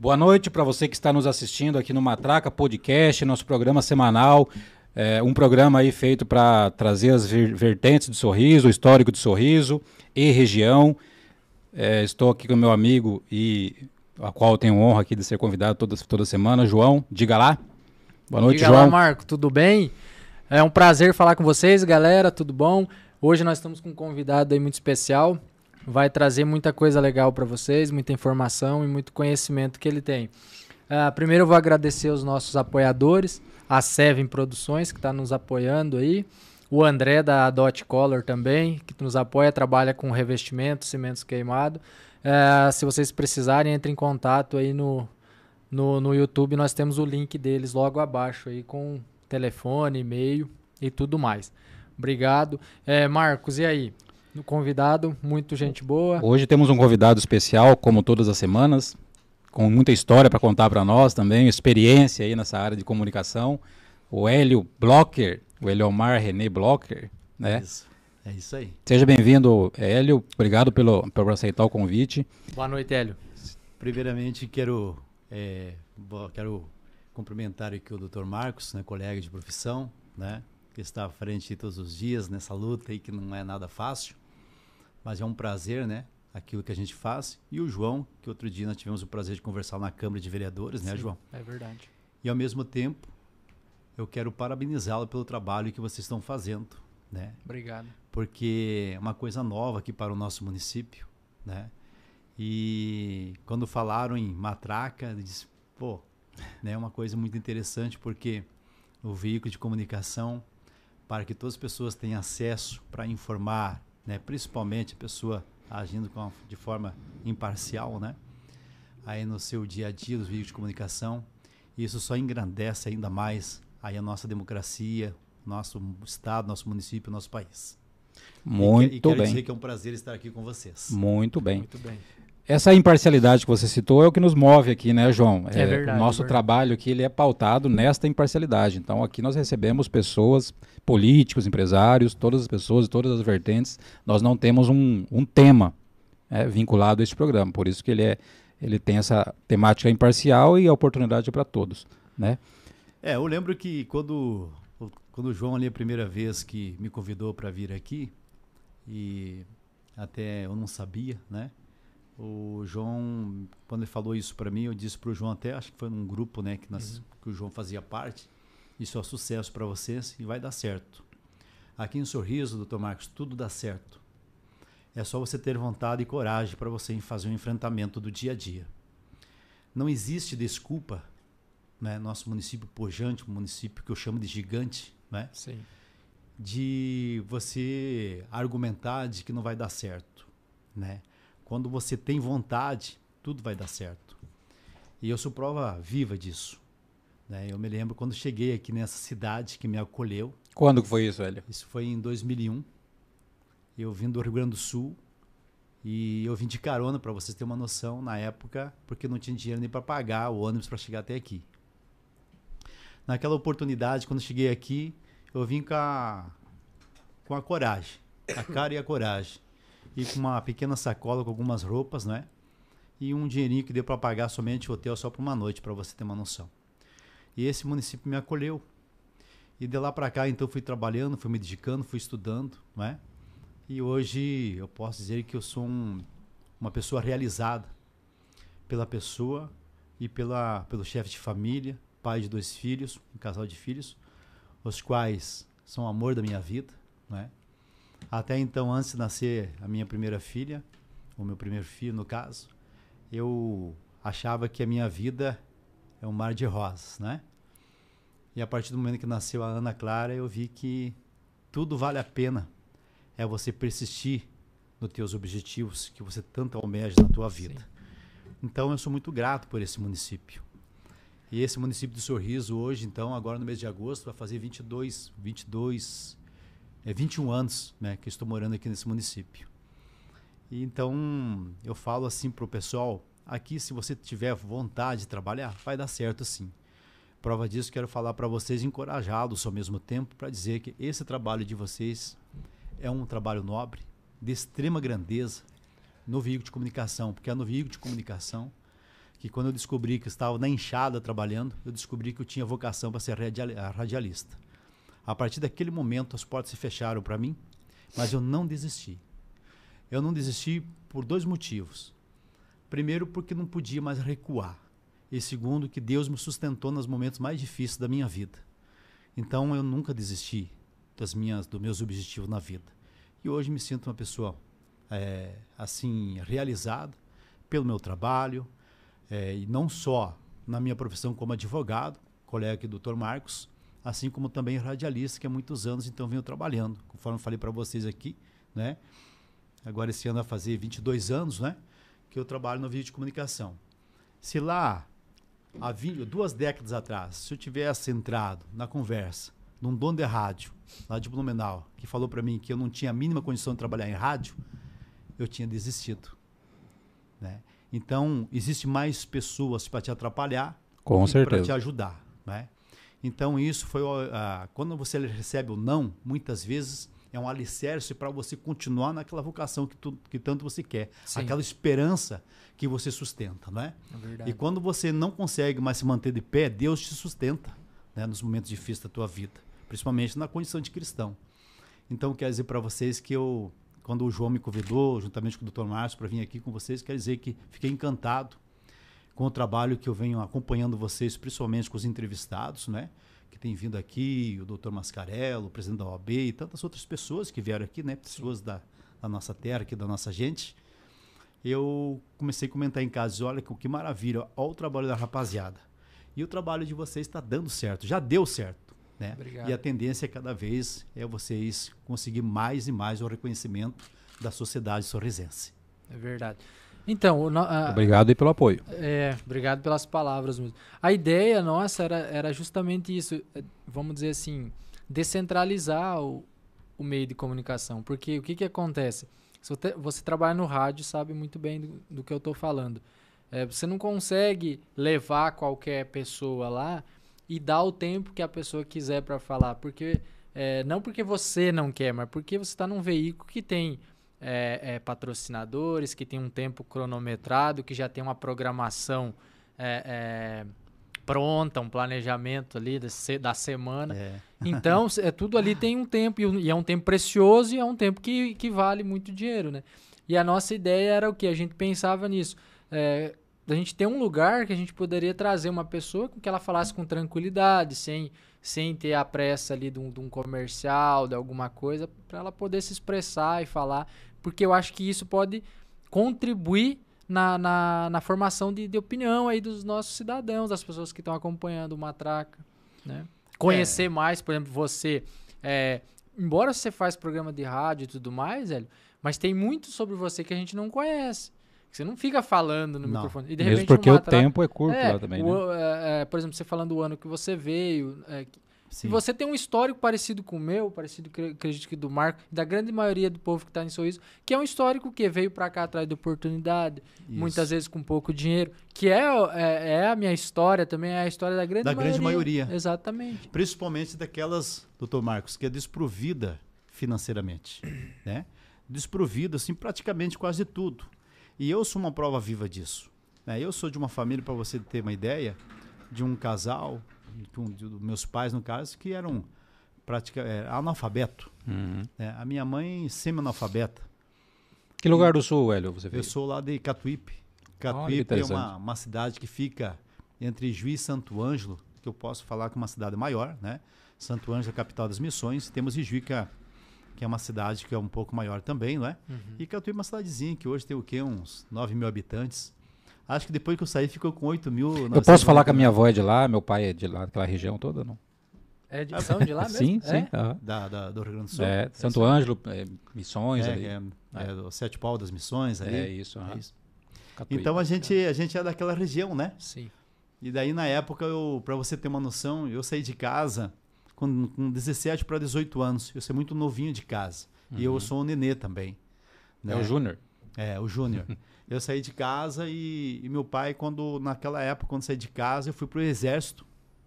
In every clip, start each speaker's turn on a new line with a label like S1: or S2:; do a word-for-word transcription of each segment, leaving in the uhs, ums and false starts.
S1: Boa noite para você que está nos assistindo aqui no Matraca Podcast, nosso programa semanal. É um programa aí feito para trazer as vertentes do Sorriso, o histórico de Sorriso e região. É, estou aqui com o meu amigo e a qual eu tenho honra aqui de ser convidado toda, toda semana, João. Diga lá. Boa noite,
S2: Diga
S1: João.
S2: Diga lá, Marco. Tudo bem? É um prazer falar com vocês, galera. Tudo bom? Hoje nós estamos com um convidado aí muito especial. Vai trazer muita coisa legal para vocês, muita informação e muito conhecimento que ele tem. Uh, primeiro eu vou agradecer os nossos apoiadores, a Seven Produções, que está nos apoiando aí, o André da Dot Color também, que nos apoia, trabalha com revestimento, cimentos queimados. Uh, se vocês precisarem, entre em contato aí no, no, no YouTube, nós temos o link deles logo abaixo aí com telefone, e-mail e tudo mais. Obrigado. É, Marcos, e aí? No convidado, muito gente boa.
S1: Hoje temos um convidado especial, como todas as semanas, com muita história para contar para nós também, experiência aí nessa área de comunicação. O Hélio Blocker, o Eliomar René Blocker, né?
S3: Isso, é isso aí.
S1: Seja bem-vindo, Hélio. Obrigado pelo, por aceitar o convite.
S2: Boa noite, Hélio.
S3: Primeiramente, quero, é, quero cumprimentar aqui o doutor Marcos, né, colega de profissão, né, que está à frente todos os dias nessa luta aí que não é nada fácil. Mas é um prazer, né? Aquilo que a gente faz. E o João, que outro dia nós tivemos o prazer de conversar na Câmara de Vereadores, né,
S2: Sim,
S3: João?
S2: É verdade.
S3: E ao mesmo tempo, eu quero parabenizá-lo pelo trabalho que vocês estão fazendo, né?
S2: Obrigado.
S3: Porque é uma coisa nova aqui para o nosso município, né? E quando falaram em matraca, eu disse, pô, né, é uma coisa muito interessante, porque o veículo de comunicação, para que todas as pessoas tenham acesso para informar, né, principalmente a pessoa agindo com a, de forma imparcial, né, aí no seu dia a dia dos veículos de comunicação, isso só engrandece ainda mais aí a nossa democracia, nosso estado, nosso município, nosso país.
S1: Muito
S3: e, e quero
S1: bem.
S3: dizer que é um prazer estar aqui com vocês.
S1: Muito bem.
S2: Muito bem.
S1: Essa imparcialidade que você citou é o que nos move aqui, né, João?
S2: É, é verdade.
S1: O nosso
S2: é verdade.
S1: trabalho aqui ele é pautado nesta imparcialidade. Então, aqui nós recebemos pessoas, políticos, empresários, todas as pessoas, todas as vertentes. Nós não temos um, um tema é, vinculado a este programa. Por isso que ele, é, ele tem essa temática imparcial e a oportunidade é para todos, né?
S3: É, eu lembro que quando, quando o João ali a primeira vez que me convidou para vir aqui, e até eu não sabia, né? O João, quando ele falou isso para mim, eu disse para o João até, acho que foi num grupo, né, que, nós, uhum. que o João fazia parte, isso é um sucesso para vocês e vai dar certo. Aqui em Sorriso, doutor Marcos, tudo dá certo. É só você ter vontade e coragem para você fazer um enfrentamento do dia a dia. Não existe desculpa, né, nosso município pujante, um município que eu chamo de gigante, né,
S2: Sim.
S3: de você argumentar de que não vai dar certo, né? Quando você tem vontade, tudo vai dar certo. E eu sou prova viva disso, né? Eu me lembro quando cheguei aqui nessa cidade que me acolheu.
S1: Quando que foi isso, Hélio?
S3: Isso foi em dois mil e um. Eu vim do Rio Grande do Sul e eu vim de carona, para vocês terem uma noção, na época, porque não tinha dinheiro nem para pagar o ônibus para chegar até aqui. Naquela oportunidade, quando cheguei aqui, eu vim com a, com a coragem, a cara e a coragem. E com uma pequena sacola com algumas roupas, né? E um dinheirinho que deu para pagar somente o hotel só por uma noite, para você ter uma noção. E esse município me acolheu. E de lá para cá, então, fui trabalhando, fui me dedicando, fui estudando, né? E hoje eu posso dizer que eu sou um, uma pessoa realizada pela pessoa e pela, pelo chefe de família, pai de dois filhos, um casal de filhos, os quais são o amor da minha vida, né? Até então, antes de nascer a minha primeira filha, o meu primeiro filho, no caso, eu achava que a minha vida é um mar de rosas, né? E a partir do momento que nasceu a Ana Clara, eu vi que tudo vale a pena. É você persistir nos teus objetivos que você tanto almeja na tua vida. Sim. Então, eu sou muito grato por esse município. E esse município de Sorriso, hoje, então, agora no mês de agosto, vai fazer vinte e dois, vinte e dois... É vinte e um anos, né, que eu estou morando aqui nesse município. E então, eu falo assim para o pessoal, aqui se você tiver vontade de trabalhar, vai dar certo sim. Prova disso, quero falar para vocês, encorajá-los ao mesmo tempo, para dizer que esse trabalho de vocês é um trabalho nobre, de extrema grandeza, no veículo de comunicação, porque é no veículo de comunicação que que quando eu descobri que eu estava na enxada trabalhando, eu descobri que eu tinha vocação para ser radialista. A partir daquele momento, as portas se fecharam para mim, mas eu não desisti. Eu não desisti por dois motivos. Primeiro, porque não podia mais recuar. E segundo, que Deus me sustentou nos momentos mais difíceis da minha vida. Então, eu nunca desisti das minhas, dos meus objetivos na vida. E hoje me sinto uma pessoa é, assim, realizada pelo meu trabalho, é, e não só na minha profissão como advogado, colega aqui, doutor Marcos, assim como também radialista, que há muitos anos então venho trabalhando, conforme eu falei para vocês aqui, né? Agora esse ano vai fazer vinte e dois anos, né? Que eu trabalho no vídeo de comunicação. Se lá, há vinte, duas décadas atrás, se eu tivesse entrado na conversa de um dono de rádio, lá de Blumenau, que falou para mim que eu não tinha a mínima condição de trabalhar em rádio, eu tinha desistido, né? Então, existe mais pessoas para te atrapalhar
S1: com certeza,
S3: para te ajudar, né? Então, isso foi... Uh, quando você recebe o não, muitas vezes é um alicerce para você continuar naquela vocação que, tu, que tanto você quer. Sim. Aquela esperança que você sustenta, não é? É verdade. E quando você não consegue mais se manter de pé, Deus te sustenta, né, nos momentos difíceis da tua vida, principalmente na condição de cristão. Então, quero dizer para vocês que eu... Quando o João me convidou, juntamente com o doutor Márcio, para vir aqui com vocês, quer dizer que fiquei encantado com o trabalho que eu venho acompanhando vocês, principalmente com os entrevistados, né? Que tem vindo aqui, o doutor Mascarello, o presidente da O A B e tantas outras pessoas que vieram aqui, né? Pessoas da, da nossa terra, aqui da nossa gente. Eu comecei a comentar em casa, olha que, que maravilha, olha o trabalho da rapaziada. E o trabalho de vocês está dando certo, já deu certo. Né? E a tendência é cada vez é vocês conseguir mais e mais o reconhecimento da sociedade sorrisense.
S2: É verdade. Então, a,
S1: obrigado aí pelo apoio.
S2: É, obrigado pelas palavras mesmo. A ideia nossa era, era justamente isso, vamos dizer assim, descentralizar o, o meio de comunicação. Porque o que, que acontece? Se você, você trabalha no rádio, sabe muito bem do, do que eu estou falando. É, você não consegue levar qualquer pessoa lá e dar o tempo que a pessoa quiser para falar. Porque, é, não porque você não quer, mas porque você está num veículo que tem é, é, patrocinadores, que tem um tempo cronometrado, que já tem uma programação é, é, pronta, um planejamento ali da, da semana. É. Então, é, tudo ali tem um tempo, e é um tempo precioso e é um tempo que, que vale muito dinheiro, né? E a nossa ideia era o quê? A gente pensava nisso. É, a gente ter um lugar que a gente poderia trazer uma pessoa com que ela falasse com tranquilidade, sem, sem ter a pressa ali de um, de um comercial, de alguma coisa, para ela poder se expressar e falar, porque eu acho que isso pode contribuir na, na, na formação de, de opinião aí dos nossos cidadãos, das pessoas que estão acompanhando o Matraca, né? Conhecer é. mais, por exemplo, você, é, embora você faz programa de rádio e tudo mais, velho, mas tem muito sobre você que a gente não conhece. Você não fica falando no não. microfone. E de
S1: Mesmo
S2: repente,
S1: porque o
S2: Matraca,
S1: tempo é curto
S2: é,
S1: lá também,
S2: o,
S1: né?
S2: É, é, por exemplo, você falando do ano que você veio. É, e você tem um histórico parecido com o meu, parecido, acredito que do Marco, da grande maioria do povo que está em Sorriso, que é um histórico que veio para cá atrás de oportunidade, Isso. muitas vezes com pouco dinheiro, que é, é, é a minha história também, é a história da grande
S3: da
S2: maioria.
S3: Da grande maioria.
S2: Exatamente.
S3: Principalmente daquelas, doutor Marcos, que é desprovida financeiramente, né? Desprovida, assim, praticamente quase tudo. E eu sou uma prova viva disso. Né? Eu sou de uma família, para você ter uma ideia, de um casal, de, um, de meus pais, no caso, que eram pratica, é, analfabeto. Uhum. Né? A minha mãe, semi-analfabeta.
S1: Que lugar do sul, Hélio, você veio?
S3: Eu sou lá de Catuípe. Catuípe oh, é uma, uma cidade que fica entre Juiz e Santo Ângelo, que eu posso falar que é uma cidade maior, né? Santo Ângelo é a capital das missões. Temos Ijuí, que é uma cidade que é um pouco maior também, não é? Uhum. E Catuípe é uma cidadezinha que hoje tem o quê? Uns nove mil habitantes. Acho que depois que eu saí ficou com oito mil.
S1: Eu posso falar que a minha avó é de lá, meu pai é de lá, daquela região toda, não?
S2: É de, são de lá mesmo?
S1: Sim,
S2: é?
S1: sim. Uhum.
S3: Da, da, do Rio Grande do Sul.
S1: É, Santo é, Ângelo, é, Missões
S3: é,
S1: ali.
S3: É, é, é o Sete Pau das Missões ali.
S1: É isso. Uhum. É isso.
S3: Catuípe, então a gente, a gente é daquela região, né?
S2: Sim.
S3: E daí na época, para você ter uma noção, eu saí de casa com, com dezessete para dezoito anos. Eu saí muito novinho de casa. Uhum. E eu sou um nenê também. Né?
S1: É o Júnior?
S3: É, o Júnior. Eu saí de casa e, e meu pai, quando naquela época, quando saí de casa, eu fui pro exército.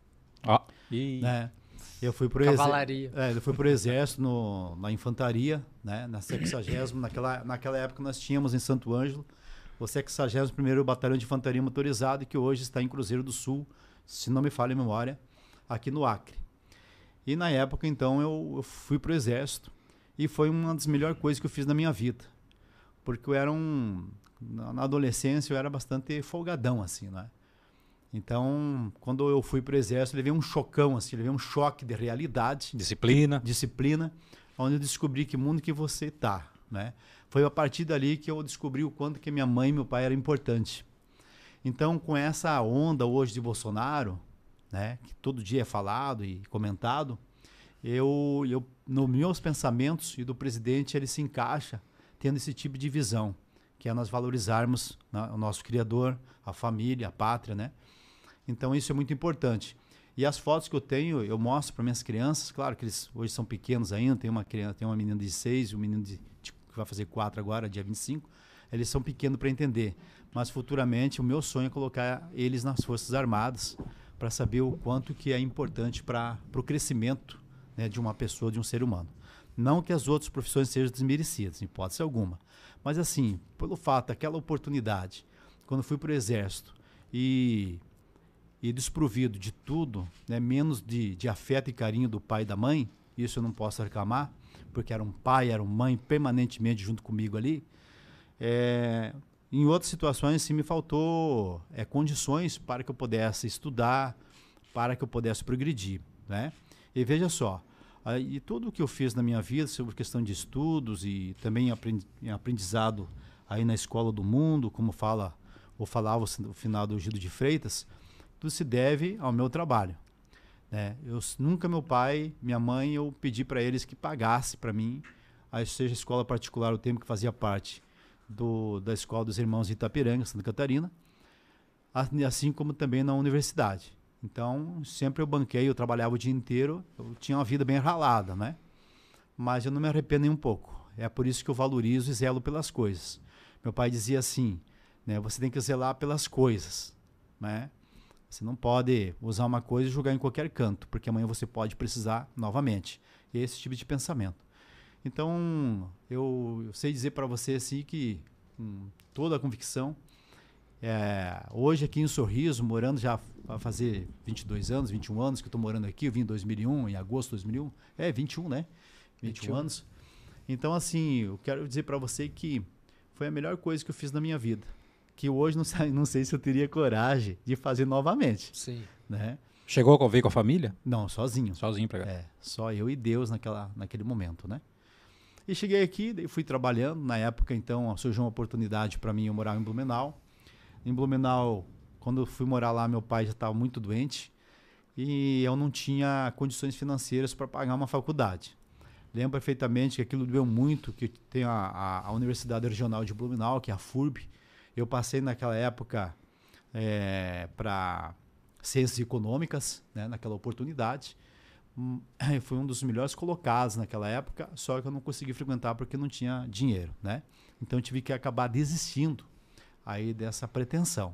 S1: Ó. Oh.
S3: Né? Eu fui pro
S2: Cavalaria.
S3: Exército, é, eu fui pro exército no, na infantaria, né? Na sexagésima, naquela, naquela época nós tínhamos em Santo Ângelo o sexagésimo primeiro Batalhão de Infantaria Motorizada, que hoje está em Cruzeiro do Sul, se não me falha a memória, aqui no Acre. E na época, então, eu, eu fui para o Exército e foi uma das melhores coisas que eu fiz na minha vida. Porque eu era um... Na, na adolescência, eu era bastante folgadão, assim, né? Então, quando eu fui para o Exército, eu levei um chocão, assim, levei um choque de realidade.
S1: Disciplina.
S3: Disciplina, onde eu descobri que mundo que você está, né? Foi a partir dali que eu descobri o quanto que minha mãe e meu pai eram importantes. Então, com essa onda hoje de Bolsonaro, né, que todo dia é falado e comentado, eu, eu, nos meus pensamentos e do presidente, ele se encaixa tendo esse tipo de visão, que é nós valorizarmos, né, o nosso Criador, a família, a pátria, né? Então, isso é muito importante. E as fotos que eu tenho, eu mostro para minhas crianças, claro que eles hoje são pequenos ainda, tem uma criança, tem uma menina de seis e um menino de, de, que vai fazer quatro agora, dia vinte e cinco, eles são pequenos para entender. Mas futuramente o meu sonho é colocar eles nas Forças Armadas para saber o quanto que é importante para o crescimento, né, de uma pessoa, de um ser humano. Não que as outras profissões sejam desmerecidas, em hipótese alguma. Mas assim, pelo fato, aquela oportunidade, quando fui para o Exército e, e desprovido de tudo, né, menos de, de afeto e carinho do pai e da mãe, isso eu não posso reclamar, porque era um pai, era uma mãe permanentemente junto comigo ali, é... Em outras situações, sim, me faltou é, condições para que eu pudesse estudar, para que eu pudesse progredir, né? E veja só, aí, tudo o que eu fiz na minha vida sobre questão de estudos e também em aprendizado aí na Escola do Mundo, como fala ou falava o finado Gildo de Freitas, tudo se deve ao meu trabalho, né? Eu nunca, meu pai, minha mãe, eu pedi para eles que pagasse para mim, aí seja escola particular, o tempo que fazia parte Do, da Escola dos Irmãos de Itapiranga, Santa Catarina, assim como também na universidade. Então, sempre eu banquei, eu trabalhava o dia inteiro, eu tinha uma vida bem ralada, né? Mas eu não me arrependo nem um pouco. É por isso que eu valorizo e zelo pelas coisas. Meu pai dizia assim, né? Você tem que zelar pelas coisas, né? Você não pode usar uma coisa e jogar em qualquer canto, porque amanhã você pode precisar novamente. Esse tipo de pensamento. Então, eu, eu sei dizer para você assim que, com toda a convicção, é, hoje aqui em Sorriso, morando já vai fazer vinte e dois anos, vinte e um anos que eu estou morando aqui, eu vim em dois mil e um, em agosto de dois mil e um, é vinte e um, né? vinte e um anos. Então, assim, eu quero dizer para você que foi a melhor coisa que eu fiz na minha vida, que hoje não, não sei se eu teria coragem de fazer novamente.
S2: Sim.
S3: Né?
S1: Chegou a conviver com a família?
S3: Não, sozinho.
S1: Sozinho para cá.
S3: É, só eu e Deus naquela, naquele momento, né? E cheguei aqui, daí fui trabalhando. Na época, então, surgiu uma oportunidade para mim, eu morar em Blumenau. Em Blumenau, quando eu fui morar lá, meu pai já estava muito doente e eu não tinha condições financeiras para pagar uma faculdade. Lembro perfeitamente que aquilo doeu muito, que tem a, a, a Universidade Regional de Blumenau, que é a F U R B. Eu passei naquela época é, para Ciências Econômicas, né, naquela oportunidade. Fui um dos melhores colocados naquela época, só que eu não consegui frequentar porque não tinha dinheiro, né? Então eu tive que acabar desistindo aí dessa pretensão.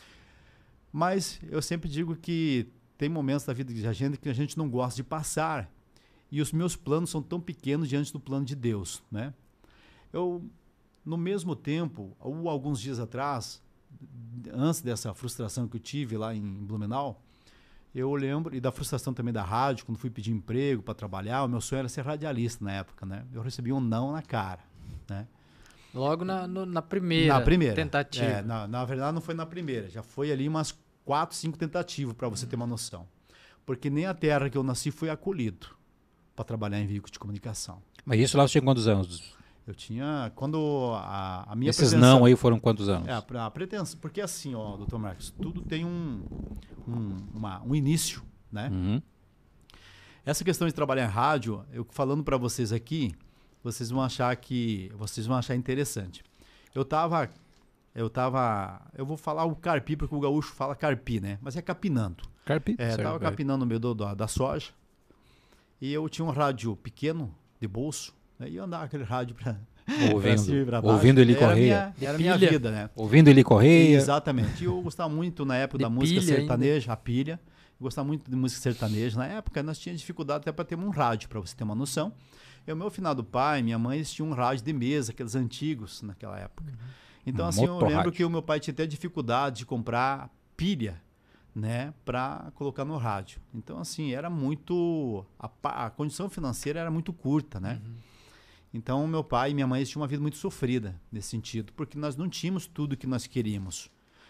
S3: Mas eu sempre digo que tem momentos da vida da gente que a gente não gosta de passar e os meus planos são tão pequenos diante do plano de Deus, né? Eu, no mesmo tempo, ou alguns dias atrás, antes dessa frustração que eu tive lá em Blumenau, eu lembro, e da frustração também da rádio, quando fui pedir emprego para trabalhar, o meu sonho era ser radialista na época, né? Eu recebi um não na cara, né?
S2: Logo na, no, na primeira
S3: na primeira
S2: tentativa.
S3: É, na, na verdade não foi na primeira, já foi ali umas quatro, cinco tentativas para você ter uma noção. Porque nem a terra que eu nasci foi acolhido para trabalhar em veículo de comunicação.
S1: Mas isso lá você tinha quantos anos?
S3: Eu tinha, quando a, a minha
S1: Esses
S3: pretensão,
S1: não aí foram quantos anos?
S3: É, a, a pretensão, porque assim, ó, doutor Marcos, tudo tem um, um, uma, um início, né?
S1: Uhum.
S3: Essa questão de trabalhar em rádio, eu falando para vocês aqui, vocês vão achar que, vocês vão achar interessante. Eu tava, eu tava, eu vou falar o carpi, porque o gaúcho fala carpi, né? Mas é capinando.
S1: Carpi?
S3: É,
S1: certo,
S3: tava
S1: vai.
S3: capinando no meio do, da, da soja, e eu tinha um rádio pequeno, de bolso, né? E eu andava aquele rádio para
S1: Ouvindo, ouvindo ele Correia.
S3: Era a minha vida, né?
S1: Ouvindo ele Correia.
S3: Exatamente. E eu gostava muito, na época,
S2: De
S3: da música
S2: pilha
S3: sertaneja,
S2: ainda.
S3: a pilha. Eu gostava muito de música sertaneja. Na época, nós tínhamos dificuldade até para ter um rádio, para você ter uma noção. E o meu finado pai, minha mãe, eles tinham um rádio de mesa, aqueles antigos naquela época. Uhum. Então, assim, eu
S1: Motorrádio.
S3: lembro que o meu pai tinha até dificuldade de comprar pilha, né, para colocar no rádio. Então, assim, era muito... A, pa- a condição financeira era muito curta, né?
S2: Uhum.
S3: Então, meu pai e minha mãe tinham uma vida muito sofrida nesse sentido, porque nós não tínhamos tudo que nós queríamos.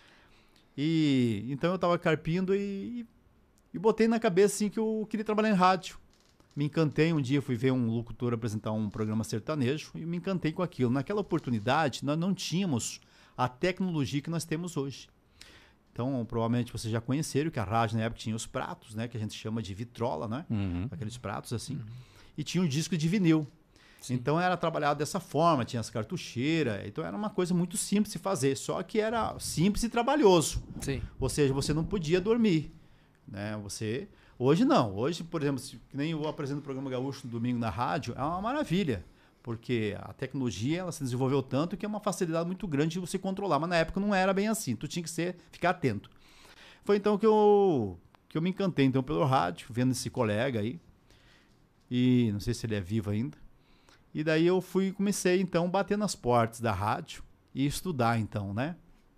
S3: E então eu estava carpindo e, e botei na cabeça assim, que eu queria trabalhar em rádio. Me encantei, um dia fui ver um locutor apresentar um programa sertanejo e me encantei com aquilo. Naquela oportunidade, nós não tínhamos a tecnologia que nós temos hoje. Então, provavelmente vocês já conheceram que a rádio na época tinha os pratos, né, que a gente chama de vitrola, né?
S1: Uhum.
S3: Aqueles pratos assim. E tinha um disco de vinil.
S2: Sim.
S3: Então era trabalhado dessa forma, tinha as cartucheiras, então era uma coisa muito simples de fazer, só que era simples e trabalhoso.
S2: Sim.
S3: Ou seja, você não podia dormir, né? Você hoje não, hoje, por exemplo, se, que nem eu apresento o programa Gaúcho no domingo na rádio, é uma maravilha, porque a tecnologia ela se desenvolveu tanto que é uma facilidade muito grande de você controlar, mas na época não era bem assim, tu tinha que ser, ficar atento. Foi então que eu que eu me encantei então pelo rádio, vendo esse colega aí, e não sei se ele é vivo ainda. E daí eu fui, comecei então a bater nas portas da rádio e estudar então, né?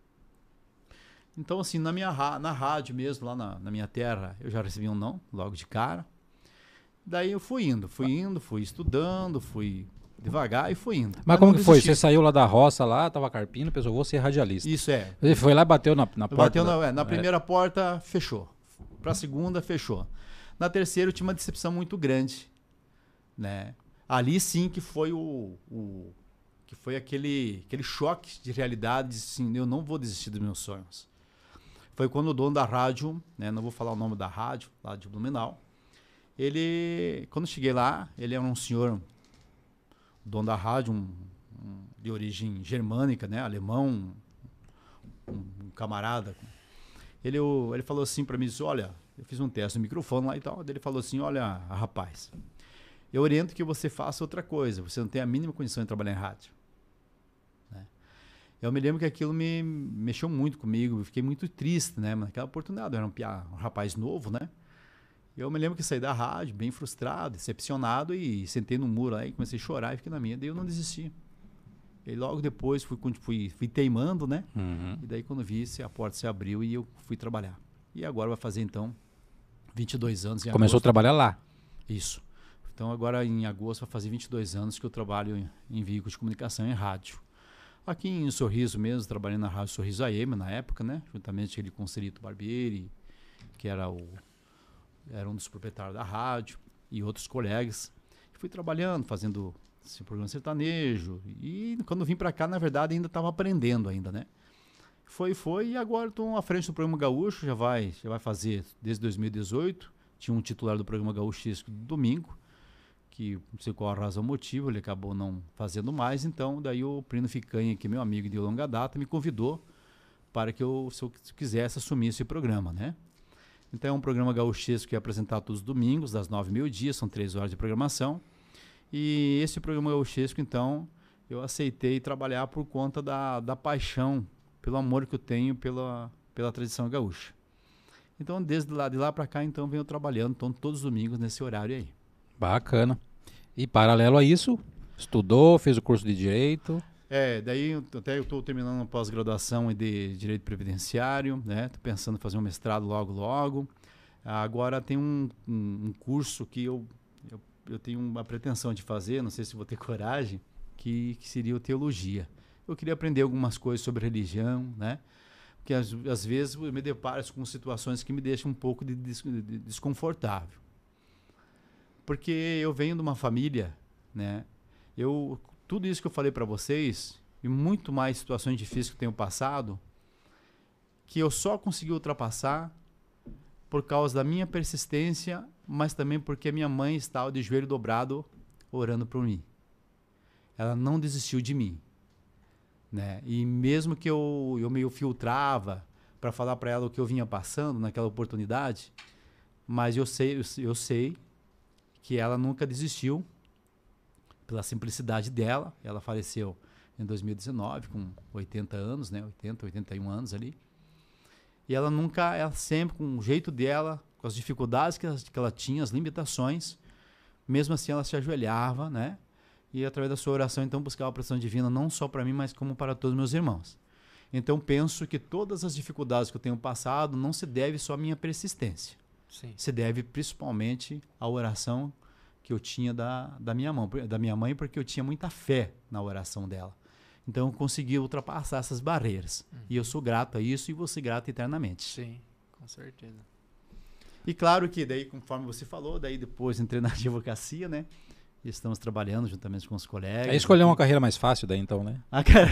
S3: Então assim, na minha na rádio mesmo, lá na, na minha terra, eu já recebi um não, logo de cara. Daí eu fui indo, fui indo, fui estudando, fui devagar e fui indo.
S1: Mas como
S3: não
S1: que foi?
S3: desisti.
S1: Você saiu lá da roça, lá, tava carpindo, pensou, vou ser radialista.
S3: Isso é.
S1: Ele foi lá e bateu na, na porta.
S3: Bateu
S1: da-
S3: na, é, na
S1: é.
S3: primeira porta, fechou. Para a segunda, fechou. Na terceira, eu tinha uma decepção muito grande, né? Ali sim que foi o, o que foi aquele aquele choque de realidade, de, assim, eu não vou desistir dos meus sonhos. Foi quando o dono da rádio, né, não vou falar o nome da rádio, lá de Blumenau, ele, quando eu cheguei lá, ele era um senhor, dono da rádio, um, um, de origem germânica, né, alemão, um, um camarada. Ele, eu, ele falou assim para mim, disse, olha, eu fiz um teste no microfone lá e tal, ele falou assim, olha, rapaz, eu oriento que você faça outra coisa, você não tem a mínima condição de trabalhar em rádio. Né? Eu me lembro que aquilo me mexeu muito comigo, eu fiquei muito triste, né? Naquela oportunidade, eu era um, piá, um rapaz novo, né? Eu me lembro que saí da rádio, bem frustrado, decepcionado, e sentei no muro lá e comecei a chorar e fiquei na minha, daí eu não desisti. E logo depois fui, fui, fui teimando, né?
S1: Uhum.
S3: E daí quando vi, a porta se abriu e eu fui trabalhar. E agora vai fazer então vinte e dois anos em
S1: Começou a
S3: agosto.
S1: trabalhar lá.
S3: Isso. Então agora em agosto vai fazer vinte e dois anos que eu trabalho em, em veículos de comunicação em rádio. Aqui em Sorriso mesmo, trabalhei na Rádio Sorriso A M na época, né? Juntamente ele com o Celito Barbieri, que era, o, era um dos proprietários da rádio, e outros colegas. Fui trabalhando, fazendo esse programa sertanejo. E quando vim para cá, na verdade, ainda estava aprendendo ainda, né? Foi, foi, e agora estou à frente do programa Gaúcho, já vai, já vai fazer desde dois mil e dezoito. Tinha um titular do programa Gaúcho do domingo, que não sei qual a razão, o motivo, ele acabou não fazendo mais, então daí o Prino Ficanha, que é meu amigo de longa data, me convidou para que eu, se eu quisesse assumir esse programa, né? Então é um programa gaúchesco que é apresentado todos os domingos, das nove ao meio-dia, são três horas de programação, e esse programa gaúchesco, então, eu aceitei trabalhar por conta da, da paixão, pelo amor que eu tenho pela, pela tradição gaúcha. Então, desde lá, de lá para cá, então, venho trabalhando, então, todos os domingos nesse horário aí.
S1: Bacana. E paralelo a isso, estudou, fez o curso de Direito.
S3: É, daí eu- até eu estou terminando uma pós-graduação de Direito Previdenciário, né? Estou pensando em fazer um mestrado logo, logo. Agora tem um, um, um curso que eu, eu, eu tenho uma pretensão de fazer, não sei se vou ter coragem, que, que seria o Teologia. Eu queria aprender algumas coisas sobre religião, né? Porque às, às vezes eu me deparo com situações que me deixam um pouco de, des, de desconfortável. Porque eu venho de uma família, né? Eu, tudo isso que eu falei para vocês, e muito mais situações difíceis que eu tenho passado, que eu só consegui ultrapassar por causa da minha persistência, mas também porque minha mãe estava de joelho dobrado orando por mim. Ela não desistiu de mim, né? E mesmo que eu, eu meio filtrava para falar para ela o que eu vinha passando naquela oportunidade, mas eu sei, eu, eu sei que ela nunca desistiu, pela simplicidade dela. Ela faleceu em dois mil e dezenove, com oitenta anos, né? oitenta, oitenta e um anos ali. E ela nunca, ela sempre, com o jeito dela, com as dificuldades que ela, que ela tinha, as limitações, mesmo assim ela se ajoelhava, né? e através da sua oração, então, buscar a proteção divina não só para mim, mas como para todos os meus irmãos. Então, penso que todas as dificuldades que eu tenho passado não se deve só à minha persistência.
S2: Sim.
S3: Se deve principalmente à oração que eu tinha da, da, minha mão, da minha mãe, porque eu tinha muita fé na oração dela. Então, eu consegui ultrapassar essas barreiras. Uhum. E eu sou grato a isso e vou ser grato eternamente.
S2: Sim, com certeza.
S3: E claro que daí, conforme você falou, daí depois entrei na advocacia, né? E estamos trabalhando juntamente com os colegas.
S1: É escolher uma carreira mais fácil daí então, né?
S3: Ah, cara.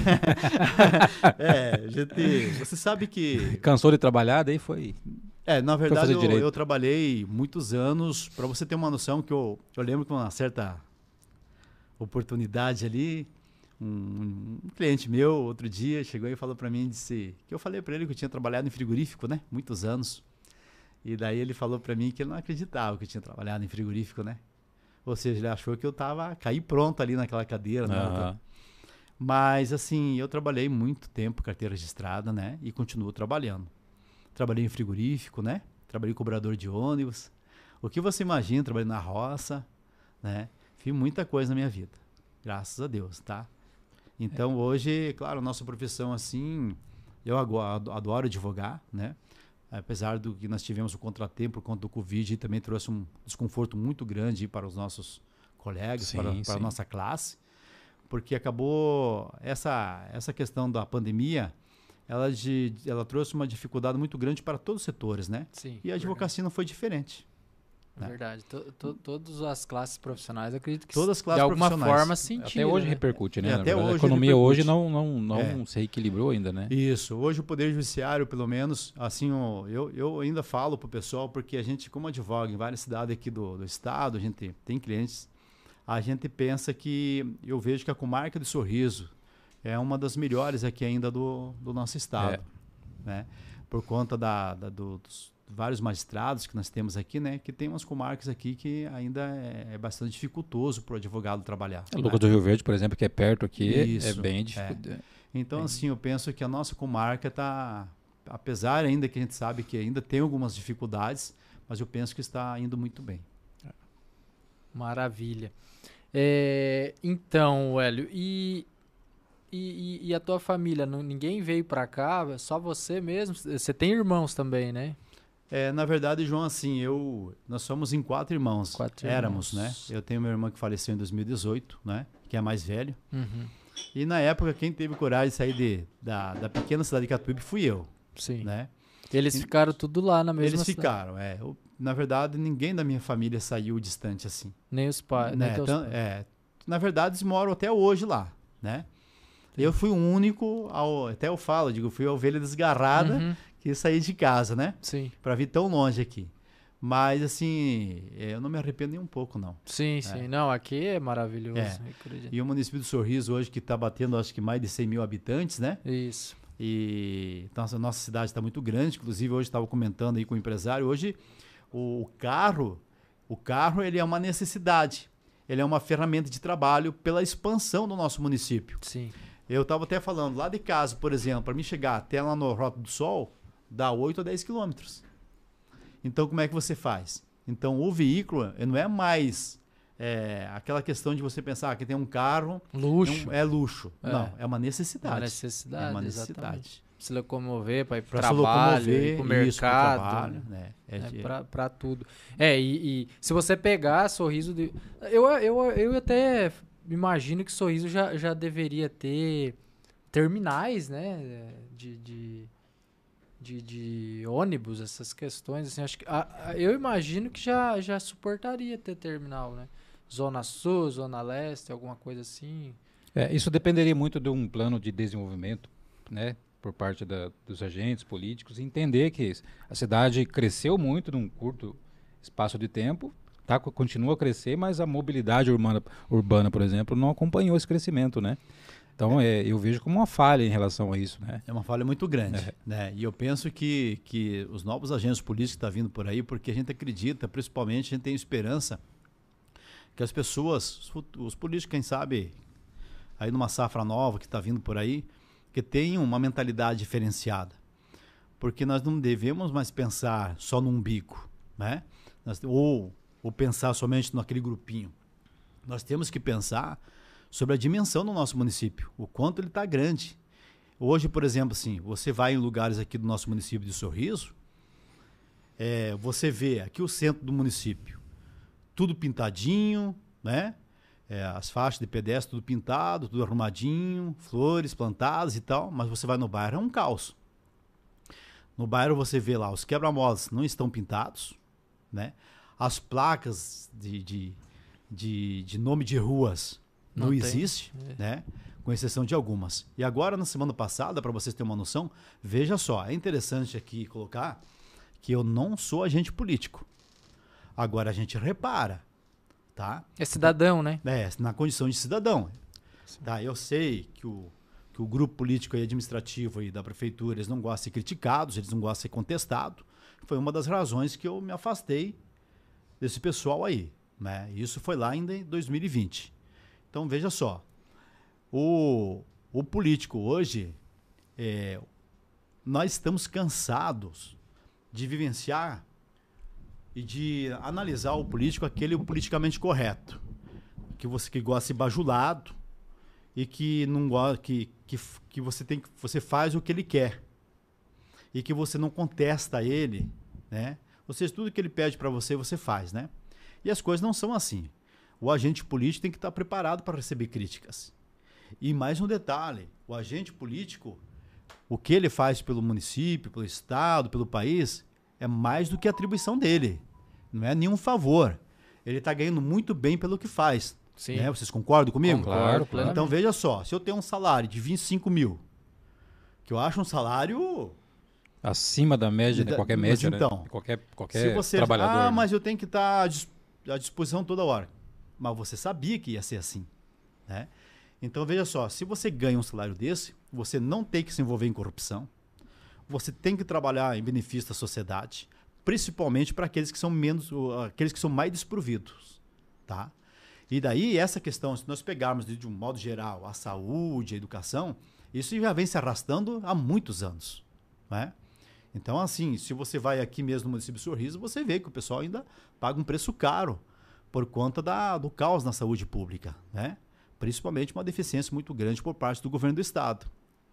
S3: É, gente, você sabe que...
S1: Cansou de trabalhar, daí foi...
S3: É, na verdade, eu,
S1: eu,
S3: eu trabalhei muitos anos, para você ter uma noção que eu, eu lembro que uma certa oportunidade ali, um, um cliente meu, outro dia, chegou e falou para mim, disse, que eu falei para ele que eu tinha trabalhado em frigorífico, né, muitos anos, e daí ele falou para mim que ele não acreditava que eu tinha trabalhado em frigorífico, né, ou seja, ele achou que eu tava, caí pronto ali naquela cadeira, né,
S1: uhum.
S3: Mas assim, eu trabalhei muito tempo, carteira registrada, né, e continuo trabalhando. Trabalhei em frigorífico, né? Trabalhei cobrador de ônibus. O que você imagina, trabalhei na roça, né? Fiz muita coisa na minha vida, graças a Deus, tá? Então, é. hoje, claro, nossa profissão, assim, eu adoro advogar, né? Apesar do que nós tivemos o contratempo por conta do Covid, também trouxe um desconforto muito grande para os nossos colegas, sim, para, para a nossa classe, porque acabou essa, essa questão da pandemia... Ela, de, ela trouxe uma dificuldade muito grande para todos os setores, né?
S2: Sim,
S3: e a advocacia verdade. Não foi diferente.
S2: É né? Verdade. To, to, todas as classes profissionais, acredito que
S3: todas as classes
S2: de alguma forma sentiram.
S1: Até hoje
S2: né?
S1: repercute, né?
S3: Até hoje
S1: a economia
S3: repercute.
S1: hoje não, não, não é. se reequilibrou ainda, né?
S3: Isso. Hoje o Poder Judiciário, pelo menos, assim, eu, eu ainda falo para o pessoal, porque a gente, como advoga em várias cidades aqui do, do estado, a gente tem clientes, a gente pensa que, eu vejo que a comarca de Sorriso é uma das melhores aqui ainda do, do nosso estado. É. Né? Por conta da, da, do, dos vários magistrados que nós temos aqui, né? Que tem umas comarcas aqui que ainda é, é bastante dificultoso para o advogado trabalhar.
S1: É, Lucas né? do Rio Verde, por exemplo, que é perto aqui,
S3: Isso,
S1: é bem difícil.
S3: É. Então, bem... assim, eu penso que a nossa comarca está, apesar ainda que a gente sabe que ainda tem algumas dificuldades, mas eu penso que está indo muito bem.
S2: Maravilha. É, então, Hélio, e... E, e, e a tua família? Não, ninguém veio para cá? Só você mesmo? Você tem irmãos também, né?
S3: É, na verdade, João, assim, eu, nós somos em quatro irmãos.
S2: Quatro
S3: Éramos,
S2: irmãos.
S3: né? Eu tenho meu irmão que faleceu em dois mil e dezoito, né? Que é mais velho.
S2: Uhum.
S3: E na época, quem teve coragem de sair de, da, da pequena cidade de Catuípe fui eu.
S2: Sim.
S3: Né?
S2: Eles e, ficaram tudo lá na mesma
S3: Eles
S2: cidade.
S3: ficaram, é. Eu, na verdade, ninguém da minha família saiu distante assim.
S2: Nem os pais.
S3: Né?
S2: Nem
S3: então,
S2: pais.
S3: É, na verdade, eles moram até hoje lá, né? Eu fui o único, ao, até eu falo, digo, fui a ovelha desgarrada
S2: uhum.
S3: que saí de casa, né?
S2: Sim.
S3: Para vir tão longe aqui. Mas, assim, eu não me arrependo nem um pouco, não.
S2: Sim,
S3: é.
S2: sim. Não, aqui é maravilhoso.
S3: É. E o município do Sorriso hoje que está batendo, acho que mais de cem mil habitantes, né?
S2: Isso.
S3: E então, a nossa cidade está muito grande. Inclusive, hoje estava comentando aí com o empresário. Hoje, o carro, o carro ele é uma necessidade. Ele é uma ferramenta de trabalho pela expansão do nosso município.
S2: Sim.
S3: Eu estava até falando, lá de casa, por exemplo, para mim chegar até lá no Rota do Sol, dá oito a dez quilômetros. Então, como é que você faz? Então, o veículo não é mais é, aquela questão de você pensar que tem um carro...
S2: Luxo.
S3: É, um, é luxo.
S2: É.
S3: Não, é uma necessidade.
S2: Uma necessidade,
S3: é uma
S2: necessidade.
S3: necessidade.
S2: Se locomover para ir para
S3: o
S2: trabalho, ir para o mercado.
S3: Isso, trabalho, né?
S2: É, é para tudo. É, e, e se você pegar Sorriso... De, eu, eu, eu até... imagino que Sorriso já, já deveria ter terminais, né, de, de, de, de ônibus, essas questões, assim, acho que, a, a, eu imagino que já, já suportaria ter terminal, né, Zona Sul, Zona Leste, alguma coisa assim.
S1: É, isso dependeria muito de um plano de desenvolvimento, né, por parte da, dos agentes políticos, entender que a cidade cresceu muito num curto espaço de tempo, Tá, continua a crescer, mas a mobilidade urbana, urbana, por exemplo, não acompanhou esse crescimento, né? Então, é, eu vejo como uma falha em relação a isso, né?
S3: É uma falha muito grande,
S1: é.
S3: né? E eu penso que, que os novos agentes políticos que estão vindo por aí, porque a gente acredita, principalmente, a gente tem esperança que as pessoas, os políticos, quem sabe, aí numa safra nova que está vindo por aí, que tenham uma mentalidade diferenciada. Porque nós não devemos mais pensar só no umbigo, né? Nós, ou... ou pensar somente naquele grupinho. Nós temos que pensar sobre a dimensão do nosso município, o quanto ele está grande. Hoje, por exemplo, assim, você vai em lugares aqui do nosso município de Sorriso, é, você vê aqui o centro do município, tudo pintadinho, né? É, as faixas de pedestre tudo pintado, tudo arrumadinho, flores plantadas e tal, mas você vai no bairro, é um caos. No bairro você vê lá, os quebra-molas não estão pintados, né? As placas de, de, de, de nome de ruas não, não existe, é. né? Com exceção de algumas. E agora, na semana passada, para vocês terem uma noção, veja só, é interessante aqui colocar que eu não sou agente político. Agora a gente repara, tá?
S2: É cidadão, né?
S3: É, na condição de cidadão. Tá, eu sei que o, que o grupo político e administrativo aí da prefeitura, eles não gostam de ser criticados, eles não gostam de ser contestados. Foi uma das razões que eu me afastei desse pessoal aí, né? Isso foi lá ainda em dois mil e vinte. Então, veja só, o, o político hoje, é, nós estamos cansados de vivenciar e de analisar o político, aquele politicamente correto, que você que gosta de ser bajulado e que não gosta que, que, que você tem que você faz o que ele quer e que você não contesta ele, né? Ou seja, tudo que ele pede para você, você faz, né? E as coisas não são assim. O agente político tem que estar preparado para receber críticas. E mais um detalhe, o agente político, o que ele faz pelo município, pelo estado, pelo país, é mais do que a atribuição dele. Não é nenhum favor. Ele está ganhando muito bem pelo que faz.
S2: Sim.
S3: Né? Vocês concordam comigo?
S1: Claro, claro.
S3: Então veja só, se eu tenho um salário de vinte e cinco mil, que eu acho um salário...
S1: Acima da média, de qualquer média,
S3: mas então,
S1: né? De qualquer, qualquer
S3: se você,
S1: trabalhador.
S3: Ah,
S1: né?
S3: mas eu tenho que estar à disposição toda hora. Mas você sabia que ia ser assim, né? Então, veja só, se você ganha um salário desse, você não tem que se envolver em corrupção, você tem que trabalhar em benefício da sociedade, principalmente para aqueles que são menos, aqueles que são mais desprovidos, tá? E daí, essa questão, se nós pegarmos de um modo geral a saúde, a educação, isso já vem se arrastando há muitos anos, né? Então, assim, se você vai aqui mesmo no município de Sorriso, você vê que o pessoal ainda paga um preço caro por conta da, do caos na saúde pública, né? Principalmente uma deficiência muito grande por parte do governo do estado.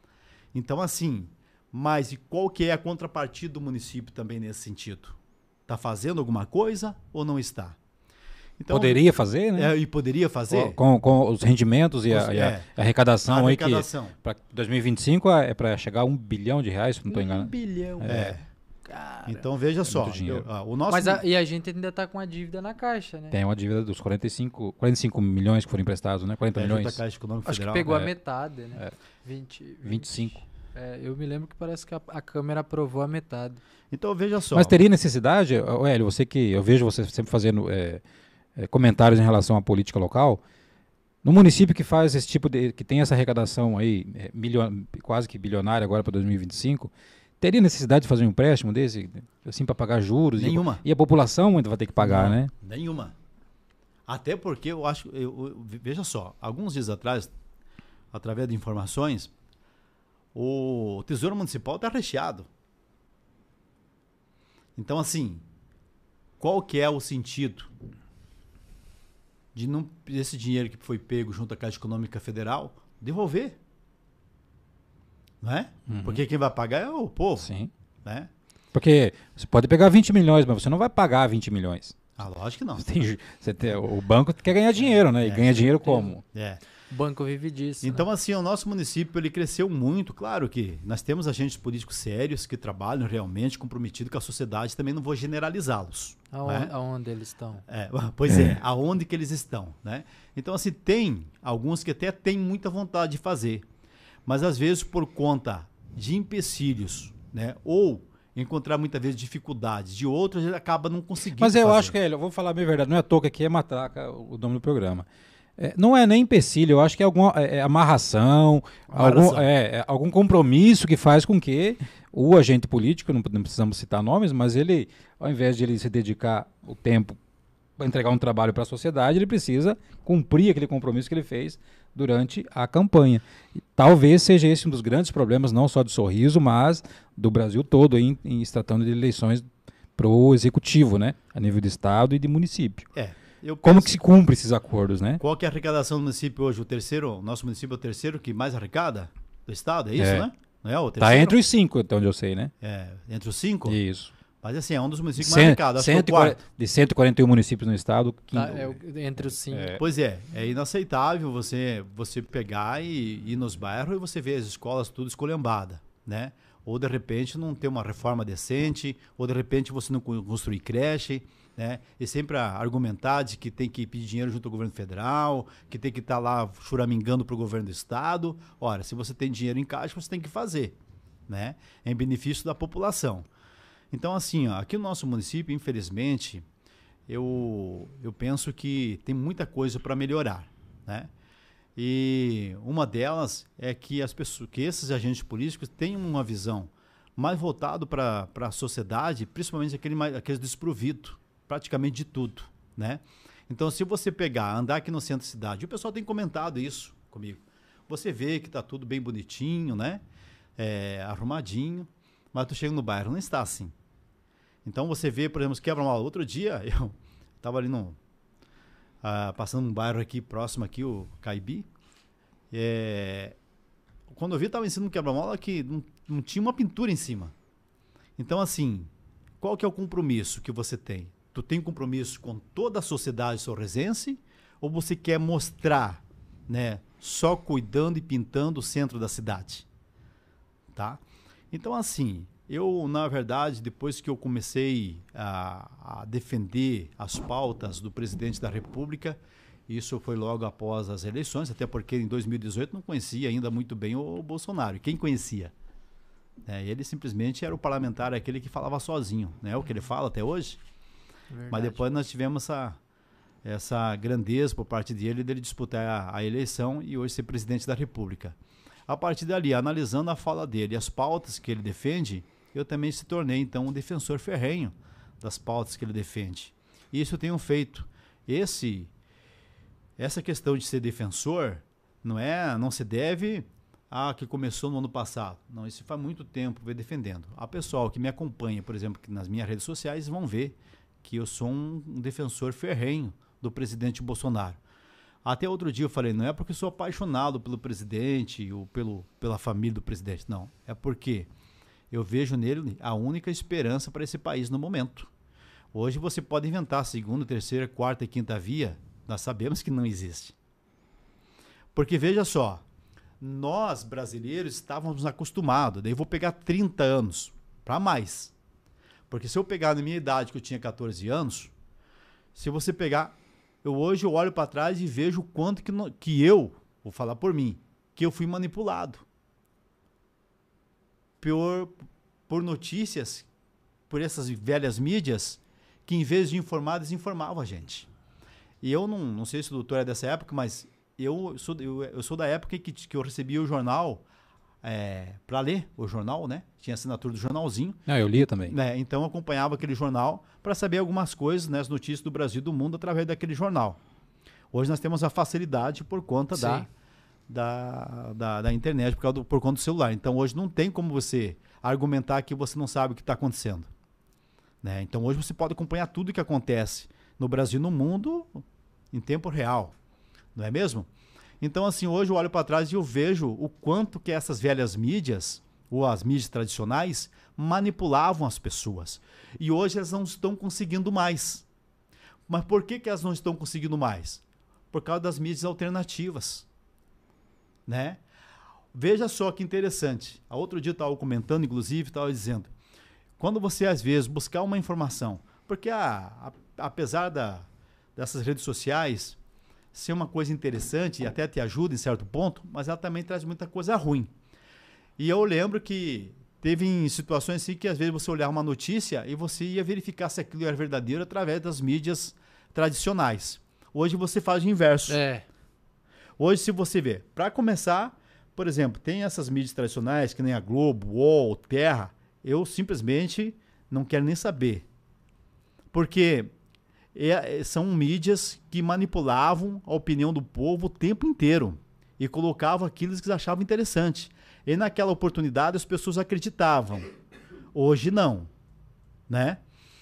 S3: Então, assim, mas e qual que é a contrapartida do município também nesse sentido? Está fazendo alguma coisa ou não está? Então,
S1: poderia fazer, né?
S3: É, e poderia fazer.
S1: Com, com os rendimentos e a,
S3: Os,
S1: e a,
S3: é,
S1: a arrecadação,
S3: a arrecadação
S1: aí que para dois mil e vinte e cinco é para chegar a um bilhão de reais, se não estou enganado.
S2: Um bilhão.
S3: É. é.
S2: Cara.
S3: Então veja
S1: é
S3: só. Eu, ah, o nosso...
S2: Mas a, e a gente ainda está com a dívida na caixa, né?
S1: Tem uma dívida dos quarenta e cinco, quarenta e cinco milhões que foram emprestados, né? quarenta
S3: é,
S1: milhões.
S3: Caixa Econômica
S2: Acho
S3: Federal,
S2: que pegou
S1: é.
S2: a metade, né?
S1: É.
S2: vinte, vinte,
S1: vinte e cinco.
S2: É, eu me lembro que parece que a, a Câmara aprovou a metade.
S3: Então veja só.
S1: Mas teria necessidade, Hélio, você que eu vejo você sempre fazendo é, é, comentários em relação à política local, no município que faz esse tipo de, que tem essa arrecadação aí, é, milion, quase que bilionária agora para dois mil e vinte e cinco, teria necessidade de fazer um empréstimo desse, assim, para pagar juros?
S3: Nenhuma.
S1: E, e a população ainda vai ter que pagar,
S3: Não,
S1: né?
S3: Nenhuma. Até porque eu acho, eu, eu, veja só, alguns dias atrás, através de informações, o Tesouro Municipal está recheado. Então, assim, qual que é o sentido de não, esse dinheiro que foi pego junto à Caixa Econômica Federal devolver? Não é?
S1: Uhum.
S3: Porque quem vai pagar é o povo.
S1: Sim.
S3: Né?
S1: Porque você pode pegar vinte milhões, mas você não vai pagar vinte milhões.
S3: Ah, lógico que não.
S1: Você tem, você tem, o banco quer ganhar dinheiro, né? E
S3: é,
S1: ganha dinheiro como?
S3: É.
S2: O banco vive disso.
S3: Então,
S2: né?
S3: assim, o nosso município ele cresceu muito. Claro que nós temos agentes políticos sérios que trabalham realmente comprometidos com a sociedade. Também não vou generalizá-los.
S2: Aonde,
S3: né?
S2: aonde eles estão?
S3: É, pois é, aonde que eles estão, né? Então, assim, tem alguns que até têm muita vontade de fazer. Mas, às vezes, por conta de empecilhos, né? Ou encontrar muitas vezes dificuldades de outros, ele acaba não conseguindo
S1: Mas eu
S3: fazer.
S1: acho que, eu vou falar a minha verdade, não é à toa que aqui é Matraca o nome do programa. É, não é nem empecilho, eu acho que é alguma é, é amarração,
S3: Amarração.
S1: Algum, é, é, algum compromisso que faz com que o agente político, não, não precisamos citar nomes, mas ele, ao invés de ele se dedicar o tempo para entregar um trabalho para a sociedade, ele precisa cumprir aquele compromisso que ele fez durante a campanha. E talvez seja esse um dos grandes problemas, não só do Sorriso, mas do Brasil todo, em, em se tratando de eleições para o executivo, né? A nível de estado e de município.
S3: É. eu
S1: como
S3: penso,
S1: que se cumpre esses acordos, né?
S3: qual que é a arrecadação do município hoje? O terceiro, o nosso município é o terceiro que mais arrecada do estado, é isso,
S1: É.
S3: né? Não é o
S1: Tá
S3: terceiro?
S1: entre os cinco, até onde eu sei, né?
S3: É, entre os cinco?
S1: Isso.
S3: Mas assim, é um dos municípios mais
S1: Cen-
S3: arrecados. Acho que é o
S1: cento e quarenta
S3: quarto.
S1: de cento e quarenta e um municípios no estado,
S2: Tá,
S1: quinto.
S2: é o- entre os cinco.
S1: É.
S3: Pois é, é inaceitável você, você pegar e ir nos bairros e você ver as escolas tudo esculhambadas, né? Ou de repente não ter uma reforma decente, ou de repente você não co- construir creche, né? E sempre a- argumentar de que tem que pedir dinheiro junto ao governo federal, que tem que estar lá churamingando para o governo do estado. Ora, se você tem dinheiro em caixa, você tem que fazer, né? Em benefício da população. Então, assim, ó, aqui no nosso município, infelizmente, eu, eu penso que tem muita coisa para melhorar, né? E uma delas é que as pessoas, que esses agentes políticos tenham uma visão mais voltada para a sociedade, principalmente aquele, mais- aqueles desprovidos, praticamente de tudo, né? Então, se você pegar, andar aqui no centro da cidade, o pessoal tem comentado isso comigo. Você vê que está tudo bem bonitinho, né? É, arrumadinho, mas tu chega no bairro, não está assim. Então você vê, por exemplo, os quebra-mola. Outro dia eu estava ali no, ah, passando um bairro aqui próximo aqui, o Caibi. É, quando eu vi, estava em cima de um quebra-mola que não, não tinha uma pintura em cima. Então, assim, qual que é o compromisso que você tem? Tu tem compromisso com toda a sociedade sorresense ou você quer mostrar, né, só cuidando e pintando o centro da cidade? Tá? Então, assim, eu, na verdade, depois que eu comecei a, a defender as pautas do presidente da República, isso foi logo após as eleições, até porque em dois mil e dezoito não conhecia ainda muito bem o Bolsonaro. E quem conhecia? É, ele simplesmente era o parlamentar, aquele que falava sozinho, né? O que ele fala até hoje.
S2: Verdade.
S3: Mas depois nós tivemos essa, essa grandeza por parte dele, dele disputar a, a eleição e hoje ser presidente da República. A partir dali, analisando a fala dele e as pautas que ele defende, eu também se tornei, então, um defensor ferrenho das pautas que ele defende. E isso eu tenho feito. Esse, essa questão de ser defensor não, é, não se deve a que começou no ano passado. Não, isso faz muito tempo vem defendendo. A pessoal que me acompanha, por exemplo, nas minhas redes sociais, vão ver que eu sou um, um defensor ferrenho do presidente Bolsonaro. Até outro dia eu falei, não é porque eu sou apaixonado pelo presidente ou pelo, pela família do presidente, não. É porque eu vejo nele a única esperança para esse país no momento. Hoje você pode inventar a segunda, terceira, quarta e quinta via, nós sabemos que não existe. Porque veja só, nós brasileiros estávamos acostumados, daí eu vou pegar trinta anos para mais. Porque se eu pegar na minha idade, que eu tinha quatorze anos, se você pegar, eu hoje eu olho para trás e vejo o quanto que, no, que eu, vou falar por mim, que eu fui manipulado por, por notícias, por essas velhas mídias, que em vez de informar, desinformavam a gente. E eu não, não sei se o doutor é dessa época, mas eu sou, eu, eu sou da época que, que eu recebia o jornal é, para ler, o jornal, né? Tinha assinatura do jornalzinho.
S1: Não, eu lia também.
S3: Né? Então eu acompanhava aquele jornal para saber algumas coisas, né, as notícias do Brasil e do mundo através daquele jornal. Hoje nós temos a facilidade por conta da, da, da, da internet, por, causa do, por conta do celular. Então hoje não tem como você argumentar que você não sabe o que está acontecendo. Né? Então hoje você pode acompanhar tudo o que acontece no Brasil e no mundo em tempo real. Não é mesmo? Então assim, hoje eu olho para trás e eu vejo o quanto que essas velhas mídias, ou as mídias tradicionais, manipulavam as pessoas. E hoje elas não estão conseguindo mais. Mas por que que elas não estão conseguindo mais? Por causa das mídias alternativas. Né? Veja só que interessante. A outro dia eu estava comentando, inclusive, estava dizendo, quando você às vezes buscar uma informação, porque a, a, apesar da, dessas redes sociais ser uma coisa interessante e até te ajuda em certo ponto, mas ela também traz muita coisa ruim. E eu lembro que teve em situações assim que às vezes você olhava uma notícia e você ia verificar se aquilo era verdadeiro através das mídias tradicionais. Hoje você faz o inverso.
S2: É.
S3: Hoje, se você vê, para começar, por exemplo, tem essas mídias tradicionais que nem a Globo, U O L, Terra, eu simplesmente não quero nem saber. Porque é, são mídias que manipulavam a opinião do povo o tempo inteiro e colocavam aquilo que eles achavam interessante. E naquela oportunidade as pessoas acreditavam. Hoje não, né?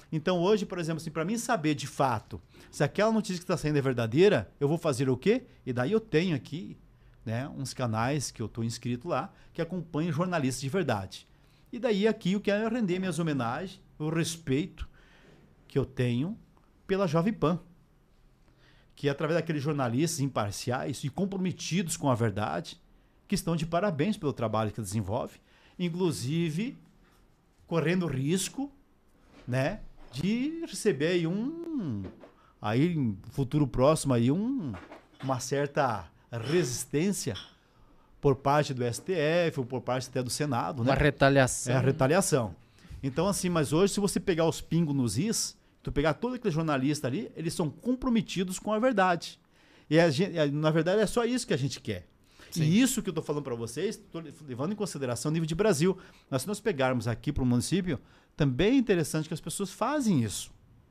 S3: Então hoje, por exemplo, assim, para mim saber de fato se aquela notícia que está saindo é verdadeira, eu vou fazer o quê? E daí eu tenho aqui, né, uns canais que eu estou inscrito lá, que acompanham jornalistas de verdade. E daí aqui eu quero render minhas homenagens, o respeito que eu tenho pela Jovem Pan, que através daqueles jornalistas imparciais e comprometidos com a verdade, que estão de parabéns pelo trabalho que desenvolve, inclusive correndo risco, né, de receber aí um, aí em futuro próximo aí um, uma certa resistência por parte do S T F ou por parte até do Senado, né?
S2: Uma retaliação.
S3: É a retaliação. Então assim, mas hoje se você pegar os pingos nos is, tu pegar todo aquele jornalista ali, eles são comprometidos com a verdade. E a gente, na verdade é só isso que a gente quer. Sim. E isso que eu estou falando para vocês, estou levando em consideração o nível de Brasil. Mas se nós pegarmos aqui para o município, também é interessante que as pessoas fazem isso.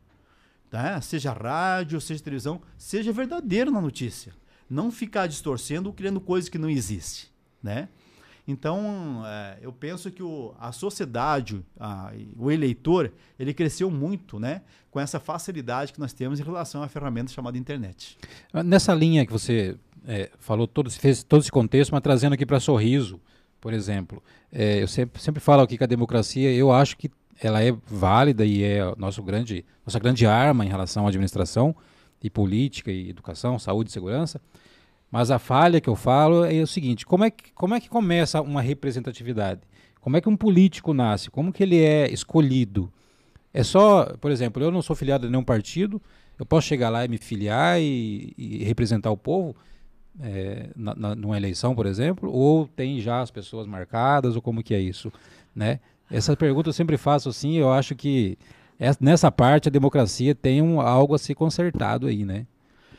S3: Tá? Seja rádio, seja televisão, seja verdadeiro na notícia. Não ficar distorcendo ou criando coisas que não existem. Né? Então, é, eu penso que o, a sociedade, a, o eleitor, ele cresceu muito, né, com essa facilidade que nós temos em relação à ferramenta chamada internet.
S1: Nessa linha que você é, falou, todo, fez todo esse contexto, mas trazendo aqui para Sorriso, por exemplo, é, eu sempre, sempre falo aqui que a democracia, eu acho que ela é válida e é nosso grande, nossa grande arma em relação à administração e política e educação, saúde e segurança. Mas a falha que eu falo é o seguinte, como é que, como é que começa uma representatividade? Como é que um político nasce? Como que ele é escolhido? É só, por exemplo, eu não sou filiado a nenhum partido, eu posso chegar lá e me filiar e, e representar o povo é, na, na, numa eleição, por exemplo? Ou tem já as pessoas marcadas, ou como que é isso? Né? Essa pergunta eu sempre faço assim, eu acho que essa, nessa parte a democracia tem um, algo a ser consertado aí, né?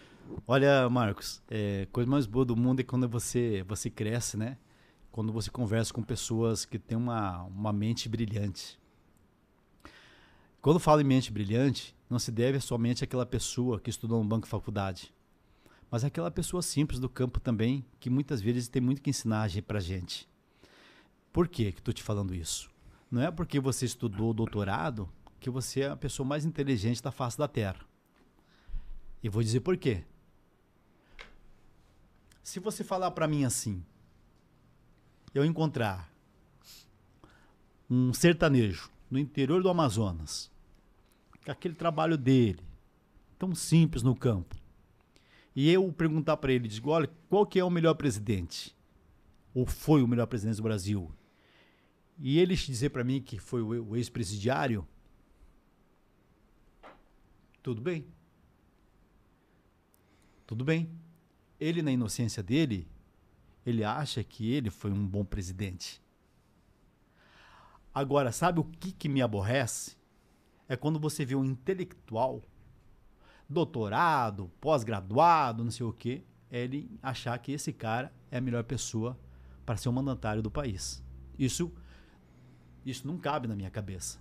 S3: Olha, Marcos, é, coisa mais boa do mundo é quando você, você cresce, né? Quando você conversa com pessoas que têm uma, uma mente brilhante. Quando falo em mente brilhante, não se deve somente àquela pessoa que estudou no banco de faculdade, mas àquela pessoa simples do campo também, que muitas vezes tem muito que ensinar pra gente. Por que que estou te falando isso? Não é porque você estudou doutorado que você é a pessoa mais inteligente da face da Terra. E vou dizer por quê. Se você falar para mim assim, eu encontrar um sertanejo no interior do Amazonas, com aquele trabalho dele, tão simples no campo, e eu perguntar para ele, digo, olha, qual que é o melhor presidente? Ou foi o melhor presidente do Brasil? E ele dizer para mim que foi o ex-presidiário, tudo bem. Tudo bem. Ele, na inocência dele, ele acha que ele foi um bom presidente. Agora, sabe o que, que me aborrece? É quando você vê um intelectual, doutorado, pós-graduado, não sei o quê, ele achar que esse cara é a melhor pessoa para ser o mandatário do país. Isso, isso não cabe na minha cabeça.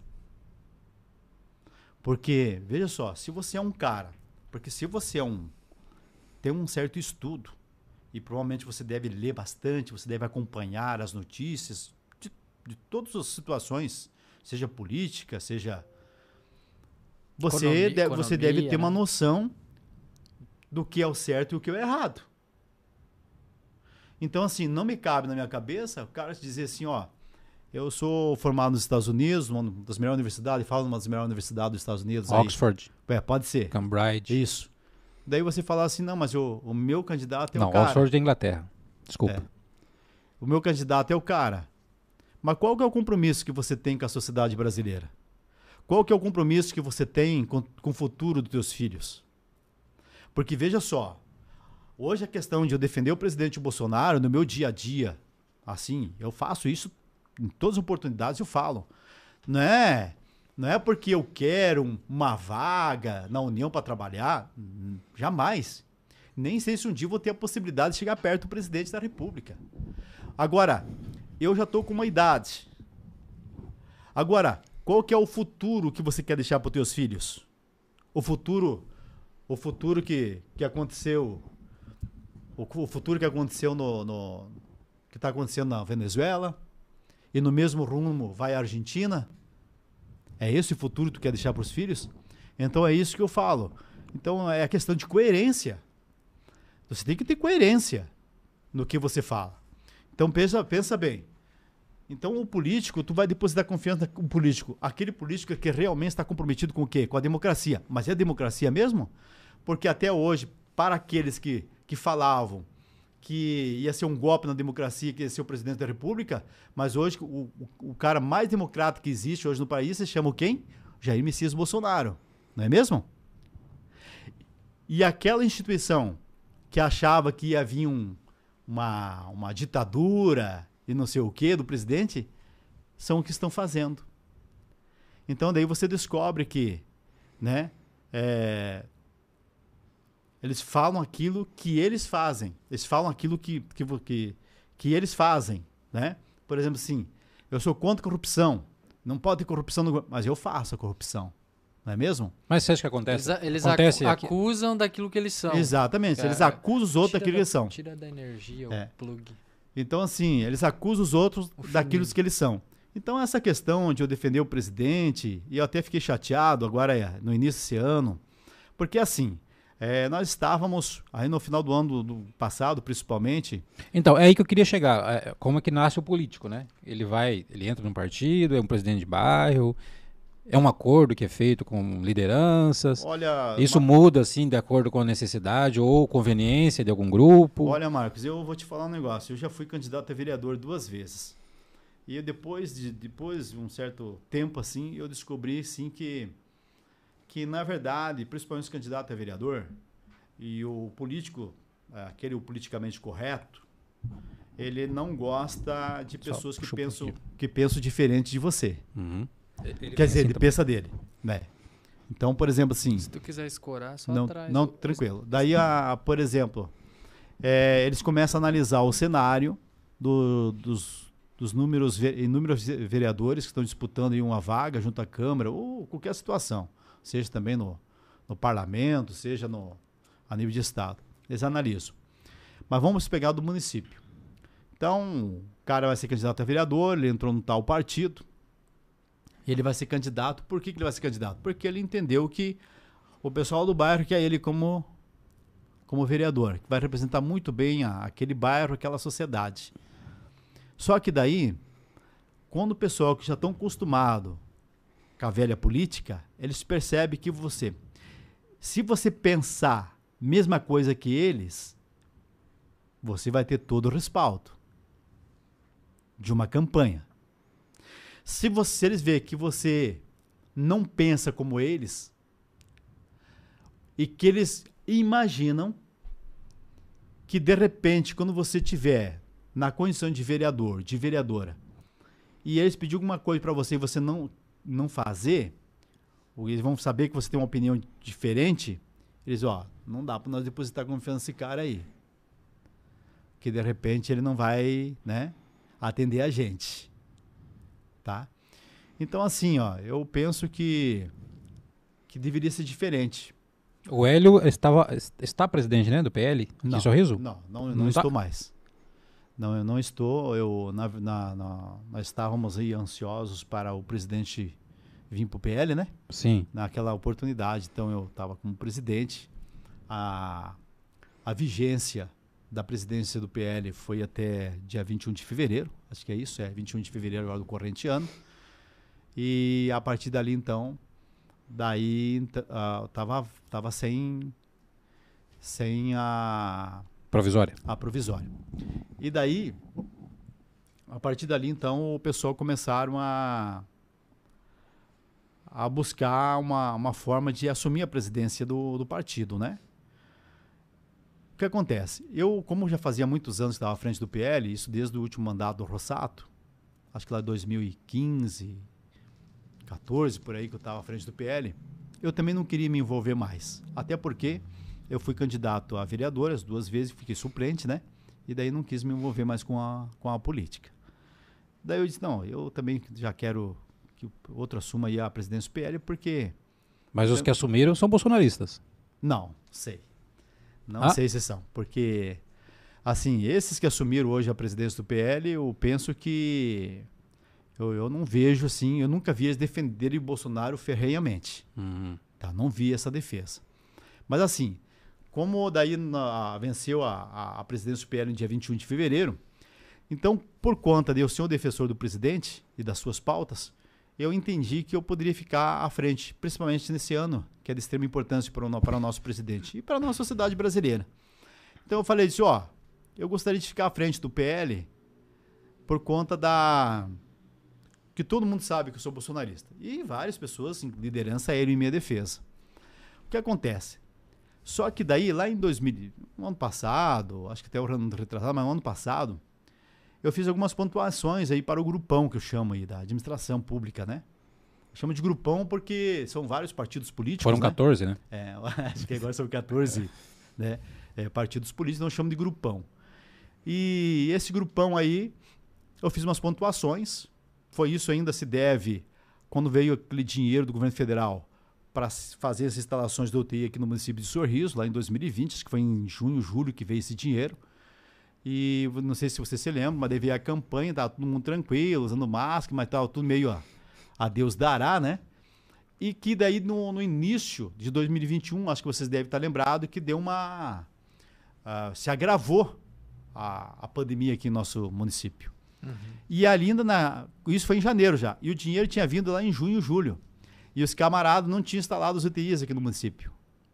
S3: Porque, veja só, se você é um cara, porque se você é um tem um certo estudo e provavelmente você deve ler bastante, você deve acompanhar as notícias de, de todas as situações, seja política, seja... Você,
S2: Economia,
S3: deve, você
S2: economia,
S3: deve ter
S2: né?
S3: uma noção do que é o certo e o que é o errado. Então, assim, não me cabe na minha cabeça o cara dizer assim, ó, eu sou formado nos Estados Unidos, uma das melhores universidades, falo numa das melhores universidades dos Estados Unidos.
S1: Oxford.
S3: Aí. É, pode ser.
S1: Cambridge.
S3: Isso. Daí você fala assim, não, mas o, o meu candidato é
S1: não,
S3: o cara.
S1: Oxford da Inglaterra. Desculpa.
S3: É. O meu candidato é o cara. Mas qual que é o compromisso que você tem com a sociedade brasileira? Qual que é o compromisso que você tem com, com o futuro dos teus filhos? Porque veja só, hoje a questão de eu defender o presidente Bolsonaro no meu dia a dia, assim, eu faço isso em todas as oportunidades, eu falo. Não é... Não é porque eu quero uma vaga na União para trabalhar, jamais. Nem sei se um dia eu vou ter a possibilidade de chegar perto do presidente da República. Agora, eu já estou com uma idade. Agora, qual que é o futuro que você quer deixar para os teus filhos? O futuro, o futuro que, que aconteceu, o, o futuro que aconteceu no, no que está acontecendo na Venezuela e no mesmo rumo vai a Argentina? É esse o futuro que tu quer deixar para os filhos? Então é isso que eu falo. Então é a questão de coerência. Você tem que ter coerência no que você fala. Então pensa, pensa bem. Então o político, tu vai depositar confiança no político. Aquele político que realmente está comprometido com o quê? Com a democracia. Mas é democracia mesmo? Porque até hoje, para aqueles que, que falavam que ia ser um golpe na democracia, que ia ser o presidente da República, mas hoje o, o, o cara mais democrático que existe hoje no país se chama quem? Jair Messias Bolsonaro. Não é mesmo? E aquela instituição que achava que ia vir um, uma, uma ditadura e não sei o que do presidente, são o que estão fazendo. Então daí você descobre que, né, é, eles falam aquilo que eles fazem. Eles falam aquilo que, que, que, que eles fazem, né? Por exemplo, assim, eu sou contra a corrupção. Não pode ter corrupção, no, mas eu faço a corrupção. Não é mesmo?
S1: Mas você acha que acontece?
S2: Eles, eles
S1: acontece
S2: acu acusam daquilo que eles são.
S3: Exatamente.
S2: É,
S3: eles acusam os outros
S2: tira
S3: daquilo
S2: da,
S3: que eles são.
S2: Tira da energia
S3: É.
S2: o plug.
S3: Então, assim, eles acusam os outros
S2: O
S3: daquilo
S2: fininho.
S3: que eles são. Então, essa questão de eu defender o presidente, e eu até fiquei chateado agora no início desse ano, porque assim, é, nós estávamos, aí no final do ano do, do passado, principalmente...
S1: Então, é aí que eu queria chegar. É, como é que nasce o político, né? Ele vai, ele entra num partido, é um presidente de bairro, é um acordo que é feito com lideranças.
S3: Olha,
S1: Isso
S3: Ma-
S1: muda, assim, de acordo com a necessidade ou conveniência de algum grupo.
S3: Olha, Marcos, eu vou te falar um negócio. Eu já fui candidato a vereador duas vezes. E eu, depois de depois de um certo tempo, assim, eu descobri, sim, que, que na verdade, principalmente os candidatos a vereador e o político, aquele politicamente correto, ele não gosta de
S1: Só
S3: pessoas que
S1: puxa um
S3: pensam,
S1: pouquinho.
S3: que pensam diferente de você.
S1: Uhum.
S3: Quer dizer, ele pensa dele, né? Então, por exemplo, assim...
S2: Se tu quiser escorar, só
S3: Não,
S2: atrás.
S3: não,
S2: o-
S3: tranquilo. Daí, a, por exemplo, é, eles começam a analisar o cenário do- dos, dos números, ve- inúmeros ve- vereadores que estão disputando em uma vaga junto à Câmara, ou qualquer situação, seja também no, no parlamento, seja no, a nível de Estado. Eles analisam. Mas vamos pegar do município. Então, o cara vai ser candidato a vereador, ele entrou no tal partido, e ele vai ser candidato. Por que, que ele vai ser candidato? Porque ele entendeu que o pessoal do bairro quer ele como, como vereador, que vai representar muito bem a, aquele bairro, aquela sociedade. Só que daí, quando o pessoal que já estão acostumado com a velha política, eles percebem que você, se você pensar mesma coisa que eles, você vai ter todo o respaldo de uma campanha. Se, você, se eles verem que você não pensa como eles e que eles imaginam que, de repente, quando você tiver na condição de vereador, de vereadora, e eles pedirem alguma coisa para você e você não, não fazer, ou eles vão saber que você tem uma opinião diferente, eles, ó, não dá para nós depositar confiança nesse cara aí. Que, de repente, ele não vai, né, atender a gente. Tá? Então, assim, ó, eu penso que, que deveria ser diferente.
S1: O Hélio estava, está presidente, né, do P L? Aqui
S3: Não,
S1: em Sorriso?
S3: Não, não, eu
S1: Não
S3: não
S1: tá?
S3: estou mais. Não, eu não estou. Eu, na, na, na- nós estávamos aí ansiosos para o presidente vir para o P L, né?
S1: Sim.
S3: Naquela oportunidade. Então, eu estava como presidente. A, a vigência da presidência do P L foi até dia vinte e um de fevereiro. Acho que é isso, é vinte e um de fevereiro agora do corrente ano. E a partir dali, então, daí uh, tava, tava sem, sem a,
S1: Provisória.
S3: a provisória. E daí, a partir dali, então, o pessoal começaram a, a buscar uma, uma forma de assumir a presidência do, do partido, né? O que acontece? Eu, como já fazia muitos anos que estava à frente do P L, isso desde o último mandato do Rossato, acho que lá em dois mil e quinze, quatorze, por aí que eu estava à frente do P L, eu também não queria me envolver mais. Até porque eu fui candidato a vereador as duas vezes, fiquei suplente, né? E daí não quis me envolver mais com a, com a política. Daí eu disse, não, eu também já quero que outro assuma aí a presidência do P L, porque...
S1: Mas os que assumiram são bolsonaristas.
S3: Não, sei. Não
S1: Ah.
S3: sei se são, porque, assim, esses que assumiram hoje a presidência do P L, eu penso que, Eu, eu não vejo assim, eu nunca vi eles defenderem o Bolsonaro ferrenhamente.
S1: Uhum.
S3: Tá? Não vi essa defesa. Mas assim, como daí na, venceu a, a, a presidência do P L no dia vinte e um de fevereiro, então, por conta de eu ser o defensor do presidente e das suas pautas, eu entendi que eu poderia ficar à frente, principalmente nesse ano, que é de extrema importância para o, para o nosso presidente e para a nossa sociedade brasileira. Então eu falei assim, ó, eu gostaria de ficar à frente do P L por conta da... que todo mundo sabe que eu sou bolsonarista. E várias pessoas, em liderança aérea em minha defesa. O que acontece? Só que daí, lá em dois mil, no ano passado, acho que até o ano retrasado, mas no ano passado, eu fiz algumas pontuações aí para o grupão, que eu chamo aí, da administração pública, né? Eu chamo de grupão porque são vários partidos políticos,
S1: Foram
S3: né?
S1: quatorze, né?
S3: É, acho que agora são quatorze né? é, partidos políticos, então eu chamo de grupão. E esse grupão aí, eu fiz umas pontuações. Foi isso ainda se deve, quando veio aquele dinheiro do governo federal para fazer as instalações da U T I aqui no município de Sorriso, lá em dois mil e vinte, acho que foi em junho, julho que veio esse dinheiro. E não sei se você se lembra, mas daí veio a campanha, estava todo mundo tranquilo, usando máscara, mas estava tudo meio a, a Deus dará, né? E que daí no, no início de dois mil e vinte e um, acho que vocês devem estar lembrados, que deu uma... Uh, se agravou a, a pandemia aqui no nosso município. Uhum. E ali ainda, na, isso foi em janeiro já, e o dinheiro tinha vindo lá em junho, julho. E os camaradas não tinham instalado os U T Is aqui no município.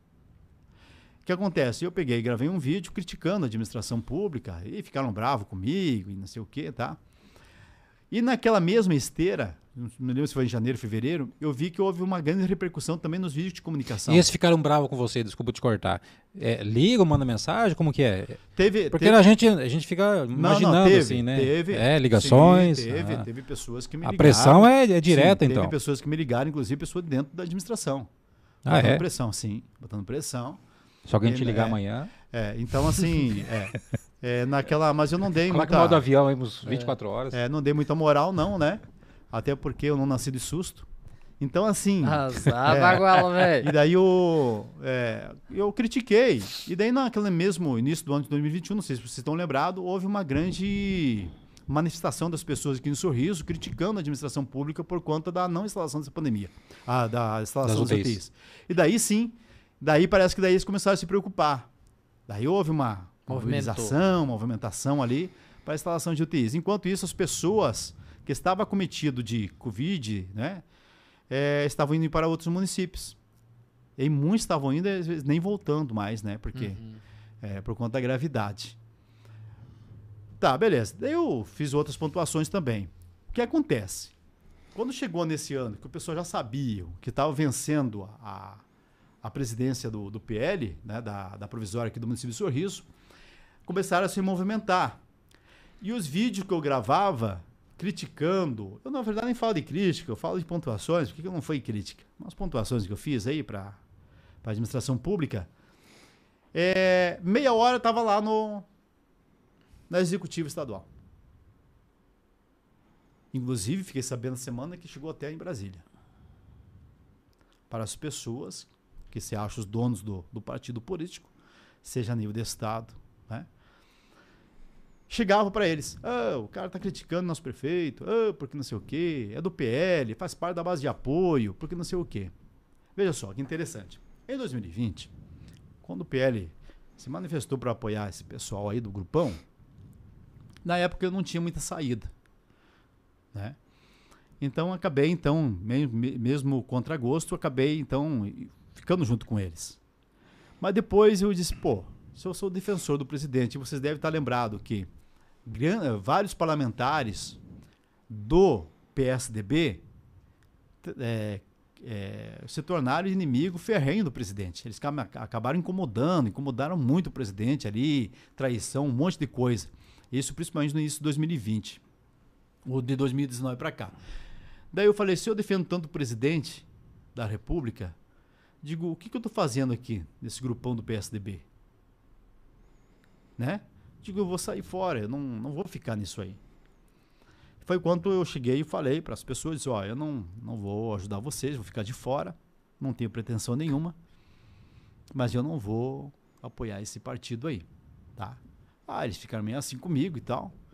S3: O que acontece? Eu peguei e gravei um vídeo criticando a administração pública e ficaram bravos comigo e não sei o que, tá? E naquela mesma esteira, não me lembro se foi em janeiro, fevereiro, eu vi que houve uma grande repercussão também nos vídeos de comunicação.
S1: E esses ficaram bravos com você, desculpa te cortar. É, ligam, mandam mensagem, como que é?
S3: Teve,
S1: Porque
S3: teve...
S1: a, gente, a gente fica imaginando,
S3: não, não, teve,
S1: assim, né?
S3: Teve,
S1: é, ligações.
S3: Sim, teve,
S1: ah.
S3: teve pessoas que me
S1: a
S3: ligaram.
S1: A pressão é, é direta,
S3: sim,
S1: então.
S3: Teve pessoas que me ligaram, inclusive pessoas dentro da administração.
S1: Ah,
S3: botando
S1: é?
S3: pressão, sim, botando pressão.
S1: Se alguém
S3: e,
S1: te ligar
S3: é,
S1: amanhã...
S3: É, então assim, é, é, naquela, mas eu não dei
S1: Coloca
S3: muita...
S1: o modo avião aí uns vinte e quatro horas.
S3: É, não dei muita moral não, né? Até porque eu não nasci de susto. Então assim...
S2: Azar, baguala, velho.
S3: E daí eu, é, eu critiquei. E daí naquele mesmo início do ano de dois mil e vinte e um, não sei se vocês estão lembrados, houve uma grande manifestação das pessoas aqui no Sorriso criticando a administração pública por conta da não instalação dessa pandemia. Ah, da instalação das U T Is. E daí sim... Daí parece que daí eles começaram a se preocupar. Daí houve uma mobilização, uma movimentação ali para a instalação de U T Is. Enquanto isso, as pessoas que estavam acometidas de Covid, né, é, estavam indo para outros municípios. E muitos estavam indo, às vezes, nem voltando mais, né, porque uhum. é, por conta da gravidade. Tá, beleza. Daí eu fiz outras pontuações também. O que acontece? Quando chegou nesse ano, que o pessoal já sabia que estava vencendo a... a presidência do, do P L, né, da, da provisória aqui do município de Sorriso, começaram a se movimentar. E os vídeos que eu gravava, criticando, eu na verdade nem falo de crítica, eu falo de pontuações, porque não foi crítica. Umas pontuações que eu fiz aí para a administração pública, é, meia hora eu estava lá no, na Executiva Estadual. Inclusive, fiquei sabendo na semana que chegou até em Brasília. Para as pessoas... que se acham os donos do, do partido político, seja a nível de Estado, né? Chegava para eles, ah, o cara está criticando nosso prefeito, ah, porque não sei o quê, é do P L, faz parte da base de apoio, porque não sei o quê. Veja só, que interessante. Em dois mil e vinte, quando o P L se manifestou para apoiar esse pessoal aí do grupão, na época eu não tinha muita saída, né? Então, acabei, então, mesmo, mesmo contra gosto, acabei, então... ficando junto com eles. Mas depois eu disse, pô, se eu sou defensor do presidente, vocês devem estar lembrados que gran, vários parlamentares do P S D B é, é, se tornaram inimigo ferrenho do presidente. Eles acabaram incomodando, incomodaram muito o presidente ali, traição, um monte de coisa. Isso principalmente no início de dois mil e vinte, ou de dois mil e dezenove para cá. Daí eu falei, se eu defendo tanto o presidente da República, digo, o que, que eu estou fazendo aqui, nesse grupão do P S D B? Né? Digo, eu vou sair fora, eu não, não vou ficar nisso aí. Foi quando eu cheguei e falei para as pessoas, disse, ó, eu não, não vou ajudar vocês, vou ficar de fora, não tenho pretensão nenhuma, mas eu não vou apoiar esse partido aí, tá? Ah, eles ficaram meio assim comigo e tal.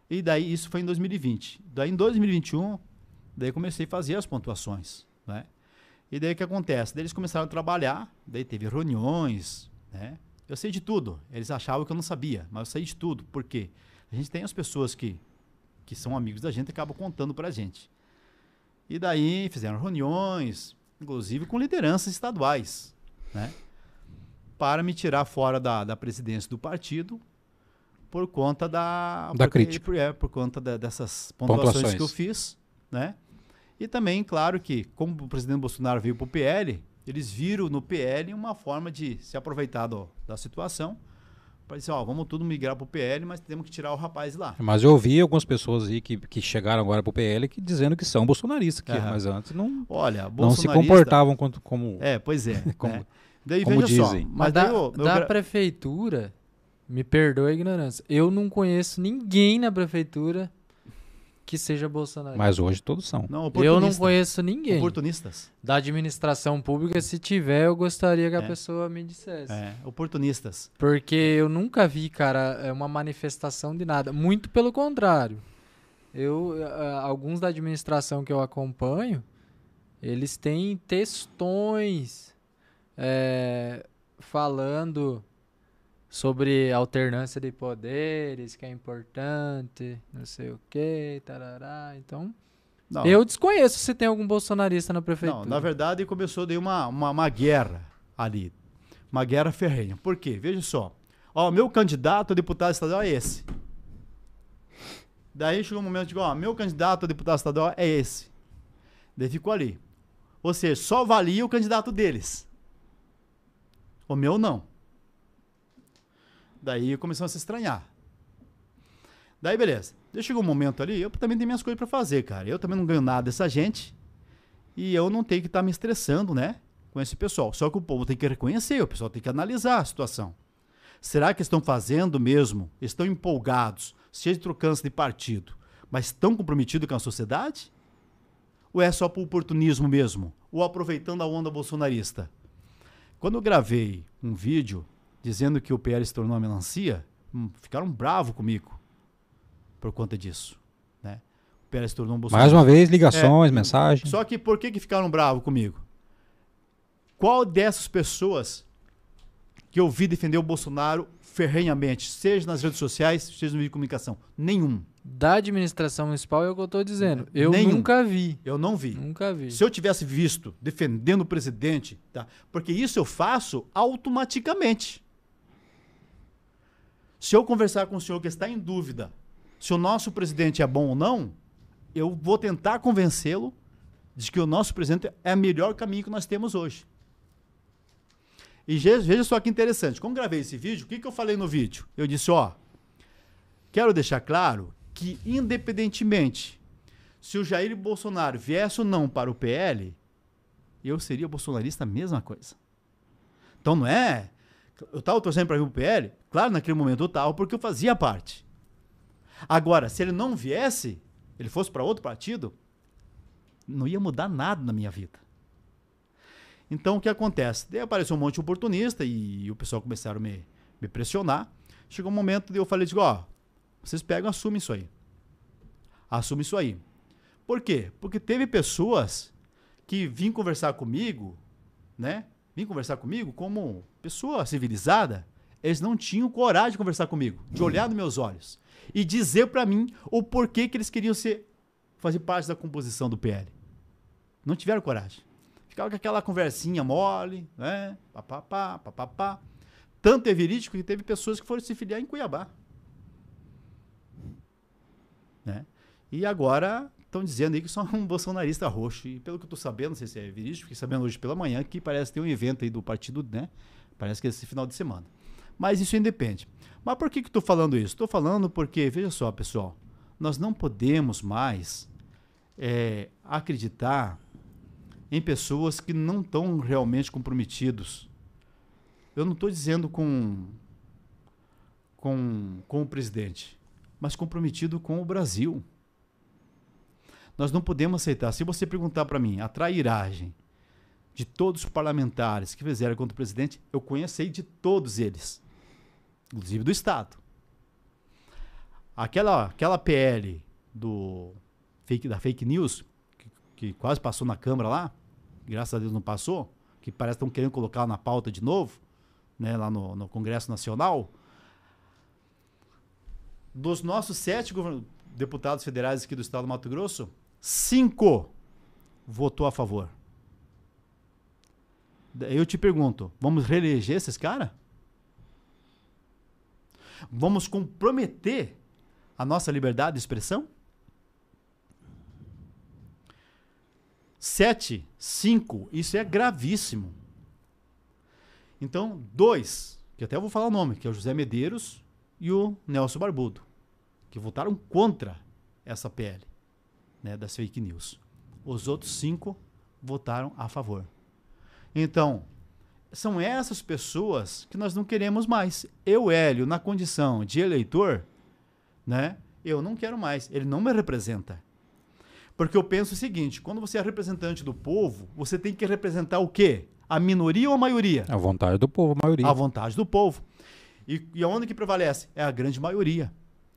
S3: E daí, isso foi em dois mil e vinte. Daí, em dois mil e vinte e um, daí comecei a fazer as pontuações, né? E daí o que acontece? Daí eles começaram a trabalhar, daí teve reuniões, né? Eu sei de tudo. Eles achavam que eu não sabia, mas eu sei de tudo. Por quê? A gente tem as pessoas que, que são amigos da gente e acabam contando pra gente. E daí fizeram reuniões, inclusive com lideranças estaduais, né? Para me tirar fora da, da presidência do partido por conta da...
S1: Da
S3: porque,
S1: crítica.
S3: Por, é, por conta da, dessas pontuações,
S1: Pontuações.
S3: que eu fiz, né? E também, claro que, como o presidente Bolsonaro veio para o P L, eles viram no P L uma forma de se aproveitar do, da situação para dizer, ó, vamos tudo migrar para o P L, mas temos que tirar o rapaz lá.
S1: Mas eu ouvi algumas pessoas aí que, que chegaram agora pro P L que, dizendo que são bolsonaristas, que,
S3: Aham.
S1: mas antes não,
S3: Olha,
S1: não se
S3: bolsonarista...
S1: comportavam quanto, como...
S3: É, pois é.
S1: Como-
S3: né? Daí,
S1: como
S3: veja
S1: dizem.
S3: só,
S2: Mas
S3: mas
S2: da,
S3: daí eu, eu
S2: da
S3: gra-
S2: prefeitura, me perdoa a ignorância, eu não conheço ninguém na prefeitura que seja bolsonarista.
S1: Mas hoje todos são.
S3: não,
S2: Eu não
S3: oportunista.
S2: conheço ninguém.
S3: Oportunistas.
S2: Da administração pública, se tiver, eu gostaria que a
S3: É.
S2: pessoa me dissesse.
S3: É, oportunistas.
S2: Porque eu nunca vi, cara, é uma manifestação de nada. Muito pelo contrário. Eu, ah, alguns da administração que eu acompanho, eles têm textões é, falando sobre alternância de poderes, que é importante, não sei o que, tarará. Então,
S3: Não,
S2: eu desconheço se tem algum bolsonarista na prefeitura.
S3: não, na verdade começou daí uma, uma, uma guerra ali. Uma guerra ferrenha. Por quê? Veja só. Ó, meu candidato a deputado estadual é esse. Daí chegou um momento de digo, ó, meu candidato a deputado estadual é esse. Daí ficou ali. Ou seja, só valia o candidato deles. O meu não. Daí começou a se estranhar. Daí, beleza. Daí chegou um momento ali, eu também tenho minhas coisas pra fazer, cara. Eu também não ganho nada dessa gente. E eu não tenho que estar me estressando, né? Com esse pessoal. Só que o povo tem que reconhecer, o pessoal tem que analisar a situação. Será que estão fazendo mesmo? Estão empolgados, cheios de trocância de partido, mas estão comprometidos com a sociedade? Ou é só por oportunismo mesmo? Ou aproveitando a onda bolsonarista? Quando eu gravei um vídeo dizendo que o P L se tornou uma melancia, hum, ficaram bravos comigo por conta disso, né? O P L se tornou um
S1: Mais uma vez, ligações, mensagens.
S3: Só que por que, que ficaram bravos comigo? Qual dessas pessoas que eu vi defender o Bolsonaro ferrenhamente, seja nas redes sociais, seja no meio de comunicação? Nenhum.
S2: Da administração municipal é o que eu tô dizendo. Eu
S3: Nenhum.
S2: nunca vi.
S3: Eu não vi.
S2: Nunca vi.
S3: Se eu tivesse visto defendendo o presidente, tá? Porque isso eu faço automaticamente. Se eu conversar com o senhor que está em dúvida se o nosso presidente é bom ou não, eu vou tentar convencê-lo de que o nosso presidente é o melhor caminho que nós temos hoje. E je- veja só que interessante. Quando gravei esse vídeo, o que, que eu falei no vídeo? Eu disse, ó, quero deixar claro que, independentemente se o Jair Bolsonaro viesse ou não para o P L, eu seria bolsonarista a mesma coisa. Então não é... Eu estava torcendo para vir para o P L? Claro, naquele momento eu estava, porque eu fazia parte. Agora, se ele não viesse, ele fosse para outro partido, não ia mudar nada na minha vida. Então, o que acontece? Daí apareceu um monte de oportunista e, e o pessoal começaram a me, me pressionar. Chegou um momento de eu falei, digo, ó, vocês pegam e assumem isso aí. Assume isso aí. Por quê? Porque teve pessoas que vinham conversar comigo, né? Vim conversar comigo como pessoa civilizada. Eles não tinham coragem de conversar comigo, de olhar nos meus olhos e dizer pra mim o porquê que eles queriam ser, fazer parte da composição do P L. Não tiveram coragem. Ficava com aquela conversinha mole, né? Papapá, papapá. Tanto é verídico que teve pessoas que foram se filiar em Cuiabá. Né? E agora estão dizendo aí que são um bolsonarista roxo. E pelo que eu estou sabendo, não sei se é verídico, fiquei sabendo hoje pela manhã que parece ter um evento aí do partido, né? Parece que é esse final de semana. Mas isso independe. Mas por que que estou falando isso? Estou falando porque, veja só, pessoal, nós não podemos mais é, acreditar em pessoas que não estão realmente comprometidos. Eu não estou dizendo com, com, com o presidente, mas comprometido com o Brasil. Nós não podemos aceitar. Se você perguntar para mim a trairagem de todos os parlamentares que fizeram contra o presidente, eu conheci de todos eles, inclusive do Estado. aquela, aquela P L do fake, da fake news, que, que quase passou na Câmara lá, graças a Deus não passou, que parece que estão querendo colocar na pauta de novo, né, lá no, no Congresso Nacional. Dos nossos sete deputados federais aqui do estado do Mato Grosso, cinco votou a favor. Eu te pergunto, vamos reeleger esses caras? Vamos comprometer a nossa liberdade de expressão? Sete, cinco, isso é gravíssimo. Então, dois, que até eu vou falar o nome, que é o José Medeiros e o Nelson Barbudo, que votaram contra essa P L, né, das fake news. Os outros cinco votaram a favor. Então, são essas pessoas que nós não queremos mais. Eu, Hélio, na condição de eleitor, né, eu não quero mais. Ele não me representa. Porque eu penso o seguinte, quando você é representante do povo, você tem que representar o quê? A minoria ou a maioria?
S1: A vontade do povo, a maioria.
S3: A vontade do povo. E, e aonde que prevalece? É a grande maioria.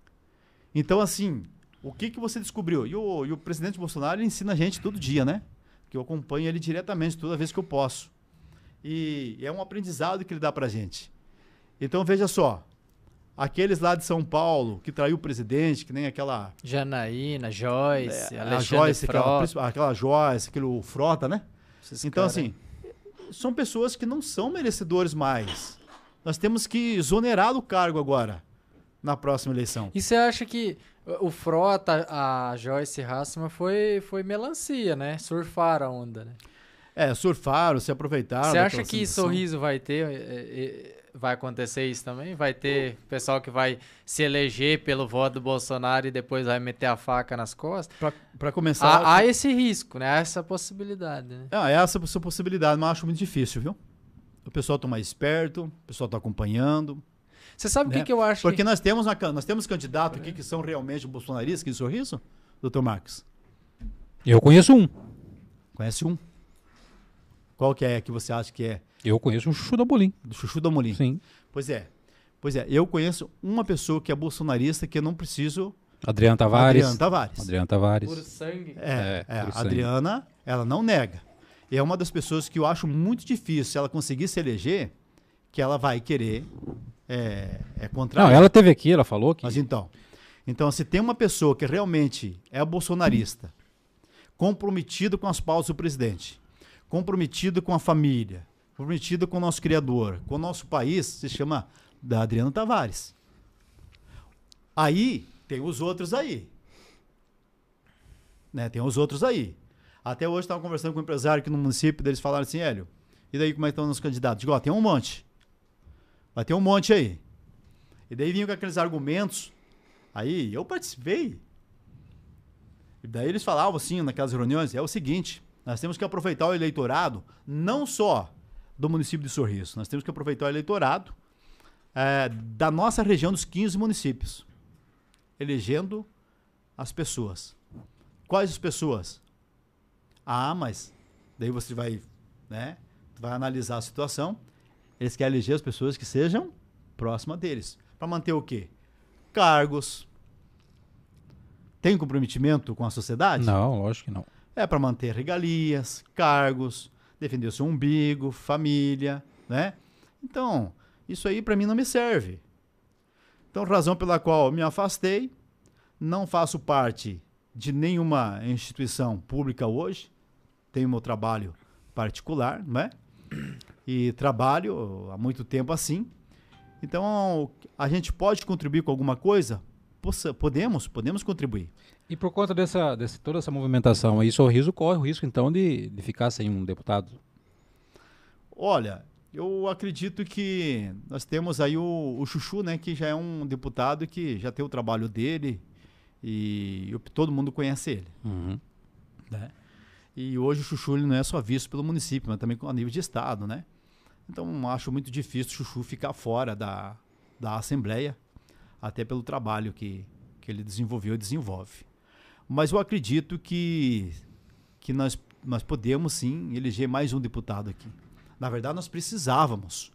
S3: Então, assim, o que, que você descobriu? E o, e o presidente Bolsonaro ele ensina a gente todo dia, né? Que eu acompanho ele diretamente toda vez que eu posso. E é um aprendizado que ele dá pra gente. Então, veja só. Aqueles lá de São Paulo, que traiu o presidente, que nem aquela...
S2: Janaína, Joyce,
S3: é,
S2: Alexandre
S3: a Joyce,
S2: Frota.
S3: aquela, aquela Joyce, aquele Frota, né?
S2: Esses
S3: Então,
S2: cara-
S3: assim, são pessoas que não são merecedores mais. Nós temos que exonerar do cargo agora, na próxima eleição.
S2: E você acha que o Frota, a Joyce Hasselman foi, foi melancia, né? Surfaram a onda, né?
S3: É, surfaram, se aproveitaram.
S2: Você acha
S3: daquela
S2: que
S3: situação.
S2: Sorriso vai ter, é, é, vai acontecer isso também? Vai ter pessoal que vai se eleger pelo voto do Bolsonaro e depois vai meter a faca nas costas?
S3: Pra, pra começar...
S2: Há, há esse risco, né? Há essa possibilidade, né?
S3: Ah, essa é a possibilidade, mas eu acho muito difícil, viu? O pessoal tá mais esperto, o pessoal tá acompanhando.
S2: Você sabe o
S3: Né?
S2: que, que eu acho?
S3: Porque
S2: que...
S3: nós temos, uma, nós temos candidatos aqui que são realmente bolsonaristas, que de Sorriso, doutor Marcos.
S1: Eu conheço um.
S3: Conhece um? Qual que é que você acha que é?
S1: Eu conheço um Chuchu da Bolim.
S3: Do Chuchu da Molim.
S1: Sim.
S3: Pois é. Pois é, eu conheço uma pessoa que é bolsonarista que eu não preciso...
S1: Adriano Tavares.
S3: Adriano Tavares.
S1: Adriano Tavares.
S2: Puro sangue.
S3: É,
S1: É,
S3: é,
S1: puro
S3: a
S1: sangue.
S3: Adriana, ela não nega. E é uma das pessoas que eu acho muito difícil, se ela conseguir se eleger, que ela vai querer é, é contra
S1: Não, ela teve aqui, ela falou que...
S3: Mas então, então, se tem uma pessoa que realmente é bolsonarista, comprometido com as pautas do presidente, comprometido com a família, comprometido com o nosso criador, com o nosso país, se chama da Adriano Tavares. Aí, tem os outros aí. Né? Tem os outros aí. Até hoje estava conversando com um empresário aqui no município, eles falaram assim, Hélio, e daí como é que estão os candidatos? Digo, ó, tem um monte. Vai ter um monte aí. E daí vinham com aqueles argumentos. Aí eu participei. E daí eles falavam assim, naquelas reuniões, é o seguinte, nós temos que aproveitar o eleitorado, não só do município de Sorriso, nós temos que aproveitar o eleitorado é, da nossa região dos quinze municípios, elegendo as pessoas. Quais as pessoas? Ah, mas daí você vai, né, vai analisar a situação, eles querem eleger as pessoas que sejam próximas deles. Para manter o quê? Cargos. Tem comprometimento com a sociedade?
S1: Não, lógico que não.
S3: É para manter regalias, cargos, defender o seu umbigo, família, né? Então, isso aí para mim não me serve. Então, razão pela qual eu me afastei, não faço parte de nenhuma instituição pública hoje, tenho meu trabalho particular, né? E trabalho há muito tempo assim. Então, a gente pode contribuir com alguma coisa? Possa, podemos, podemos contribuir.
S1: E por conta dessa, dessa toda essa movimentação aí, Sorriso corre o risco então de, de ficar sem um deputado?
S3: Olha, eu acredito que nós temos aí o, o Chuchu, né, que já é um deputado que já tem o trabalho dele e eu, todo mundo conhece ele.
S1: Uhum.
S3: Né? E hoje o Chuchu ele não é só visto pelo município, mas também a nível de estado, né? Então acho muito difícil o Chuchu ficar fora da, da Assembleia, até pelo trabalho que, que ele desenvolveu e desenvolve. Mas eu acredito que, que nós, nós podemos sim eleger mais um deputado aqui. Na verdade, nós precisávamos.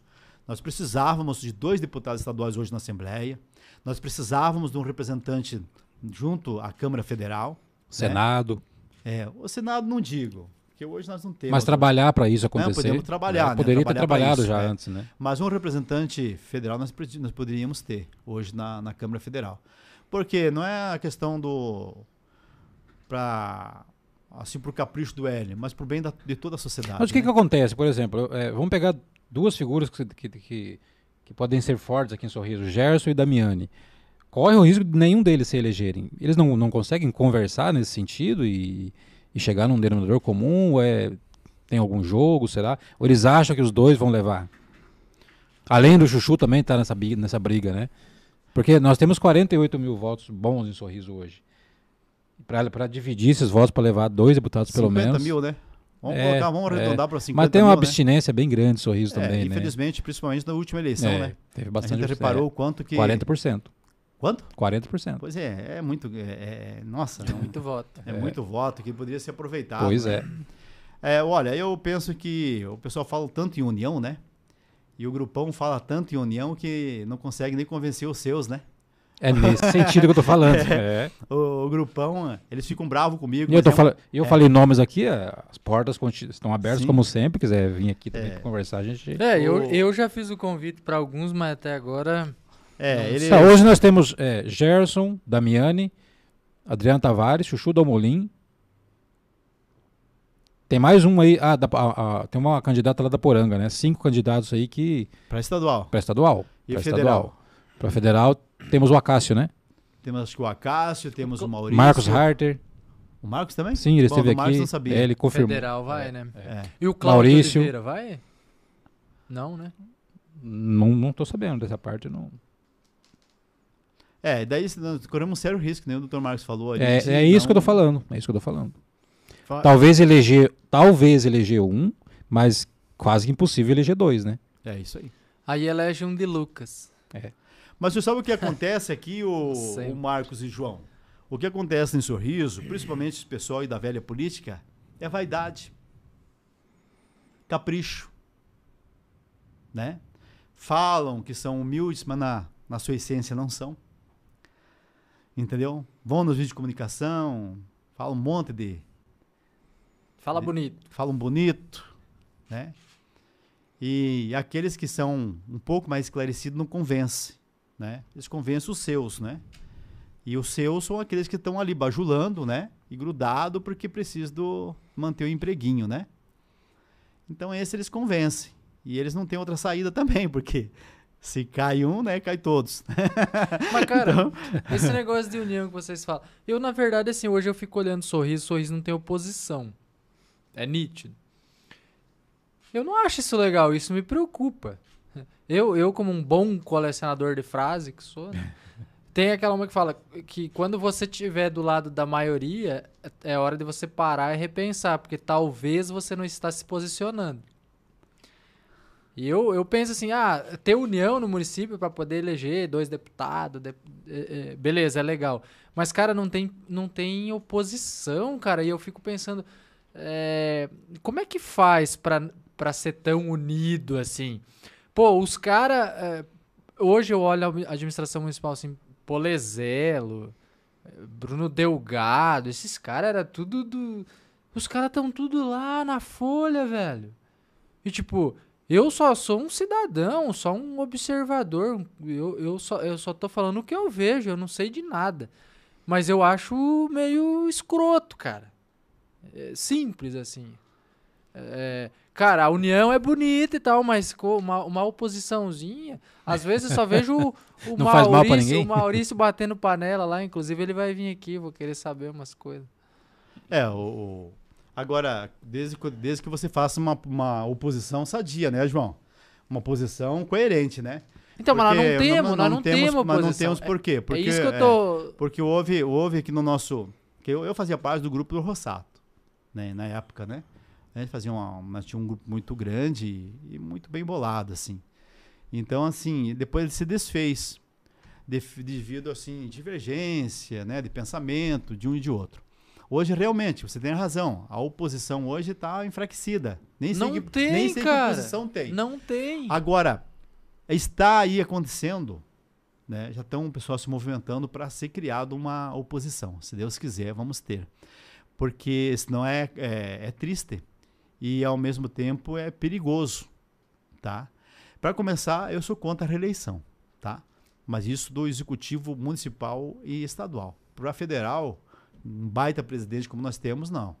S3: Nós precisávamos de dois deputados estaduais hoje na Assembleia. Nós precisávamos de um representante junto à Câmara Federal.
S1: Senado.
S3: Né? É, o Senado não digo, porque hoje nós não temos.
S1: Mas trabalhar para isso acontecer.
S3: Não, podemos trabalhar,
S1: é,
S3: né?
S1: Poderia
S3: trabalhar
S1: ter trabalhado
S3: isso,
S1: já
S3: é.
S1: antes, né?
S3: Mas um representante federal nós, nós poderíamos ter hoje na, na Câmara Federal. Porque não é a questão do... para assim, pro capricho do Hélio, mas pro bem da, de toda a sociedade.
S1: Mas o que,
S3: né?
S1: que acontece? Por exemplo, é, vamos pegar duas figuras que, que, que, que podem ser fortes aqui em Sorriso, Gerson e Damiani. Corre o risco de nenhum deles se elegerem. Eles não, não conseguem conversar nesse sentido e, e chegar num denominador comum? Ou é, tem algum jogo, será? Ou eles acham que os dois vão levar? Além do Chuchu também estar tá nessa, nessa briga, né? Porque nós temos quarenta e oito mil votos bons em Sorriso hoje. Para dividir esses votos, para levar dois deputados pelo menos.
S3: cinquenta mil, né? Vamos,
S1: é,
S3: colocar, vamos arredondar
S1: é.
S3: para cinquenta mil.
S1: Mas tem uma
S3: mil,
S1: abstinência né? bem grande de Sorriso
S3: é,
S1: também,
S3: infelizmente,
S1: né?
S3: principalmente na última eleição,
S1: é,
S3: né?
S1: Teve bastante.
S3: A gente reparou o
S1: é,
S3: quanto que...
S1: quarenta por cento.
S3: Quanto?
S1: quarenta por cento.
S3: Pois é, é muito... É, é, nossa.
S2: É muito voto.
S3: É, é muito voto que poderia ser aproveitado.
S1: Pois
S3: né?
S1: é.
S3: é. Olha, eu penso que o pessoal fala tanto em união, né? E o grupão fala tanto em união que não consegue nem convencer os seus, né?
S1: É nesse sentido que eu tô falando. É.
S3: O, o grupão, eles ficam bravos comigo.
S1: E eu tô
S3: é um,
S1: fala, eu
S3: é.
S1: falei nomes aqui, as portas estão abertas
S3: Sim.
S1: como sempre. Quiser vir aqui também
S3: É.
S1: pra conversar, a gente...
S2: É, eu,
S3: O-
S2: eu já fiz o convite para alguns, mas até agora...
S3: É, ele...
S1: Tá, hoje nós temos é, Gerson, Damiani, Adriano Tavares, Chuchu Dalmolin. Tem mais um aí, ah, da, a, a, tem uma candidata lá da Poranga, né? Cinco candidatos aí que...
S3: Para estadual.
S1: Para estadual.
S3: E
S1: pra
S3: federal?
S1: estadual. Para federal temos o Acácio, né?
S3: Temos acho que o Acácio, temos o Maurício.
S1: Marcos Harter.
S3: O Marcos também?
S1: Sim, ele
S3: Bom,
S1: esteve
S3: do Marcos
S1: aqui.
S3: não sabia.
S1: É, ele confirmou.
S2: Federal vai, né?
S3: É.
S2: E o Cláudio
S1: Maurício.
S2: Oliveira vai? Não, né?
S1: Não, não tô sabendo dessa parte, não.
S3: É, daí nós corremos um sério risco, né? O doutor Marcos falou. ali
S1: É,
S3: de
S1: é isso
S3: não-
S1: que eu tô falando. É isso que eu tô falando.
S2: Fa-
S1: Talvez eleger, talvez eleger um, mas quase que impossível eleger dois, né?
S3: É isso aí.
S2: Aí elege um de Lucas.
S3: Mas você sabe o que acontece aqui, o,
S2: Sei.
S3: o Marcos e João? O que acontece em Sorriso, principalmente esse pessoal aí da velha política, é vaidade. Capricho. Né? Falam que são humildes, mas na, na sua essência não são. Entendeu? Vão nos vídeos de comunicação, falam um monte de...
S2: Fala bonito.
S3: falam bonito, né? E aqueles que são um pouco mais esclarecidos não convencem, né? Eles convencem os seus, né? E os seus são aqueles que estão ali bajulando, né? E grudado porque precisam do, manter o empreguinho, né? Então esse eles convencem. E eles não têm outra saída também, porque se cai um, né? Cai todos.
S2: Mas, cara,
S3: Então-
S2: esse negócio de união que vocês falam. Eu, na verdade, assim, hoje eu fico olhando Sorriso, Sorriso não tem oposição. É nítido. Eu não acho isso legal, isso me preocupa. Eu, eu como um bom colecionador de frase que sou, né, tem aquela uma que fala que quando você estiver do lado da maioria, é é hora de você parar e repensar, porque talvez você não está se posicionando. E eu, eu penso assim, ah, ter união no município para poder eleger dois deputados, de- é, é, beleza, é legal. Mas, cara, não tem, não tem oposição, cara. E eu fico pensando, é, como é que faz pra, pra ser tão unido assim? Pô, os caras... hoje eu olho a administração municipal assim, Polezelo, Bruno Delgado, esses caras era tudo do... Os caras estão tudo lá na folha, velho. E tipo... Eu só sou um cidadão, só um observador. Eu, eu, só, eu só tô falando o que eu vejo, eu não sei de nada. Mas eu acho meio escroto, cara. É simples, assim. É, cara, a união é bonita e tal, mas co- uma, uma oposiçãozinha... Às vezes eu só vejo o, o,
S1: Não faz mal pra
S2: Maurício,
S1: ninguém?
S2: o Maurício batendo panela lá. Inclusive ele vai vir aqui, vou querer saber umas coisas.
S3: É, o... o- Agora, desde, que- desde que você faça uma, uma oposição sadia, né, João? Uma oposição coerente, né?
S2: Então, mas nós
S3: Porque
S2: não temos, nós não temos
S3: Mas não
S2: oposição.
S3: temos por quê? Porque,
S2: é isso que eu tô...
S3: porque houve, houve aqui no nosso... Que eu, eu fazia parte do grupo do Rossato, né, na época, né? A gente fazia uma, nós tinha um grupo muito grande e, e muito bem bolado, assim. Então, assim, depois ele se desfez def- devido, assim, divergência, né, de pensamento de um e de outro. Hoje, realmente, você tem razão. A oposição hoje está enfraquecida. Nem sei
S2: Não
S3: que,
S2: tem,
S3: nem sei
S2: cara.
S3: que oposição tem.
S2: Não tem.
S3: Agora, está aí acontecendo, né? Já estão o pessoal se movimentando para ser criado uma oposição. Se Deus quiser, vamos ter. Porque senão é, é, é triste e, ao mesmo tempo, é perigoso, tá? Para começar, eu sou contra a reeleição, tá? Mas isso do executivo municipal e estadual. Para federal, um baita presidente como nós temos, não.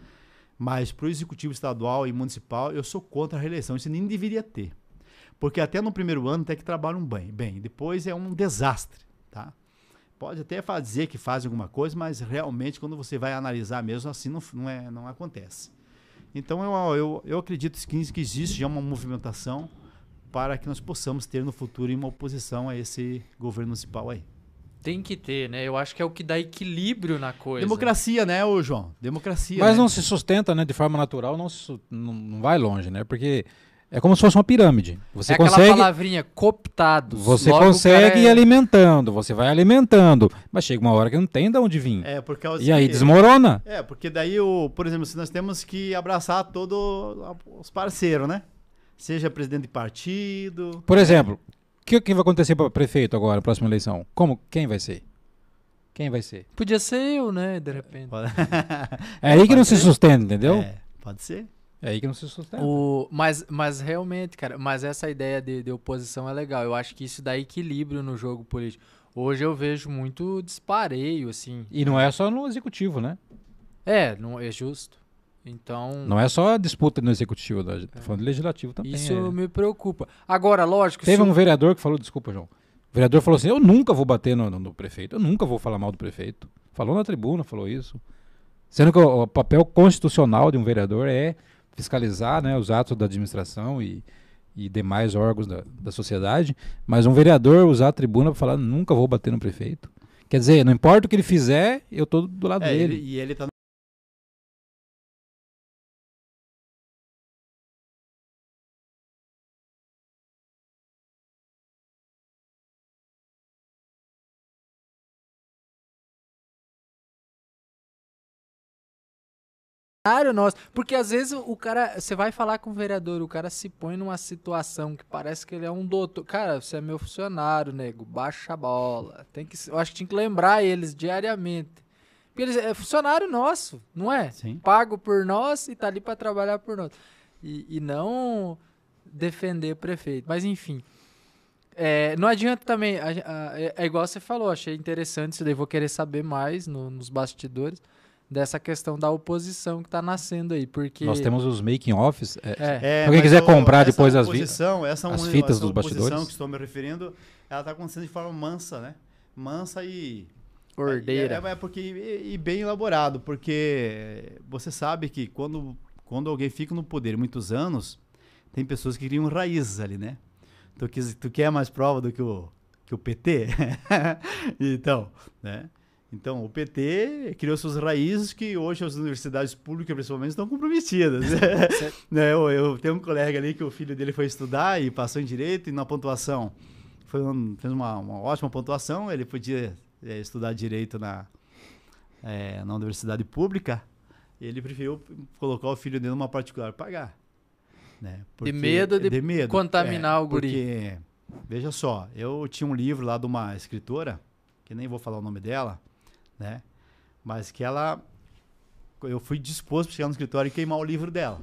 S3: Mas para o executivo estadual e municipal, eu sou contra a reeleição. Isso nem deveria ter. Porque até no primeiro ano até que trabalham bem. Bem, depois é um desastre, tá? Pode até dizer que fazem alguma coisa, mas realmente quando você vai analisar mesmo, assim não, não, é, não acontece. Então eu, eu, eu acredito que existe já uma movimentação para que nós possamos ter no futuro uma oposição a esse governo municipal aí.
S2: Tem que ter, né? Eu acho que é o que dá equilíbrio na coisa.
S3: Democracia, né, ô João? Democracia.
S1: Mas
S3: né?
S1: não se sustenta, né, de forma natural, não, se, não, não vai longe, né? Porque é como se fosse uma pirâmide. Você
S2: é
S1: consegue,
S2: aquela palavrinha, cooptados.
S1: Você
S2: Logo
S1: consegue
S2: é...
S1: ir alimentando, você vai alimentando, mas chega uma hora que não tem de onde vir.
S3: É, por causa
S1: e aí
S3: que...
S1: desmorona.
S3: É, porque daí, o, por exemplo, se nós temos que abraçar todos os parceiros, né? Seja presidente de partido...
S1: Por exemplo, o que, que vai acontecer para prefeito agora, na próxima eleição? Como? Quem vai ser? Quem vai ser?
S2: Podia ser eu, né, de repente.
S1: É aí que não se sustenta, entendeu?
S3: É, pode ser.
S1: É aí que não se sustenta.
S2: O, mas, mas realmente, cara, mas essa ideia de, de oposição é legal. Eu acho que isso dá equilíbrio no jogo político. Hoje eu vejo muito dispareio, assim.
S1: E não é só no executivo, né?
S2: É, não é justo. Então...
S1: Não é só a disputa no executivo, tô falando do legislativo também.
S2: Isso
S1: é.
S2: me preocupa. Agora, lógico...
S1: Teve
S2: se
S1: um
S2: o-
S1: vereador que falou, desculpa, João. O vereador falou assim, eu nunca vou bater no, no- no prefeito, eu nunca vou falar mal do prefeito. Falou na tribuna, falou isso. Sendo que o, o papel constitucional de um vereador é fiscalizar, né, os atos da administração e, e demais órgãos da, da sociedade, mas um vereador usar a tribuna para falar, nunca vou bater no prefeito. Quer dizer, não importa o que ele fizer, eu tô do lado
S3: É,
S1: dele.
S3: ele, e ele tá
S2: cenário nosso. Porque às vezes o cara, você vai falar com o vereador, o cara se põe numa situação que parece que ele é um doutor. Cara, você é meu funcionário, nego, baixa a bola. Tem que, eu acho que tinha que lembrar eles diariamente. Porque eles é funcionário nosso, não é?
S3: Sim.
S2: Pago por nós e tá ali pra trabalhar por nós. E, e não defender o prefeito. Mas enfim. É, não adianta também, a- a- é, é igual você falou, achei interessante isso daí, vou querer saber mais no- nos bastidores dessa questão da oposição que tá nascendo aí, porque...
S1: Nós temos os making-offs. É,
S2: É,
S3: É,
S1: Alguém
S3: mas
S1: quiser
S3: o-
S1: comprar
S3: essa
S1: depois as vi-
S3: oposição, essa
S1: as
S3: uni-
S1: fitas
S3: essa
S1: dos
S3: oposição
S1: bastidores?
S3: que estou me referindo, ela está acontecendo de forma mansa, né? Mansa e...
S2: ordeira.
S3: É, é porque, e, e bem elaborado, porque você sabe que quando, quando alguém fica no poder muitos anos, tem pessoas que criam raízes ali, né? Tu, quis, tu quer mais prova do que o, que o P T? Então, né? Então, o P T criou suas raízes que hoje as universidades públicas, principalmente, estão comprometidas. Né? eu, eu tenho um colega ali que o filho dele foi estudar e passou em Direito e na pontuação foi um, fez uma, uma ótima pontuação, ele podia é, estudar Direito na, é, na universidade pública, ele preferiu colocar o filho dele numa particular para pagar. Né?
S2: De medo de contaminar o guri.
S3: Porque, veja só, eu tinha um livro lá de uma escritora, que nem vou falar o nome dela, né? Mas que ela... Eu fui disposto a chegar no escritório e queimar o livro dela.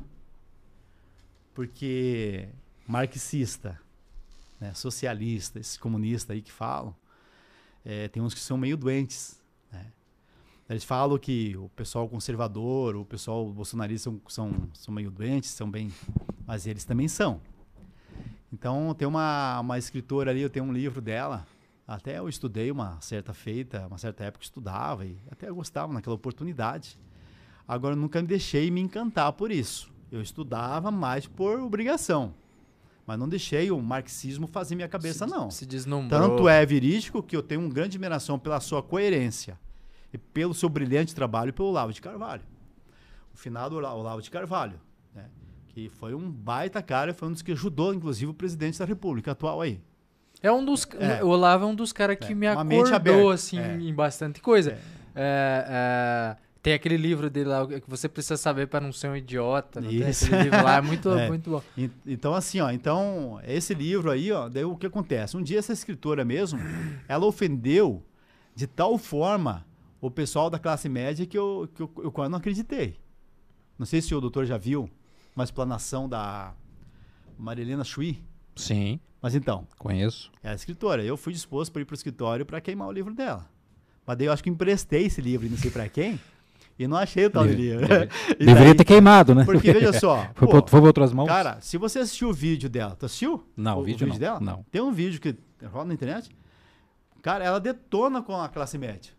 S3: Porque marxista, né, socialista, esses comunistas aí que falam, é, tem uns que são meio doentes, né? Eles falam que o pessoal conservador, o pessoal bolsonarista são, são, são meio doentes, são bem... Mas eles também são. Então, tem uma, uma escritora ali, eu tenho um livro dela, até eu estudei uma certa feita, uma certa época eu estudava e até eu gostava naquela oportunidade. Agora, eu nunca me deixei me encantar por isso. Eu estudava mais por obrigação. Mas não deixei o marxismo fazer minha cabeça,
S2: se,
S3: não.
S2: Se deslumbrou.
S3: Tanto é verídico que eu tenho uma grande admiração pela sua coerência e pelo seu brilhante trabalho pelo Olavo de Carvalho. O finado Olavo de Carvalho, né? Que foi um baita cara, foi um dos que ajudou, inclusive, o presidente da República atual aí.
S2: É um dos...
S3: É.
S2: O Olavo é um dos caras que
S3: É,
S2: me
S3: uma mente
S2: acordou,
S3: aberta.
S2: assim,
S3: É.
S2: em bastante coisa.
S3: É.
S2: É, é, Tem aquele livro dele lá, o que você precisa saber para não ser um idiota. Não
S3: Isso.
S2: tem aquele livro lá, é muito,
S3: É.
S2: muito bom.
S3: E- Então, assim, ó, então, esse livro aí, ó, daí o que acontece? Um dia essa escritora mesmo, ela ofendeu de tal forma o pessoal da classe média que eu, que eu, eu quase não acreditei. Não sei se o doutor já viu uma explanação da Marilena Chui,
S1: Sim,
S3: mas então,
S1: conheço.
S3: é a escritora. Eu fui disposto para ir pro escritório para queimar o livro dela. Mas daí eu acho que emprestei esse livro, não sei para quem, e não achei o tal do livro. E
S1: Deveria
S3: daí-
S1: ter queimado, né?
S3: Porque, veja só,
S1: Foi,
S3: pô,
S1: pra- foi pra outras mãos?
S3: cara, se você assistiu o vídeo dela, tu assistiu?
S1: Não, o vídeo não,
S3: dela?
S1: não.
S3: Tem um vídeo que rola na internet. Cara, ela detona com a classe média.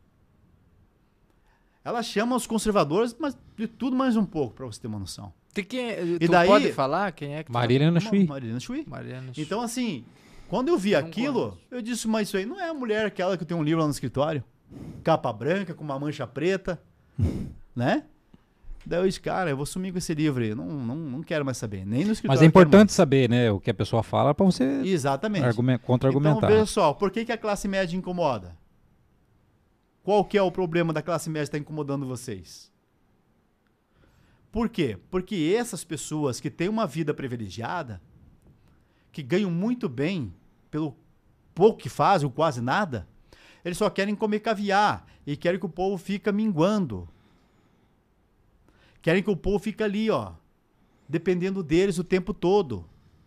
S3: Ela chama os conservadores, mas de tudo mais um pouco, pra você ter uma noção.
S2: Tem quem, tu
S3: daí-
S2: pode falar quem é que tá-
S1: Marília Chui.
S3: Marina Chui.
S2: Mariana Chui.
S3: Então, assim, quando eu vi
S2: Eu não
S3: aquilo,
S2: conheço.
S3: eu disse, mas isso aí não é a mulher aquela que tem um livro lá no escritório? Capa branca, com uma mancha preta, né? Daí eu disse, cara, eu vou sumir com esse livro aí. Não, não, não quero mais saber. Nem no escritório.
S1: Mas é
S3: eu quero
S1: importante saber, né, o que a pessoa fala pra você
S3: mais. Exatamente.
S1: argumen-
S3: Então,
S1: contra-argumentar.
S3: veja só, por que, que a classe média incomoda? Qual que é o problema da classe média estar incomodando vocês? Por quê? Porque essas pessoas que têm uma vida privilegiada, que ganham muito bem pelo pouco que fazem, ou quase nada, eles só querem comer caviar e querem que o povo fique minguando. Querem que o povo fique ali, ó, dependendo deles o tempo todo.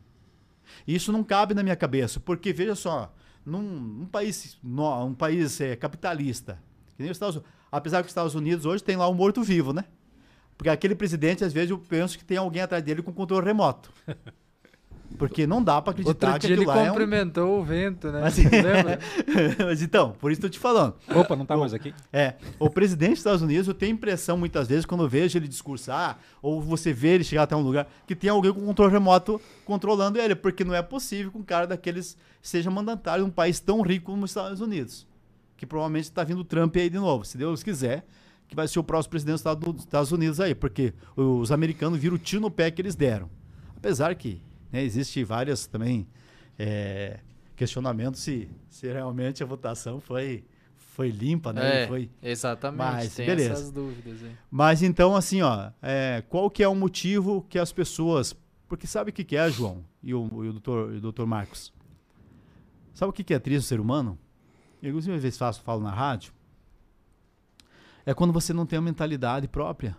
S3: E isso não cabe na minha cabeça, porque veja só, num, num país, no- um país é, capitalista, que nem os Estados Unidos, apesar que os Estados Unidos hoje tem lá um morto-vivo, né? Porque aquele presidente, às vezes, eu penso que tem alguém atrás dele com controle remoto. Porque não dá pra acreditar
S2: Outro
S3: que
S2: dia ele
S3: aquilo lá é um...
S2: cumprimentou o vento, né?
S3: Mas,
S2: Lembra?
S3: Mas então, por isso que eu tô te falando.
S1: Opa, não tá mais aqui?
S3: É, o presidente dos Estados Unidos, eu tenho impressão muitas vezes, quando eu vejo ele discursar, ou você vê ele chegar até um lugar, que tem alguém com controle remoto controlando ele, porque não é possível que um cara daqueles seja mandatário de um país tão rico como os Estados Unidos. Que provavelmente está vindo o Trump aí de novo, se Deus quiser, que vai ser o próximo presidente dos Estados- dos Estados Unidos aí, porque os americanos viram o tiro no pé que eles deram. Apesar que, né, existe várias também é, questionamentos se, se realmente a votação foi, foi limpa, né?
S2: É,
S3: Foi...
S2: exatamente.
S3: Mas,
S2: tem
S3: beleza.
S2: essas dúvidas aí.
S3: Mas então, assim, ó, é, qual que é o motivo que as pessoas... Porque sabe o que, que é, João e o, e o, doutor, e o doutor Marcos? Sabe o que, que é triste o ser humano? Eu, inclusive, às vezes faço, falo na rádio. É quando você não tem uma mentalidade própria.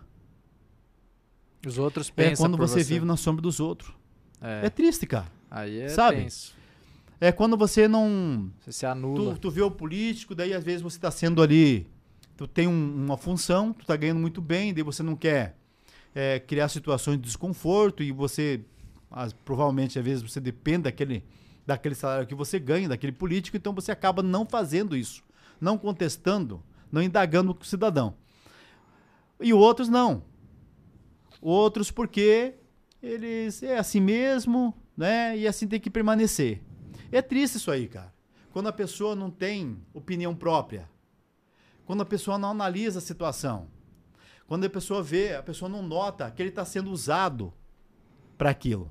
S2: Os outros
S3: É
S2: pensam
S3: quando
S2: por
S3: você, vive na sombra dos outros.
S2: É,
S3: É triste, cara.
S2: aí é
S3: sabe?
S2: tenso.
S3: É quando você não...
S2: Você se anula.
S3: Tu, tu vê o político, daí às vezes você está sendo ali, tu tem um- uma função, tu tá ganhando muito bem, daí você não quer é, criar situações de desconforto e você, as- provavelmente às vezes você depende daquele, daquele salário que você ganha, daquele político, então você acaba não fazendo isso, não contestando, não indagando com o cidadão. E outros não. Outros porque eles é assim mesmo, né? E assim tem que permanecer. É triste isso aí, cara. Quando a pessoa não tem opinião própria. Quando a pessoa não analisa a situação. Quando a pessoa vê, a pessoa não nota que ele está sendo usado para aquilo.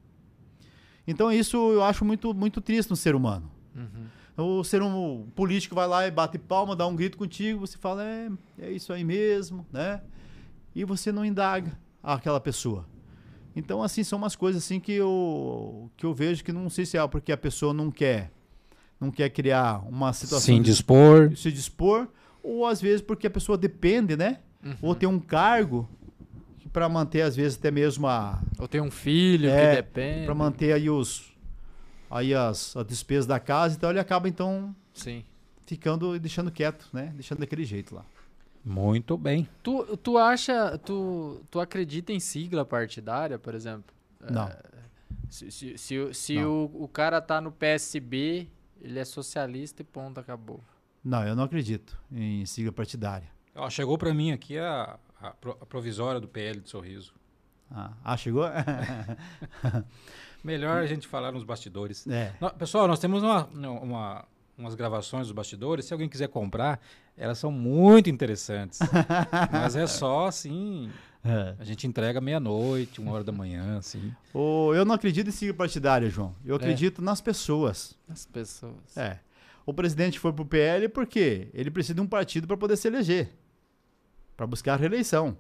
S3: Então isso eu acho muito, muito triste no ser humano.
S2: Uhum.
S3: O ser um o político vai lá e bate palma, dá um grito contigo, você fala, é, é isso aí mesmo, né? E você não indaga aquela pessoa. Então, assim, são umas coisas assim que eu, que eu vejo que não sei se é porque a pessoa não quer, não quer criar uma situação
S1: Se
S3: de
S1: indispor.
S3: se dispor, ou às vezes porque a pessoa depende, né?
S2: Uhum.
S3: Ou tem um cargo para manter, às vezes, até mesmo a...
S2: Ou tem um filho
S3: É,
S2: que depende.
S3: para manter aí os... Aí as, as despesas da casa, então ele acaba, então,
S2: Sim.
S3: ficando e deixando quieto, né? Deixando daquele jeito lá.
S1: Muito bem.
S2: Tu, tu acha, tu, tu acredita em sigla partidária, por exemplo?
S3: Não.
S2: É, se se, se, o- se
S3: Não.
S2: o, o cara tá no P S B, ele é socialista e ponto, acabou.
S3: Não, eu não acredito em sigla partidária.
S1: Ó, chegou pra mim aqui a, a pro- a provisória do P L de Sorriso.
S3: Ah, ah, chegou?
S1: Melhor a gente falar nos bastidores.
S3: É.
S1: Nó- Pessoal, nós temos uma, uma- umas gravações dos bastidores. Se alguém quiser comprar, elas são muito interessantes. Mas é só assim.
S3: É.
S1: A gente entrega meia-noite, uma hora da manhã, assim.
S3: O, eu não acredito em sigla partidária, João. Eu acredito nas pessoas.
S2: As pessoas.
S3: É. O presidente foi pro P L porque ele precisa de um partido para poder se eleger. para buscar a reeleição.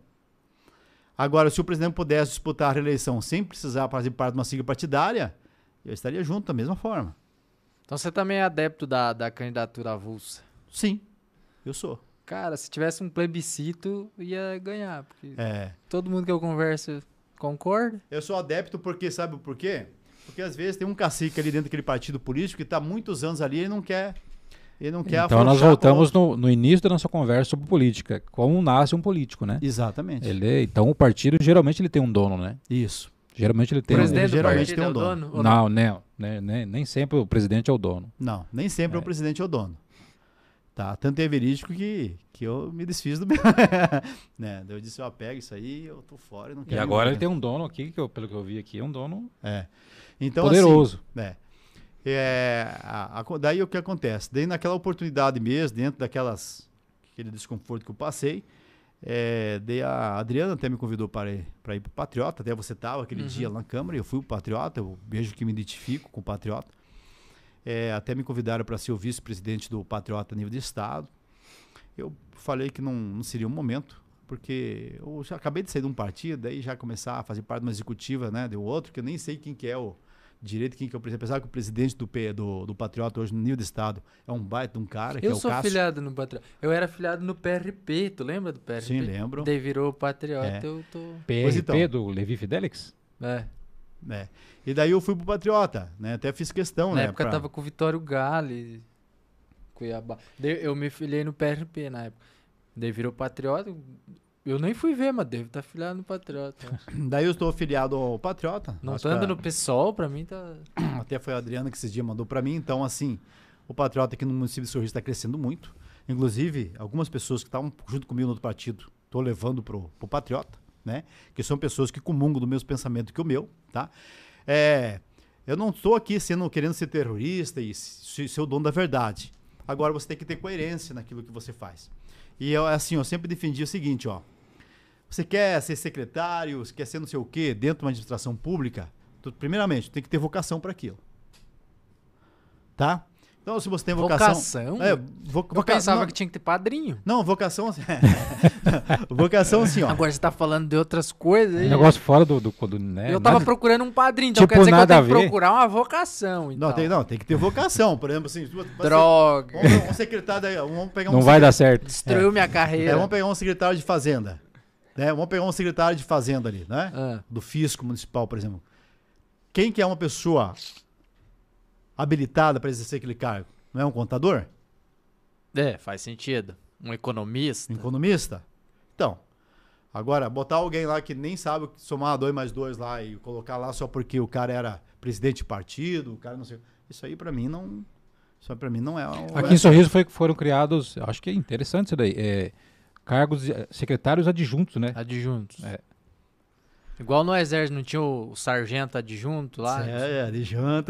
S3: Agora, se o presidente pudesse disputar a reeleição sem precisar fazer parte de uma sigla partidária, eu estaria junto da mesma forma.
S2: Então você também é adepto da, da candidatura avulsa?
S3: Sim, eu sou.
S2: Cara, se tivesse um plebiscito, ia ganhar. Porque
S3: É.
S2: todo mundo que eu converso concorda.
S3: Eu sou adepto porque, sabe por quê? Porque às vezes tem um cacique ali dentro daquele partido político que está muitos anos ali e não quer, ele não quer
S1: Então nós
S3: afrouxar
S1: voltamos
S3: com-
S1: no, no início da nossa conversa sobre política. Como nasce um político, né?
S3: Exatamente.
S1: Ele, então o partido geralmente ele tem um dono, né?
S3: Isso.
S1: Geralmente ele
S2: O
S1: tem um...
S2: presidente do
S3: geralmente
S2: partido
S3: tem um
S2: é o
S3: dono.
S2: dono? ou
S1: Não, não, né, nem, nem sempre o presidente é o dono.
S3: Não, nem sempre
S1: É.
S3: o presidente é o dono. Tá, tanto é verídico que, que eu me desfiz do meu. né? Daí eu disse, ó, pega isso aí, eu tô fora e não
S1: E
S3: quero.
S1: agora
S3: ir,
S1: ele
S3: né?
S1: tem um dono aqui, que eu- pelo que eu vi aqui, é um dono
S3: É. Então,
S1: poderoso.
S3: assim, né? É, a- a- daí o que acontece? Daí naquela oportunidade mesmo, dentro daquelas aquele desconforto que eu passei, é, daí a Adriana até me convidou para ir para ir pro Patriota, até você estava aquele
S2: Uhum.
S3: dia lá na Câmara, eu fui pro Patriota, eu vejo que me identifico com o Patriota. É, até me convidaram para ser o vice-presidente do Patriota a nível de estado. Eu falei que não, não seria o momento, porque eu já acabei de sair de um partido, daí já começar a fazer parte de uma executiva, né, de outro, que eu nem sei quem que é o direito, quem que é o presidente, apesar que o presidente do, P, do, do Patriota hoje no nível de estado é um baita de um cara, que
S2: Eu
S3: é o
S2: sou
S3: Cássio.
S2: filiado no Patriota. Eu era filiado no P R P, tu lembra do P R P?
S3: Sim, lembro.
S2: Daí virou Patriota,
S3: É.
S2: eu tô...
S1: P
S3: Pois
S1: R P
S3: então.
S1: do Levi Fidelix?
S2: É.
S3: né? E daí eu fui pro Patriota, né, até fiz questão,
S2: Na
S3: né,
S2: época
S3: pra-
S2: tava com o Vitório Gale, Cuiabá. Daí eu me filiei no P R P na época. Daí virou Patriota. Eu nem fui ver, mas devo estar filiado no Patriota.
S3: daí eu estou afiliado ao Patriota.
S2: Não
S3: Acho
S2: tô
S3: que a-
S2: andando no PSOL, pra mim tá...
S3: Até foi a Adriana que esses dias mandou para mim. Então, assim, o Patriota aqui no município de Sorriso está crescendo muito. Inclusive, algumas pessoas que estavam junto comigo no outro partido, estou levando pro, pro Patriota, né? Que são pessoas que comungam do mesmo pensamento que o meu, tá? É, eu não estou aqui sendo, querendo ser terrorista e se- ser o dono da verdade. Agora, você tem que ter coerência naquilo que você faz. E, eu, assim, eu sempre defendi o seguinte, ó. Você quer ser secretário, você quer ser não sei o quê, dentro de uma administração pública, tu, primeiramente, tem que ter vocação para aquilo. Tá? Então, se você tem vocação...
S2: Vocação?
S3: É, vo,
S2: Eu
S3: voca-
S2: pensava
S3: não,
S2: que tinha que ter padrinho.
S3: não, vocação assim... vocação assim, ó.
S2: Agora você tá falando de outras coisas aí.
S1: Um negócio fora do... do, do né?
S2: Eu tava
S1: nada-
S2: procurando um padrinho, então
S1: Tipo,
S2: quer dizer que eu
S1: nada
S2: tenho
S1: a
S2: que
S1: ver.
S2: procurar uma vocação.
S3: Não,
S2: Então.
S3: tem, não, tem que ter vocação. Por exemplo, assim... você-
S2: Droga.
S3: Vamos pegar um secretário... daí, Vamos pegar um
S1: Não vai dar
S3: secretário-
S1: certo.
S2: Destruiu minha carreira.
S3: É, vamos pegar um secretário de fazenda. Né? Vamos pegar um secretário de fazenda ali, né?
S2: Ah.
S3: Do fisco municipal, por exemplo. Quem que é uma pessoa habilitada para exercer aquele cargo? Não é um contador?
S2: É, faz sentido. Um economista.
S3: Um economista? Então, agora, botar alguém lá que nem sabe o que somar dois mais dois lá e colocar lá só porque o cara era presidente de partido, o cara não sei... Isso aí para mim não... Isso aí para mim não é... Um...
S1: Aqui em Sorriso foi, foram criados, acho que é interessante isso daí, é, cargos, de- secretários adjuntos, né?
S2: Adjuntos.
S1: É.
S2: Igual no exército não tinha o sargento adjunto lá.
S3: É, de janta.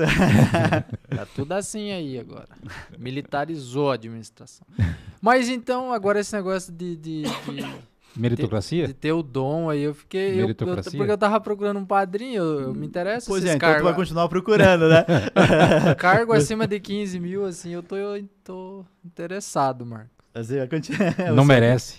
S2: Tá tudo assim aí agora. Militarizou a administração. Mas então, agora esse negócio de, de, de,
S1: Meritocracia?
S2: de ter o dom aí, eu fiquei. Eu, eu,
S1: Meritocracia?
S2: porque eu tava procurando um padrinho, eu, eu me interesso
S3: Pois
S2: esses
S3: é, então tu
S2: cargos.
S3: vai continuar procurando, né?
S2: Cargo acima de quinze mil, assim, eu tô, eu tô interessado, Marco.
S3: Você vai continuar,
S1: Não
S3: você-
S1: merece.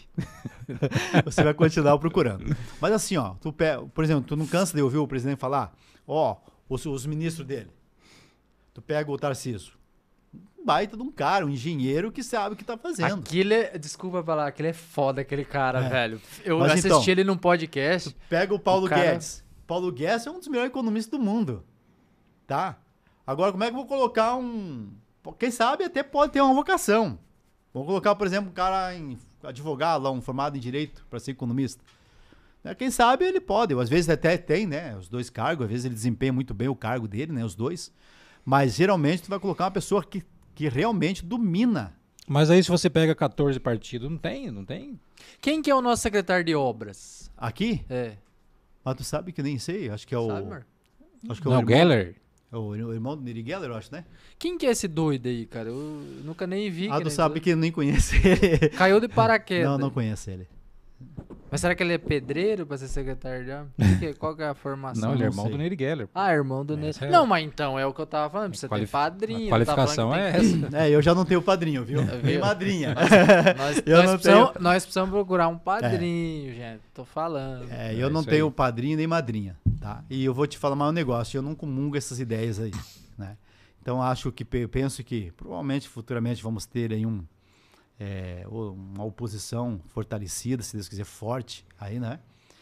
S3: Você vai continuar procurando. Mas assim, ó, tu pe... por exemplo, tu não cansa de ouvir o presidente falar, ó, os, os ministros dele. Tu pega o Tarcísio. Um baita de um cara, um engenheiro que sabe o que tá fazendo.
S2: Aquele é, desculpa falar, aquele é foda, aquele cara,
S3: É.
S2: velho. Eu
S3: Mas
S2: assisti
S3: então-
S2: ele num podcast.
S3: Pega o Paulo
S2: O cara-
S3: Guedes. Paulo Guedes é um dos melhores economistas do mundo. Tá? Agora, como é que eu vou colocar um... Quem sabe até pode ter uma vocação. Vamos colocar, por exemplo, um cara em advogado, lá, um formado em direito, para ser economista. Né, quem sabe ele pode. Às vezes até tem, né? Os dois cargos. Às vezes ele desempenha muito bem o cargo dele, né? Os dois. Mas geralmente tu vai colocar uma pessoa que, que realmente domina.
S1: Mas aí se você pega quatorze partidos, não tem, não tem.
S2: Quem que é o nosso secretário de obras?
S3: Aqui,
S2: É,
S3: mas tu sabe que nem sei. Acho que é o...
S2: sabe, Marco?
S3: Acho que é
S1: Não,
S3: o
S1: o
S3: irmão,
S1: Geller?
S3: é o, o irmão do Neri Geller, eu acho, né?
S2: Quem que é esse doido aí, cara? Eu nunca nem vi.
S3: Ah,
S2: que
S3: tu
S2: nem
S3: sabe
S2: doido.
S3: que eu nem conheço ele.
S2: Caiu de paraquedas.
S3: Não, não conheço ele.
S2: Mas será que ele é pedreiro pra ser secretário de obra? Por quê? Qual que é a formação?
S1: Não, ele é
S3: não
S1: irmão
S3: sei.
S1: do Nery Geller.
S2: Ah, irmão do Nery.
S1: Essa é-
S2: Não, mas então é o que eu tava falando. Precisa
S1: Qualif-
S2: ter padrinho.
S1: A qualificação
S2: não tá
S1: é
S2: falando que tem
S1: essa.
S3: É, eu já não tenho padrinho, viu?
S2: É,
S3: Nem
S2: viu?
S3: madrinha.
S2: que- Nós,
S3: Eu
S2: nós
S3: não
S2: precisamos,
S3: tenho-
S2: nós precisamos procurar um padrinho, gente. Tô falando.
S3: É,
S1: É
S3: eu não
S1: isso
S3: tenho
S1: aí.
S3: padrinho nem madrinha, tá? E eu vou te falar mais um negócio, eu não comungo essas ideias aí, né? Então acho que, pe- penso que provavelmente futuramente vamos ter aí um, é, o- uma oposição fortalecida, se Deus quiser, forte aí, né?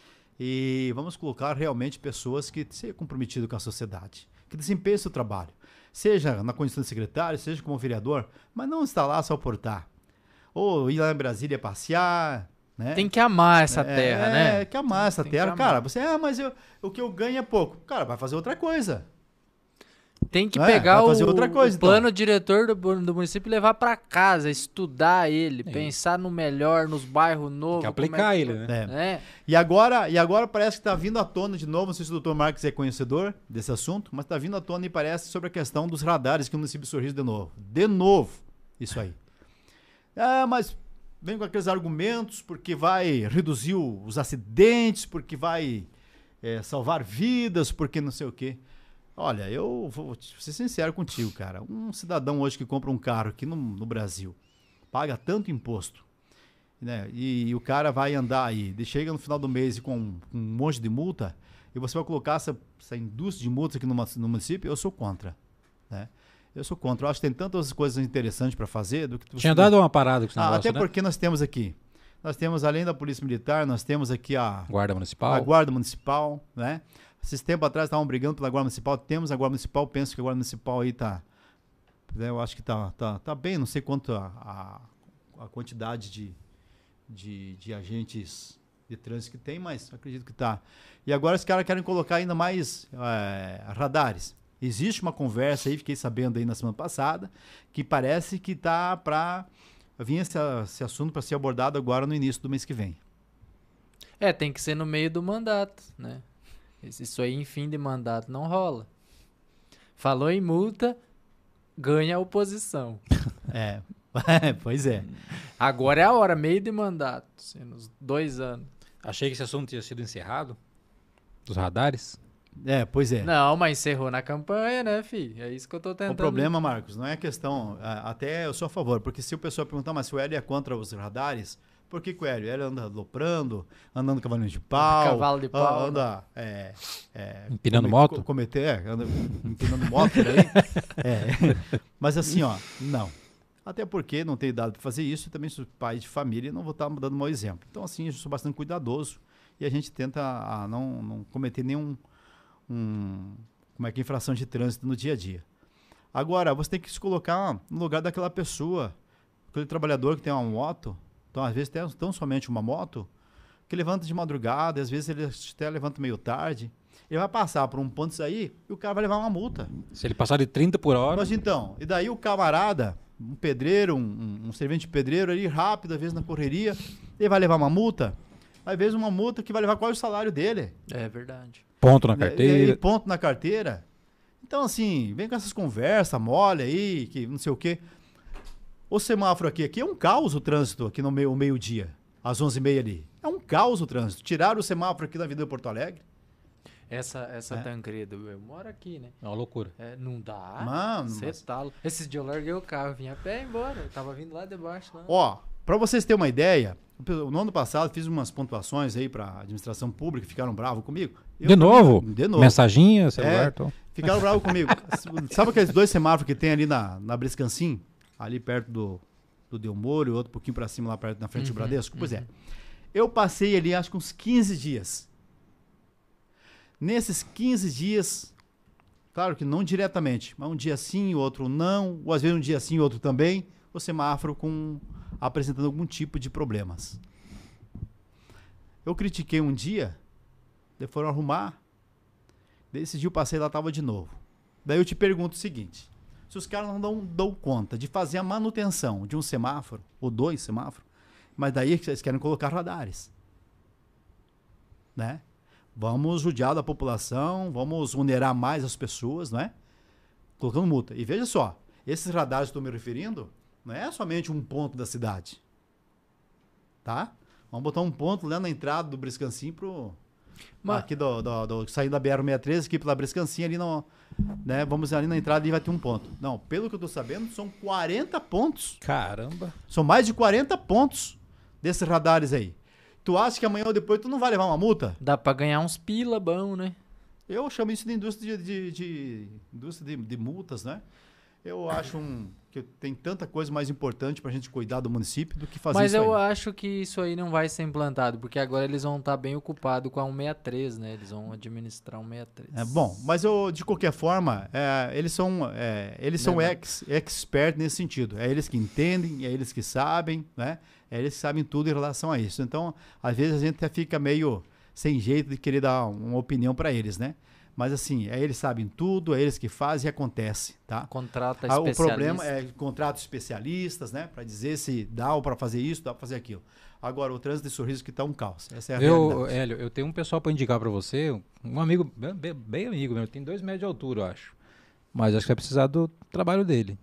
S3: E vamos colocar realmente pessoas que sejam comprometidas com a sociedade, que desempenhem seu trabalho, seja na condição de secretário, seja como vereador, mas não estar lá só por estar. Ou ir lá em Brasília passear, né?
S2: Tem que amar essa
S3: É,
S2: terra,
S3: é,
S2: né?
S3: É, que amar essa
S2: Tem que
S3: terra.
S2: amar.
S3: Cara, você, ah, mas eu, o que eu ganho é pouco. Cara, vai fazer outra coisa.
S2: Tem que
S3: É,
S2: pegar
S3: vai
S2: o,
S3: fazer outra coisa,
S2: o plano
S3: então.
S2: diretor do, bu- do município e levar pra casa, estudar ele,
S1: Sim.
S2: pensar no melhor, nos bairros novos.
S1: Tem que
S2: como
S1: aplicar
S2: é
S1: ele, né?
S3: É.
S2: É.
S3: E agora, e agora parece que está vindo à tona de novo, não sei se o doutor Marques é conhecedor desse assunto, mas está vindo à tona e parece sobre a questão dos radares que o município de Sorriso de novo. De novo, isso aí. Ah, mas vem com aqueles argumentos porque vai reduzir o- os acidentes, porque vai é, salvar vidas, porque não sei o quê. Olha, eu vou ser sincero contigo, cara. Um cidadão hoje que compra um carro aqui no, no Brasil, paga tanto imposto, né? E, e o cara vai andar aí, de- chega no final do mês e com, com um monte de multa, e você vai colocar essa, essa indústria de multas aqui no, ma- no município, eu sou contra, né? Eu sou contra. Eu acho que tem tantas coisas interessantes para fazer do que tu-
S1: Tinha dado uma parada com esse
S3: Ah,
S1: negócio,
S3: até
S1: né?
S3: porque nós temos aqui, nós temos além da Polícia Militar, nós temos aqui a
S1: Guarda Municipal.
S3: a Guarda Municipal, né? Esses tempos atrás estavam brigando pela Guarda Municipal. Temos a Guarda Municipal, penso que a Guarda Municipal aí tá. Né, eu acho que tá, tá, tá bem, não sei quanto a, a, a quantidade de, de, de agentes de trânsito que tem, mas acredito que tá. E agora os caras querem colocar ainda mais é, radares. Existe uma conversa aí, fiquei sabendo aí na semana passada, que parece que tá para vir esse, esse assunto para ser abordado agora no início do mês que vem.
S2: É, tem que ser no meio do mandato, né? Isso aí em fim de mandato não rola. Falou em multa, ganha a oposição.
S3: É, pois é.
S2: Agora é a hora, meio de mandato, sendo uns dois anos.
S1: Achei que esse assunto tinha sido encerrado. Dos radares.
S3: É, pois é.
S2: Não, mas encerrou na campanha, né, filho? É isso que eu tô tentando.
S3: O problema, Marcos, não é questão. a- Até eu sou a favor, porque se o pessoal perguntar, mas se o Hélio é contra os radares, por que, que o Hélio? Ele anda aloprando, andando cavalinho de pau.
S2: Cavalo de pau,
S3: a- Anda. É, é,
S1: Empinando
S3: come-
S1: moto?
S3: co- Cometer, é, anda empinando moto por aí. É. Mas assim, ó, não. Até porque não tenho idade para fazer isso e também sou pai de família e não vou estar dando mau exemplo. Então, assim, eu sou bastante cuidadoso e a gente tenta a não, não cometer nenhum. Um, como é que é, infração de trânsito no dia a dia. Agora, você tem que se colocar no lugar daquela pessoa, aquele trabalhador que tem uma moto, então às vezes tem tão somente uma moto, que levanta de madrugada, às vezes ele até levanta meio tarde, ele vai passar por um ponto isso aí e o cara vai levar uma multa.
S1: Se ele passar de trinta por hora.
S3: Mas então, e daí o camarada, um pedreiro, um, um, um servente de pedreiro ali, rápido, às vezes na correria, ele vai levar uma multa, às vezes uma multa que vai levar quase o salário dele.
S2: É verdade.
S1: Ponto na
S3: E-
S1: carteira.
S3: E, ponto na carteira. Então, assim, vem com essas conversas mole aí, que não sei o quê. O semáforo aqui, aqui é um caos o trânsito aqui no meio, o meio-dia, às onze e meia ali. É um caos o trânsito. Tiraram o semáforo aqui da Avenida Porto Alegre.
S2: Essa, essa
S3: É.
S2: Tancredo, eu moro aqui, né?
S1: É uma loucura.
S2: É, não dá.
S3: Mano,
S2: Você
S3: mas-
S2: tá. Esses dias eu larguei o carro, vim a pé embora. Eu tava vindo lá debaixo. Lá.
S3: Ó, pra vocês terem uma ideia, no ano passado fiz umas pontuações aí pra administração pública, ficaram bravos comigo. Eu-
S1: De novo?
S3: De novo.
S1: Mensaginha, celular,
S3: É.
S1: então.
S3: Ficaram bravos comigo. Sabe aqueles dois semáforos que tem ali na, na Briscancim? Ali perto do, do Delmoro e outro pouquinho pra cima, lá perto, na frente do
S2: Uhum,
S3: Bradesco? Pois é. Eu passei ali, acho que uns quinze dias. Nesses quinze dias, claro que não diretamente, mas um dia sim, outro não, ou às vezes um dia sim, outro também, o semáforo com, apresentando algum tipo de problemas. Eu critiquei um dia, daí foram arrumar, daí esse dia eu passei lá, tava de novo. Daí eu te pergunto o seguinte, se os caras não dão, dão conta de fazer a manutenção de um semáforo, ou dois semáforos, mas daí eles querem colocar radares, né? Vamos judiar da população, vamos onerar mais as pessoas, não é? Colocando multa. E veja só, esses radares que eu estou me referindo, não é somente um ponto da cidade, tá? Vamos botar um ponto lá na entrada do Briscancim pro...
S2: Mas-
S3: Aqui do, do, do, saindo da B R sessenta e três, aqui pela Briscancim, ali no, né, vamos ali na entrada e vai ter um ponto. Não, pelo que eu tô sabendo, são quarenta pontos.
S1: Caramba.
S3: São mais de quarenta pontos desses radares aí. Tu acha que amanhã ou depois tu não vai levar uma multa?
S2: Dá pra ganhar uns pila bom, né?
S3: Eu chamo isso de indústria de, de, de- indústria de, de multas, né? Eu acho um, que tem tanta coisa mais importante pra gente cuidar do município do que fazer
S2: Mas
S3: isso
S2: eu
S3: aí.
S2: acho que isso aí não vai ser implantado, porque agora eles vão estar bem ocupados com a cento e sessenta e três, né? Eles vão administrar a cento e sessenta e três.
S3: É, bom, mas eu, de qualquer forma, é, eles são, é, eles são
S2: Não, não.
S3: ex, expert nesse sentido. É eles que entendem, é eles que sabem, né? É eles que sabem tudo em relação a isso. Então, às vezes a gente até fica meio sem jeito de querer dar uma opinião para eles, né? Mas assim, é eles sabem tudo, é eles que fazem e acontece, tá?
S2: Contrata
S3: Ah, o
S2: especialista.
S3: problema é contratos especialistas, né? Para dizer se dá para fazer isso, dá para fazer aquilo. Agora, o trânsito de Sorriso que tá um caos. Essa é a
S1: Eu,
S3: realidade.
S1: Hélio, eu tenho um pessoal para indicar para você, um amigo, bem, bem- bem amigo meu, tem dois metros de altura, eu acho. Mas acho que vai precisar do trabalho dele.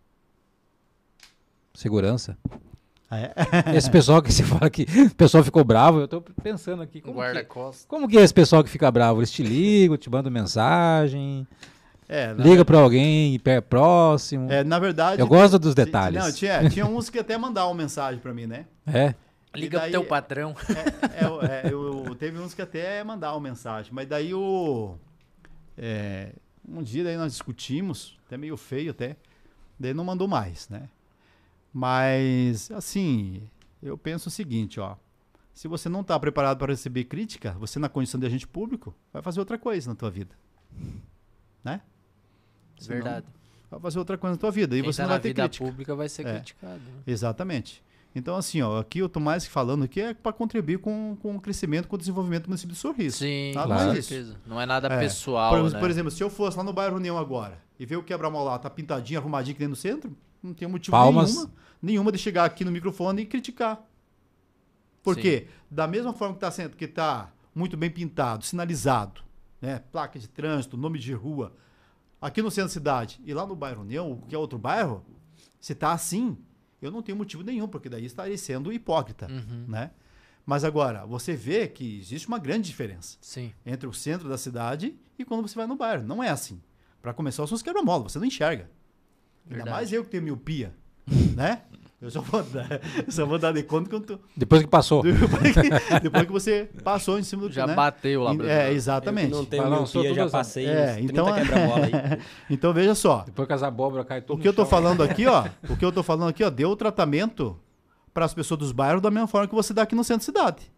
S1: Segurança.
S3: Ah, é?
S1: Esse pessoal que você fala que o pessoal ficou bravo, eu tô pensando aqui, como que,
S2: Guarda-costas.
S1: como que é esse pessoal que fica bravo? Eles te ligam, te mandam mensagem,
S3: É, na
S1: liga para alguém pé próximo.
S3: É, na verdade...
S1: Eu gosto dos
S3: ti-
S1: detalhes.
S3: Não, tinha, tinha uns que até mandavam mensagem para mim, né?
S1: É.
S2: Liga
S3: E
S2: pro
S3: daí-
S2: teu patrão.
S3: É, é, o- é, eu, teve uns que até mandavam mensagem, mas daí o... é, um dia daí nós discutimos, até meio feio até, daí não mandou mais, né? Mas, assim, eu penso o seguinte, ó. Se você não está preparado para receber crítica, você na condição de agente público, vai fazer outra coisa na tua vida. Né? Senão,
S2: Verdade.
S3: vai fazer outra coisa na tua vida. E
S2: Quem
S3: você
S2: tá
S3: não
S2: na
S3: vai ter
S2: vida
S3: crítica.
S2: pública vai ser
S3: É.
S2: criticado. né?
S3: Exatamente. Então, assim, ó, aqui eu tô mais que falando aqui é para contribuir com, com o crescimento, com o desenvolvimento do município de Sorriso.
S2: Sim,
S3: Nada
S2: com
S1: mais
S3: disso.
S2: certeza. Não é nada
S3: É.
S2: pessoal,
S3: Por,
S2: né?
S3: por exemplo, se eu fosse lá no bairro União agora e ver o quebra-mola lá, tá pintadinho, arrumadinho aqui dentro do centro, não tem motivo
S1: Palmas.
S3: nenhuma, nenhuma de chegar aqui no microfone e criticar. Por
S2: Sim.
S3: quê? Da mesma forma que tá, sendo, que tá muito bem pintado, sinalizado, né? Placa de trânsito, nome de rua, aqui no centro da cidade e lá no bairro União, ou qualquer outro bairro, se tá assim, eu não tenho motivo nenhum, porque daí estaria sendo hipócrita,
S2: Uhum.
S3: né? Mas agora, você vê que existe uma grande diferença
S2: Sim.
S3: entre o centro da cidade e quando você vai no bairro. Não é assim. Para começar, são os quebra-mola, você não enxerga. Ainda
S2: Verdade.
S3: mais eu que tenho miopia, né? Eu só vou dar, eu só vou dar de conta quando tu,
S1: Depois que passou.
S3: depois, que, depois que você passou em cima do
S2: Já
S3: né?
S2: bateu lá.
S3: E-
S2: pra
S3: É,
S2: mim.
S3: exatamente.
S4: Eu não tenho
S1: Fala, não, sou
S4: miopia, já
S1: tudo-
S4: passei
S3: É,
S4: uns
S3: então-
S4: trinta quebra-mola aí.
S3: Então veja só,
S1: Depois que as abóboras caem tudo
S3: o que eu
S1: no
S3: tô
S1: chão.
S3: falando aqui, ó, o que eu tô falando aqui, ó, deu o tratamento para as pessoas dos bairros da mesma forma que você dá aqui no centro da cidade.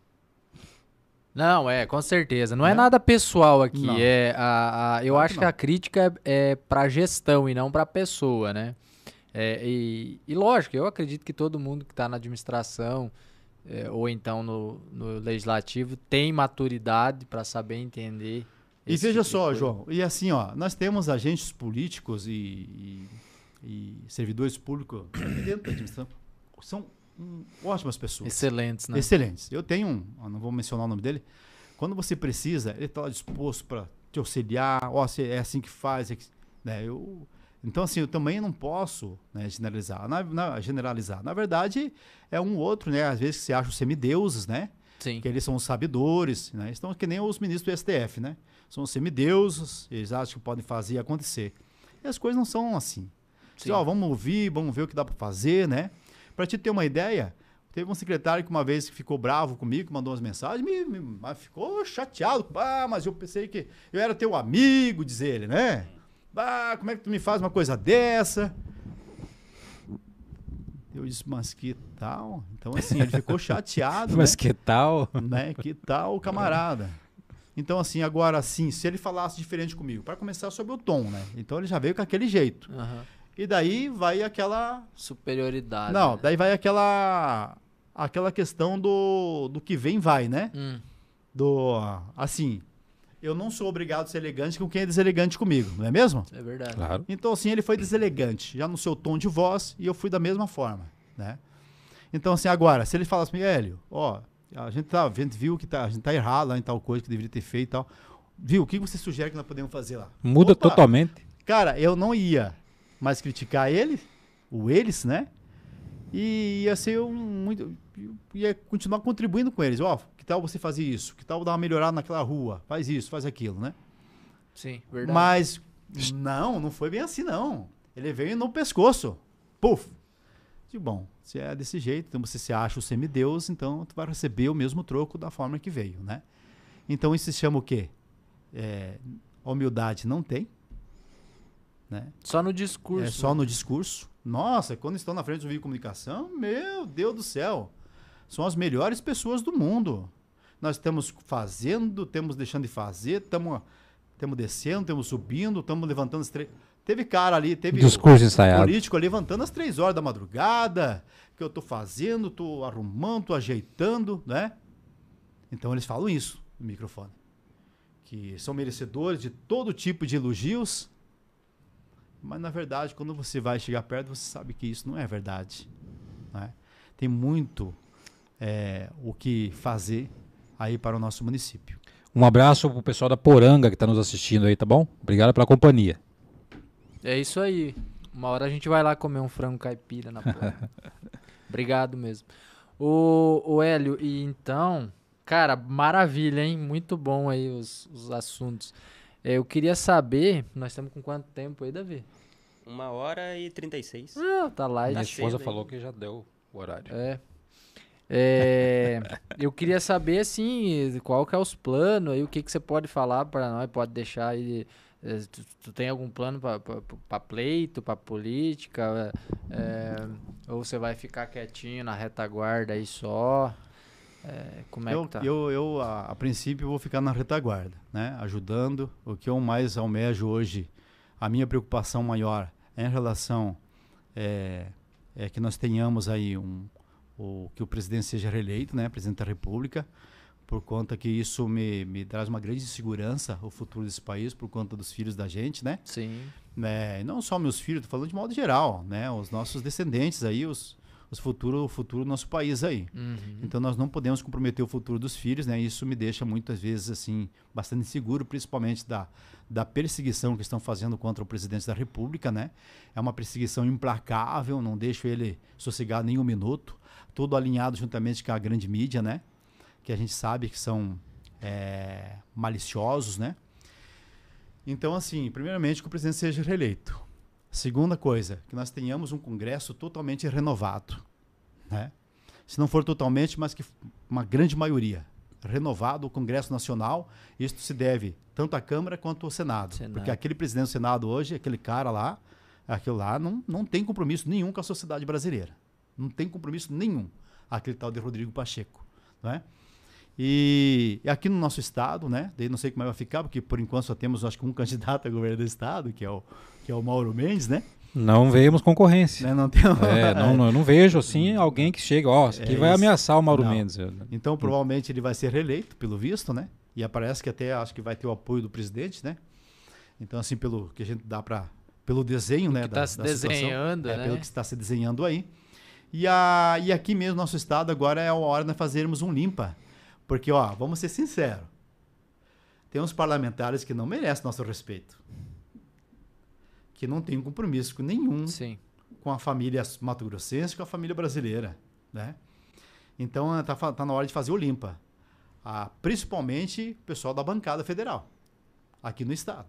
S2: Não, é, com certeza. Não é
S3: Né?
S2: nada pessoal aqui.
S3: Não.
S2: É a, a- eu
S3: Claro
S2: acho
S3: que
S2: que,
S3: não.
S2: a crítica é, é pra gestão e não pra pessoa, né? É, e, e lógico, eu acredito que todo mundo que está na administração é, ou então no, no legislativo tem maturidade para saber entender.
S3: E
S2: esse
S3: veja
S2: tipo de
S3: só,
S2: coisa.
S3: João, e assim, ó, nós temos agentes políticos e, e- e servidores públicos aqui dentro da administração, são hum, ótimas pessoas.
S2: Excelentes, né?
S3: Excelentes. Eu tenho um, eu não vou mencionar o nome dele, quando você precisa, ele está lá disposto para te auxiliar, ó, se é assim que faz, é que- né, eu, então assim, eu também não posso, né, generalizar, na, na- generalizar. Na verdade, é um outro, né, às vezes que se acham semideuses, né,
S2: Sim.
S3: que eles são os sabedores, né? Estão que nem os ministros do S T F, né? São os semideuses, eles acham que podem fazer acontecer. E as coisas não são assim.
S2: Sim.
S3: Ó, vamos ouvir, vamos ver o que dá para fazer, né? Para te ter uma ideia, teve um secretário que uma vez ficou bravo comigo, mandou umas mensagens, me, me- mas ficou chateado. Ah, mas eu pensei que eu era teu amigo, diz ele, né? Ah, como é que tu me faz uma coisa dessa? Eu disse, mas que tal? Então, assim, ele ficou chateado,
S1: Mas
S3: né?
S1: que tal?
S3: né? Que tal, camarada? Então, assim, agora sim, se ele falasse diferente comigo, para começar sobre o tom, né? Então ele já veio com aquele jeito.
S2: Aham.
S3: E daí vai aquela.
S2: Superioridade.
S3: Não,
S2: né?
S3: daí vai aquela. Aquela questão do, do que vem, vai, né?
S2: Hum,
S3: Do. Assim, eu não sou obrigado a ser elegante com quem é deselegante comigo, não é mesmo?
S2: é verdade.
S1: Claro.
S3: Então, assim, ele foi deselegante, já no seu tom de voz, e eu fui da mesma forma, né? Então, assim, agora, se ele falasse assim, Hélio, ó, a gente, tá, a gente viu que tá, a gente tá errado lá em tal coisa que deveria ter feito e tal. Viu, o que você sugere que nós podemos fazer lá?
S1: Muda
S3: Opa!
S1: totalmente.
S3: Cara, eu não ia mais criticar ele, o eles, né? E ia ser um muito. ia continuar contribuindo com eles. Ó, oh, que tal você fazer isso? Que tal dar uma melhorada naquela rua? Faz isso, faz aquilo, né?
S2: Sim, verdade.
S3: Mas não, não foi bem assim, não. Ele veio no pescoço. Puf! De bom, se é desse jeito, então você se acha o semideus, então tu vai receber o mesmo troco da forma que veio, né? Então isso se chama o quê? É, a humildade não tem. Né?
S2: Só no discurso.
S3: É só no discurso. Nossa, quando estão na frente do veículo de comunicação, meu Deus do céu, são as melhores pessoas do mundo. Nós estamos fazendo, estamos deixando de fazer, estamos descendo, estamos subindo, estamos levantando as três... Teve cara ali, teve
S1: discurso ensaiado.
S3: Político levantando às três horas da madrugada, que eu estou fazendo, estou arrumando, estou ajeitando, né? Então eles falam isso no microfone. Que são merecedores de todo tipo de elogios, mas na verdade, quando você vai chegar perto, você sabe que isso não é verdade. Né? Tem muito é, o que fazer aí para o nosso município.
S1: Um abraço pro pessoal da Poranga que está nos assistindo aí, tá bom? Obrigado pela companhia.
S2: É isso aí. Uma hora a gente vai lá comer um frango caipira na Poranga. Obrigado mesmo. O, o Hélio, e então, cara, maravilha, hein? Muito bom aí os, os assuntos. É, eu queria saber, nós estamos com quanto tempo aí, Davi?
S4: Uma hora e trinta e seis.
S2: Ah, tá lá.
S1: Minha
S4: Tá
S1: esposa
S4: cedo,
S1: falou
S4: hein?
S1: que já deu o horário.
S2: É. É, eu queria saber, assim, qual que é os planos aí, o que, que você pode falar para nós, pode deixar aí, é, tu, tu tem algum plano para pleito, para política, é, ou você vai ficar quietinho na retaguarda aí só? É, como é
S3: eu,
S2: que tá?
S3: Eu, eu a, a princípio, vou ficar na retaguarda, né? Ajudando. O que eu mais almejo hoje, a minha preocupação maior é em relação é, é que nós tenhamos aí um, o, que o presidente seja reeleito, né? Presidente da República, por conta que isso me, me traz uma grande insegurança o futuro desse país, por conta dos filhos da gente, né?
S2: Sim.
S3: É, não só meus filhos, tô falando de modo geral, né? Os nossos descendentes aí, os Os futuro, o futuro do nosso país aí.
S2: Uhum.
S3: Então nós não podemos comprometer o futuro dos filhos, né? Isso me deixa muitas vezes assim bastante inseguro, principalmente da, da perseguição que estão fazendo contra o presidente da República, né? É uma perseguição implacável, não deixo ele sossegar nem um minuto, tudo alinhado juntamente com a grande mídia, né? Que a gente sabe que são é, maliciosos, né? Então assim, primeiramente que o presidente seja reeleito. Segunda coisa, que nós tenhamos um Congresso totalmente renovado, né? Se não for totalmente, mas que uma grande maioria. Renovado o Congresso Nacional, isso se deve tanto à Câmara quanto ao Senado.
S2: Senado.
S3: Porque aquele presidente do Senado hoje, aquele cara lá, aquele lá não, não tem compromisso nenhum com a sociedade brasileira. Não tem compromisso nenhum. Aquele tal de Rodrigo Pacheco, né? E, e aqui no nosso estado, né? Daí não sei como vai ficar, porque por enquanto só temos, acho que um candidato a governo do estado, que é o, que é o Mauro Mendes, né?
S1: Não vemos concorrência.
S3: Né? Não tem uma...
S1: É, não, não, eu não vejo assim alguém que chega, ó, isso aqui
S3: É
S1: vai
S3: isso.
S1: ameaçar o Mauro
S3: Não.
S1: Mendes.
S3: Então, provavelmente ele vai ser reeleito, pelo visto, né? E parece que até acho que vai ter o apoio do presidente, né? Então, assim, pelo que a gente dá para pelo desenho, né?
S2: Que
S3: da,
S2: tá se
S3: da situação,
S2: desenhando,
S3: é,
S2: né?
S3: pelo que está se desenhando aí. E, a, e aqui mesmo, nosso estado, agora é a hora de nós fazermos um limpa. Porque, ó, vamos ser sinceros. Tem uns parlamentares que não merecem nosso respeito. Que não tem compromisso com nenhum
S2: Sim.
S3: com a família mato-grossense, com a família brasileira, né? Então, tá, tá na hora de fazer o limpa. Ah, principalmente o pessoal da bancada federal, aqui no estado.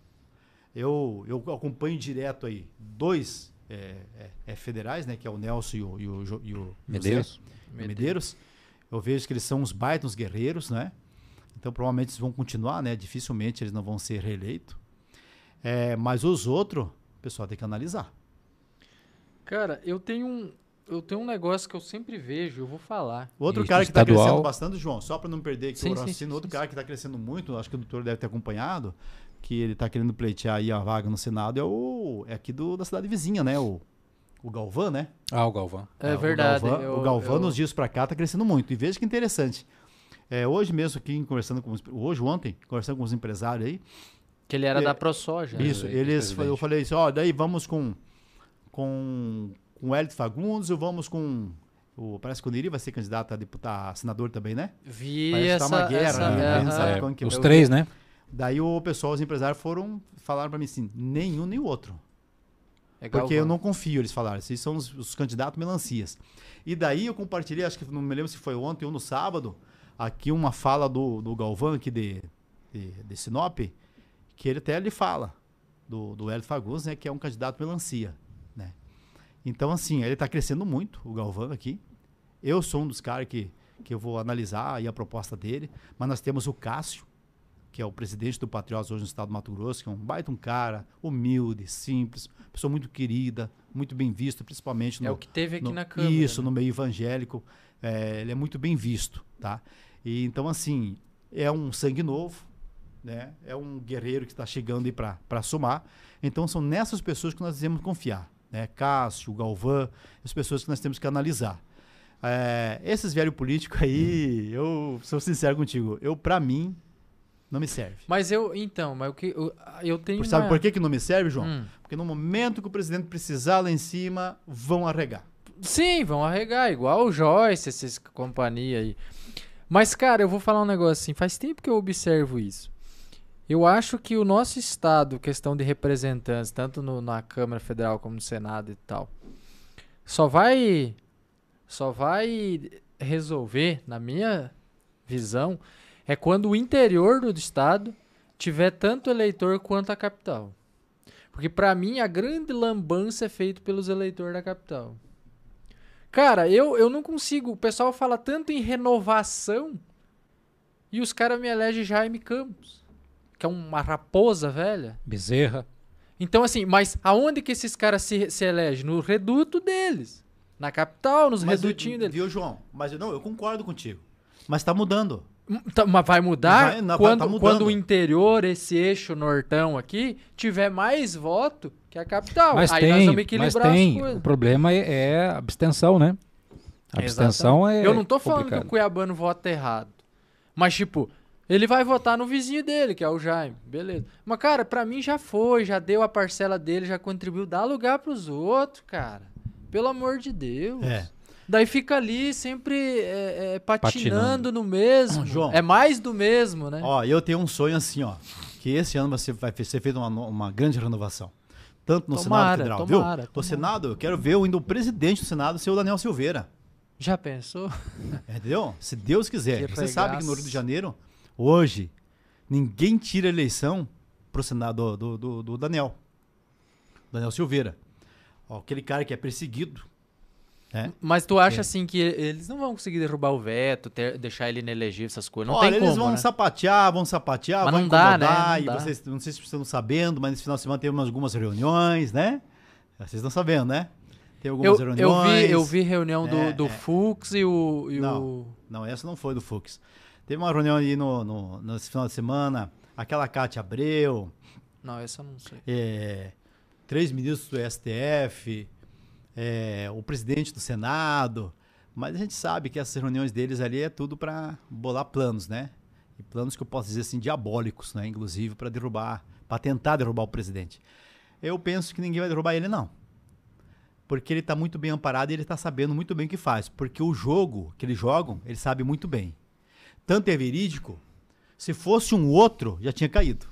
S3: Eu, eu acompanho direto aí dois é, é, é, federais, né? Que é o Nelson e o, e o, Jo- e o
S1: Medeiros.
S3: José Medeiros. Eu vejo que eles são uns baitos guerreiros, né? Então, provavelmente eles vão continuar, né? Dificilmente eles não vão ser reeleitos. É, mas os outros, o pessoal tem que analisar.
S2: Cara, eu tenho um, eu tenho um negócio que eu sempre vejo, eu vou falar.
S3: O outro
S1: Isso,
S3: cara que está
S1: estadual.
S3: crescendo bastante, João, só para não perder aqui
S2: Sim,
S3: o
S2: sim,
S3: raciocínio,
S2: sim,
S3: outro
S2: sim,
S3: cara que está crescendo muito, acho que o doutor deve ter acompanhado, que ele está querendo pleitear aí a vaga no Senado, é o é aqui do, da cidade vizinha, né? O, o Galvão, né?
S1: Ah, o Galvão.
S2: É,
S3: o
S2: verdade.
S3: Galvão,
S2: eu-
S3: o Galvão
S2: eu-
S3: nos dias para cá está crescendo muito. E veja que interessante. É, hoje mesmo aqui, conversando com os, hoje, ontem, conversando com os empresários aí,
S2: Que ele era
S3: É,
S2: da ProSoja.
S3: isso,
S1: né,
S3: eles,
S1: ex-presidente.
S3: eu falei isso, ó, daí vamos com com, com o Hélio Fagundes, ou vamos com, o, parece que o Neri vai ser candidato a deputado, a senador também, né?
S2: Vi
S3: Parece que
S2: essa,
S3: tá uma guerra,
S2: essa,
S3: né?
S2: aham.
S3: Quem sabe
S1: É,
S3: quando que
S1: os
S3: eu-
S1: três, né?
S3: Daí o pessoal, os empresários foram, falaram para mim assim, nenhum nem o outro.
S2: É
S3: Porque
S2: Galvão.
S3: eu não confio, eles falaram. Esses são os, os candidatos melancias. E daí eu compartilhei, acho que não me lembro se foi ontem ou no sábado, aqui uma fala do, do Galvão aqui de, de, de Sinop, que ele até lhe fala, do, do Hélio Fagundes, né, que é um candidato melancia. Né? Então, assim, ele está crescendo muito, o Galvão aqui. Eu sou um dos caras que, que eu vou analisar aí a proposta dele, mas nós temos o Cássio, que é o presidente do Patriotas hoje no estado do Mato Grosso, que é um baita um cara, humilde, simples, pessoa muito querida, muito bem vista, principalmente no...
S2: É o que teve aqui
S3: no,
S2: na Câmara.
S3: Isso,
S2: né?
S3: no meio evangélico, é, ele é muito bem visto, tá? E, então, assim, é um sangue novo, né? É um guerreiro que está chegando aí para somar. Então, são nessas pessoas que nós devemos confiar, né? Cássio, Galvão, as pessoas que nós temos que analisar. É, esses velhos políticos aí, eu sou sincero contigo, eu, para mim, não me serve.
S2: Mas eu, então, mas o que eu, eu tenho
S3: Sabe
S2: uma...
S3: por que, que não me serve, João?
S2: Hum.
S3: Porque no momento que o presidente precisar lá em cima, vão arregar.
S2: Sim, vão arregar, igual o Joyce, essas companhia aí. Mas, cara, eu vou falar um negócio assim, faz tempo que eu observo isso. Eu acho que o nosso estado, questão de representantes, tanto no, na Câmara Federal como no Senado e tal, só vai, só vai resolver, na minha visão, é quando o interior do estado tiver tanto eleitor quanto a capital. Porque pra mim a grande lambança é feita pelos eleitores da capital. Cara, eu, eu não consigo. O pessoal fala tanto em renovação e os caras me elegem Jaime Campos, que é uma raposa velha.
S1: Bezerra.
S2: Então, assim, mas aonde que esses caras se, se elegem? No reduto deles. Na capital, nos
S3: Mas,
S2: redutinhos deles.
S3: viu, João? Mas eu- não, eu concordo contigo. Mas tá mudando.
S2: Hum, tá- Mas vai mudar
S3: Vai- não,
S2: quando,
S3: tá mudando.
S2: quando o interior, esse eixo nortão aqui, tiver mais voto que a capital.
S1: Mas
S2: Aí nós
S1: tem,
S2: vamos
S1: mas
S2: equilibrar as
S1: tem.
S2: coisas.
S1: O problema é, é a abstenção, né? A abstenção é
S2: Eu não tô falando
S1: complicado.
S2: que o cuiabano vota errado. Mas, tipo, ele vai votar no vizinho dele, que é o Jaime. Beleza. Mas, cara, pra mim já foi, já deu a parcela dele, já contribuiu. Dá lugar pros outros, cara. Pelo amor de Deus.
S3: É.
S2: Daí fica ali sempre é, é, patinando,
S1: Patinando.
S2: no mesmo.
S3: João.
S2: É mais do mesmo, né?
S3: Ó, eu tenho um sonho assim, ó. Que esse ano vai ser, vai ser feita uma, no- uma grande renovação. Tanto no
S2: Tomara,
S3: Senado Federal,
S2: tomara,
S3: viu?
S2: tomara.
S3: O Senado, eu quero ver ainda o presidente do Senado ser o Daniel Silveira.
S2: Já pensou?
S3: Entendeu? Se Deus quiser.
S2: Que
S3: Você sabe que no
S2: regaço.
S3: Rio de Janeiro, hoje, ninguém tira a eleição pro Senado do, do, do Daniel. Daniel Silveira. Ó, aquele cara que é perseguido. Né?
S2: Mas tu acha
S3: É.
S2: assim que eles não vão conseguir derrubar o veto, ter- deixar ele inelegível, essas coisas? Não
S3: Olha,
S2: tem
S3: eles
S2: como,
S3: vão
S2: né?
S3: sapatear, vão sapatear,
S2: Mas
S3: vão
S2: não dá, né?
S3: incomodar.
S2: Não
S3: E
S2: dá.
S3: vocês, não sei se vocês estão sabendo, mas nesse final de semana teve umas- algumas reuniões, né? Vocês estão sabendo, né? Tem algumas
S2: Eu, eu
S3: reuniões.
S2: vi, eu vi reunião do,
S3: É,
S2: do
S3: é.
S2: Fux e o... E
S3: Não.
S2: o...
S3: Não, essa não foi do Fux. Teve uma reunião aí no, no, nesse final de semana, aquela Cátia Abreu,
S2: Não, essa eu não sei.
S3: é, três ministros do S T F, é, o presidente do Senado, mas a gente sabe que essas reuniões deles ali é tudo para bolar planos, né? E planos que eu posso dizer assim, diabólicos, né? Inclusive para derrubar, para tentar derrubar o presidente. Eu penso que ninguém vai derrubar ele, não. Porque ele está muito bem amparado e ele está sabendo muito bem o que faz. Porque o jogo que eles jogam, ele sabe muito bem. Tanto é verídico, se fosse um outro, já tinha caído.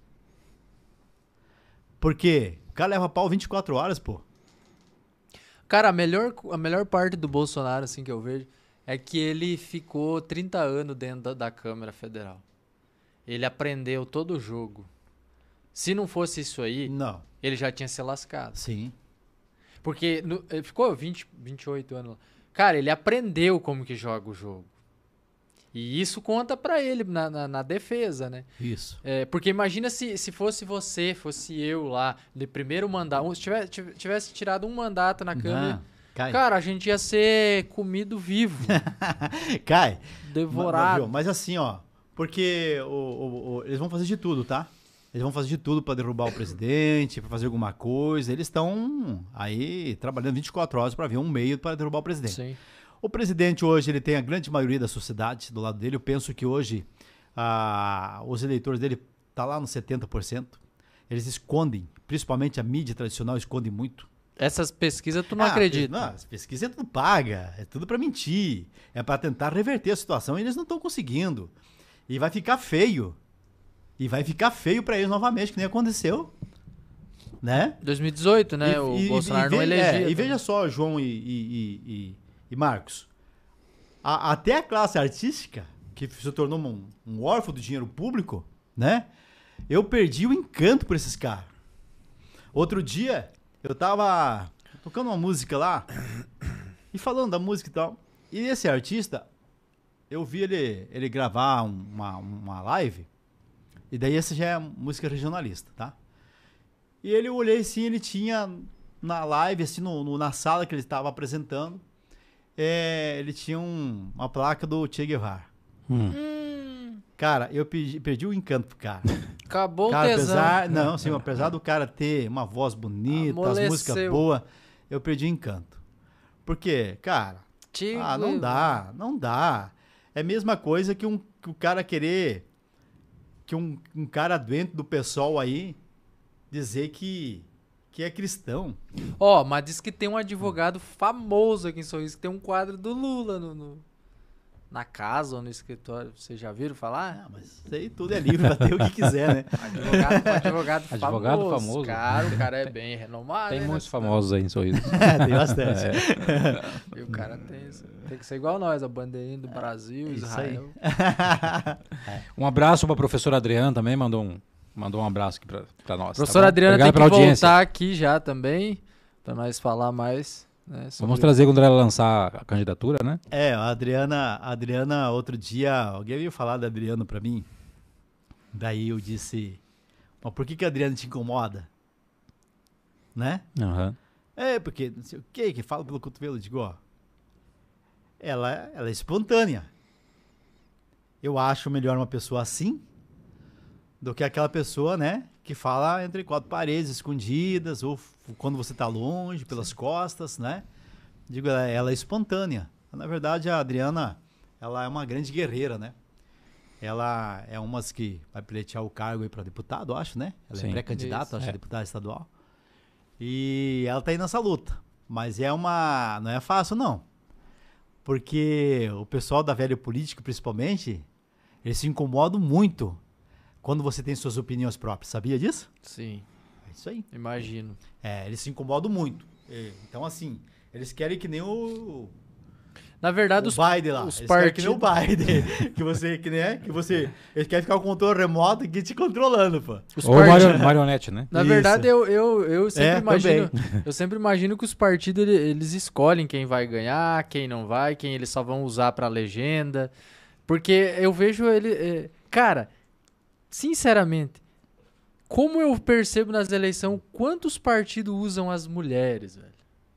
S3: Porque o cara leva pau vinte e quatro horas, pô.
S2: Cara, a melhor, a melhor parte do Bolsonaro, assim, que eu vejo, é que ele ficou trinta anos dentro da, da Câmara Federal. Ele aprendeu todo o jogo. Se não fosse isso aí,
S3: Não.
S2: ele já tinha se lascado.
S3: Sim.
S2: Porque no- ele ficou vinte, vinte e oito anos lá. Cara, ele aprendeu como que joga o jogo. E isso conta pra ele na, na, na defesa, né?
S3: Isso.
S2: É, porque imagina se, se fosse você, fosse eu lá, de primeiro mandato, se tivesse, tivesse tirado um mandato na Câmara,
S3: Não, cai.
S2: cara, a gente ia ser comido vivo,
S3: Cai.
S2: devorado.
S3: Mas, mas assim, ó, porque o- o- o- eles vão fazer de tudo, tá? Eles vão fazer de tudo pra derrubar o presidente, pra fazer alguma coisa. Eles estão aí trabalhando vinte e quatro horas pra ver um meio para derrubar o presidente.
S2: Sim.
S3: O presidente hoje, ele tem a grande maioria da sociedade do lado dele. Eu penso que hoje ah, os eleitores dele tá lá nos setenta por cento. Eles escondem, principalmente a mídia tradicional esconde muito.
S2: Essas pesquisas tu não
S3: Ah,
S2: acredita.
S3: Não, as pesquisas é tudo paga, é tudo pra mentir. É pra tentar reverter a situação e eles não estão conseguindo. E vai ficar feio. E vai ficar feio pra eles novamente, que nem aconteceu. né?
S2: dois mil e dezoito, né?
S3: E-
S2: o
S3: e-
S2: Bolsonaro
S3: e
S2: não
S3: ve-
S2: elegia.
S3: é, e
S2: também.
S3: veja só, João e, e- e- e- e Marcos. A- até a classe artística, que se tornou um, um órfão do dinheiro público, né? Eu perdi o encanto por esses caras. Outro dia, eu tava tocando uma música lá e falando da música e tal. E esse artista, eu vi ele, ele gravar um- uma, uma live. E daí essa já é música regionalista, tá? E ele, eu olhei assim, ele tinha na live, assim, no, no- na sala que ele estava apresentando, é, ele tinha um- uma placa do Che Guevara.
S2: Hum,
S3: Cara, eu perdi, perdi o encanto pro cara.
S2: acabou
S3: Cara,
S2: o tesão.
S3: apesar, não, assim, apesar do cara ter uma voz bonita, as
S2: Amoleceu.
S3: músicas boas, eu perdi o encanto. Porque, cara,
S2: Che
S3: ah, não dá, não dá. É a mesma coisa que, um, que o cara querer, que um, um cara doente do pessoal aí dizer que, que é cristão.
S2: Ó, mas diz que tem um advogado famoso aqui em Sorriso, que tem um quadro do Lula no, no- na casa ou no escritório. Vocês já viram falar?
S3: Ah, mas isso aí tudo é livre pra ter o que quiser, né?
S2: Advogado, advogado,
S1: Advogado
S2: famoso.
S1: famoso.
S2: Cara, o cara é bem renomado.
S1: Tem
S2: né,
S1: muitos
S2: nessa-
S1: famosos aí em Sorriso.
S3: É, tem bastante.
S2: E o cara tem isso. Tem que ser igual nós, a bandeirinha do Brasil,
S3: É, isso
S2: Israel.
S1: Um abraço para a professora Adriana também, mandou um, mandou um abraço aqui para nós.
S2: A
S1: tá
S2: professora
S1: bom?
S2: Adriana
S1: Obrigado
S2: tem que
S1: pela audiência.
S2: voltar aqui já também, pra nós falar mais. Né, sobre-
S1: Vamos trazer quando ela lançar a candidatura, né?
S3: É, a Adriana, a Adriana, outro dia, alguém veio falar da Adriana pra mim. Daí eu disse, mas por que, que a Adriana te incomoda? Né?
S1: Aham.
S3: É, porque não sei o que, que fala pelo cotovelo. Eu digo, ó, ela, ela é espontânea. Eu acho melhor uma pessoa assim do que aquela pessoa, né, que fala entre quatro paredes, escondidas, ou f- quando você tá longe, pelas costas, né? Digo, ela, ela é espontânea. Na verdade, a Adriana, ela é uma grande guerreira, né? Ela é umas que vai pleitear o cargo aí para deputado, eu acho, né? Ela
S1: Sim.
S3: é pré-candidata,
S2: Isso.
S3: acho,
S1: É.
S3: a deputada estadual. E ela tá aí nessa luta. Mas é uma... não é fácil, não. Porque o pessoal da velha política, principalmente, eles se incomodam muito quando você tem suas opiniões próprias. Sabia disso?
S2: Sim,
S3: É isso aí.
S2: imagino.
S3: É, eles se incomodam muito. É, então, assim, eles querem que nem o...
S2: Na verdade,
S3: o
S2: os,
S3: Biden lá.
S2: os
S3: Eles querem que nem o
S2: partidos-
S3: Biden. que você, que nem é, que você... Eles querem ficar com o controle remoto e te controlando, pô.
S2: os
S1: Ou
S2: partidos-
S1: mario- marionete, né?
S2: Na
S3: Isso.
S2: verdade, eu, eu, eu sempre
S3: É,
S2: imagino. Eu sempre imagino que os partidos ele- eles escolhem quem vai ganhar, quem não vai, quem eles só vão usar pra legenda. Porque eu vejo ele. é, cara, sinceramente, como eu percebo nas eleições quantos partidos usam as mulheres, velho?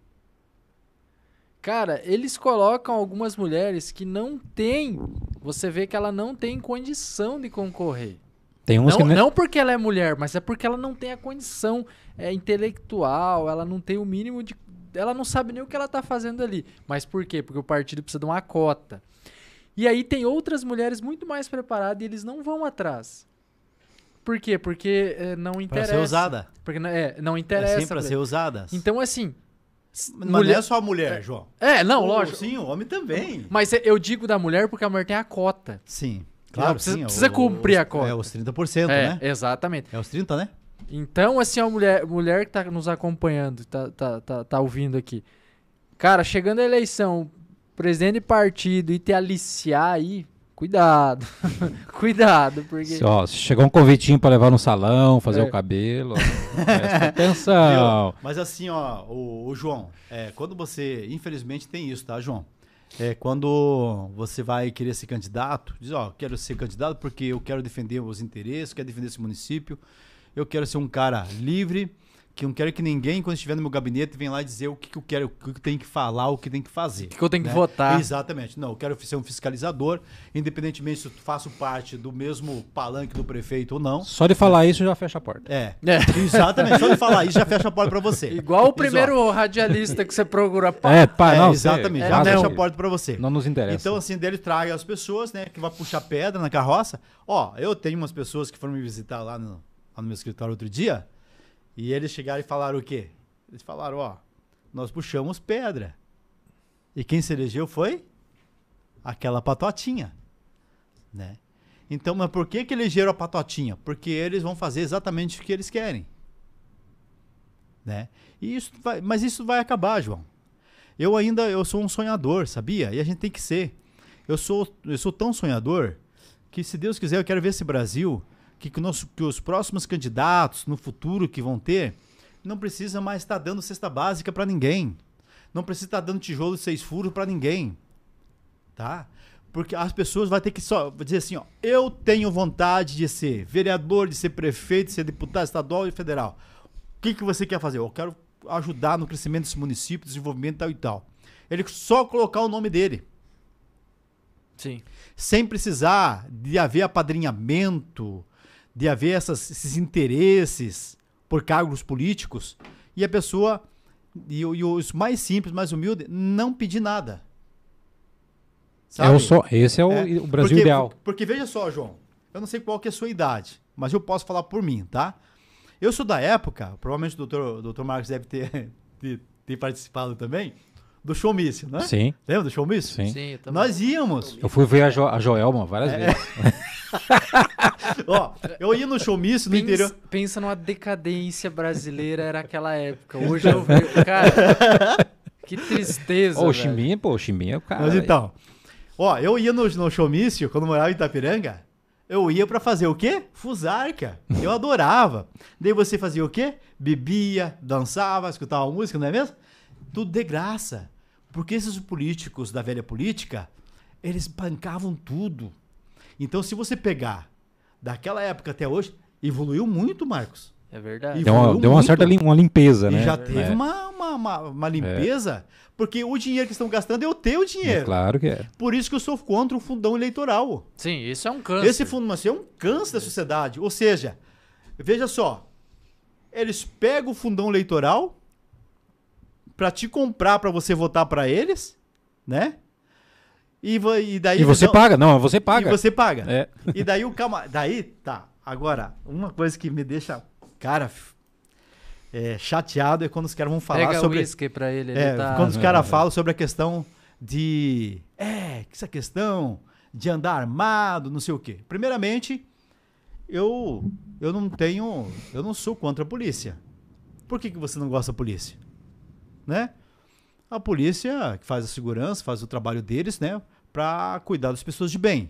S2: Cara, eles colocam algumas mulheres que não têm. Você vê que ela não tem condição de concorrer.
S1: Tem uns
S2: Não,
S1: que... ne-
S2: não porque ela é mulher, mas é porque ela não tem a condição é, intelectual, ela não tem o mínimo de. Ela não sabe nem o que ela tá fazendo ali. Mas por quê? Porque o partido precisa de uma cota. E aí tem outras mulheres muito mais preparadas e eles não vão atrás. Por quê? Porque é, não
S3: Pra
S2: interessa.
S3: ser usada.
S2: Porque não- é, não
S3: É
S2: interessa.
S3: sempre pra
S2: pra
S3: ser usada.
S2: Então, assim. s-
S3: Mas
S2: mulher-
S3: não é só a mulher, João.
S2: É, não,
S3: O-
S2: lógico.
S3: Sim, o homem também.
S2: Mas eu digo da mulher porque a mulher tem a cota.
S3: Sim.
S2: Claro, precisa- precisa cumprir a cota.
S3: É os trinta por cento,
S2: é,
S3: né?
S2: exatamente.
S3: É os trinta, né?
S2: Então, assim, a mulher, mulher que tá nos acompanhando, tá, tá, tá, tá ouvindo aqui. Cara, chegando a eleição, presidente de partido e te aliciar aí, cuidado. Cuidado, porque.
S1: Se, ó, se chegar um convitinho para levar no salão, fazer
S2: É.
S1: o cabelo, ó, presta atenção.
S3: Viu? Mas assim, ó, o, o João, é, quando você, infelizmente tem isso, tá, João? É, quando você vai querer ser candidato, diz, ó, quero ser candidato porque eu quero defender os interesses, quero defender esse município, eu quero ser um cara livre, que não quero que ninguém, quando estiver no meu gabinete, venha lá dizer o que, que eu quero, o que, que tem que falar, o que tem que fazer.
S2: O que, que eu tenho que
S3: né?
S2: votar?
S3: Exatamente. Não, eu quero ser um fiscalizador, independentemente se eu faço parte do mesmo palanque do prefeito ou não.
S1: Só de falar isso já fecha a porta.
S3: É,
S2: É.
S3: exatamente. Só de falar isso já fecha a porta pra você.
S2: Igual o
S3: Diz, ó,
S2: primeiro radialista que você procura. pá,
S1: É, pá,
S3: é,
S1: não,
S3: exatamente,
S1: cê-
S3: já
S2: é,
S3: fecha
S2: não.
S3: a porta pra você.
S1: Não nos interessa.
S3: Então, assim, dele traga as pessoas, né, que vai puxar pedra na carroça. Ó, eu tenho umas pessoas que foram me visitar lá no, lá no meu escritório outro dia, e eles chegaram e falaram o quê? Eles falaram, ó, nós puxamos pedra. E quem se elegeu foi aquela patotinha, né? Então, mas por que que elegeram a patotinha? Porque eles vão fazer exatamente o que eles querem. né? E isso vai, mas isso vai acabar, João. Eu ainda eu sou um sonhador, sabia? E a gente tem que ser. Eu sou, eu sou tão sonhador que, se Deus quiser, eu quero ver esse Brasil, que, que, nosso, que os próximos candidatos no futuro que vão ter, não precisa mais estar dando cesta básica para ninguém. Não precisa estar dando tijolo de seis furos para ninguém. Tá? Porque as pessoas vão ter que só dizer assim, ó, eu tenho vontade de ser vereador, de ser prefeito, de ser deputado estadual e federal. O que, que você quer fazer? Eu quero ajudar no crescimento desse município, desenvolvimento tal e tal. Ele só colocar o nome dele.
S2: Sim.
S3: Sem precisar de haver apadrinhamento, de haver essas, esses interesses por cargos políticos. E a pessoa, e, e os mais simples, mais humildes, não pedir nada.
S1: É o só, esse é o,
S3: É,
S1: o Brasil
S3: porque,
S1: ideal.
S3: Porque, porque veja só, João, eu não sei qual que é a sua idade, mas eu posso falar por mim, tá? Eu sou da época, provavelmente o doutor, doutor Marcos deve ter, ter, ter participado também, do showmício, né?
S1: Sim.
S3: Lembra do showmício?
S1: Sim.
S2: Sim, eu também.
S3: Nós íamos.
S1: Eu fui ver a, jo a Joelma várias
S3: É.
S1: vezes.
S3: Ó, eu ia no showmício no
S2: Pensa,
S3: interior.
S2: pensa numa decadência brasileira, era aquela época. Hoje eu vejo, cara, que tristeza,
S1: Ô, o
S2: velho.
S1: Chimbinha, pô, o Chimbinha é o cara.
S3: Mas
S1: velho.
S3: então, ó, eu ia no, no showmício, quando eu morava em Itapiranga, eu ia pra fazer o quê? Fusarca. Eu adorava. Daí você fazia o quê? Bebia, dançava, escutava música, não é mesmo? Tudo de graça. Porque esses políticos da velha política, eles bancavam tudo. Então, se você pegar daquela época até hoje, evoluiu muito, Marcos.
S2: É verdade.
S1: Deu uma,
S3: evoluiu
S1: deu uma
S3: muito.
S1: certa lim- uma limpeza,
S3: E
S1: né?
S3: já teve
S1: É.
S3: uma, uma, uma, uma limpeza, porque o dinheiro que estão gastando é o teu dinheiro.
S1: Claro que é.
S3: Por isso que eu sou contra o fundão eleitoral.
S2: Sim, isso é um câncer.
S3: Esse fundo mas é um câncer da sociedade. Ou seja, veja só, eles pegam o fundão eleitoral para te comprar, para você votar para eles, né? E, va- e daí
S1: E você
S3: eles dão-
S1: paga? Não, você paga.
S3: E você paga.
S1: É.
S3: E daí o cama... Daí, tá. Agora, uma coisa que me deixa, cara, f- é, chateado é quando os caras vão falar
S2: Pega
S3: sobre...
S2: o uísque pra ele, ele
S3: É,
S2: tá...
S3: quando os
S1: É,
S3: caras
S1: é.
S3: falam sobre a questão de... É, essa questão de andar armado, não sei o quê. Primeiramente, eu, eu não tenho... Eu não sou contra a polícia. Por que, que você não gosta da polícia? Né? A polícia que faz a segurança, faz o trabalho deles, né? Pra cuidar das pessoas de bem.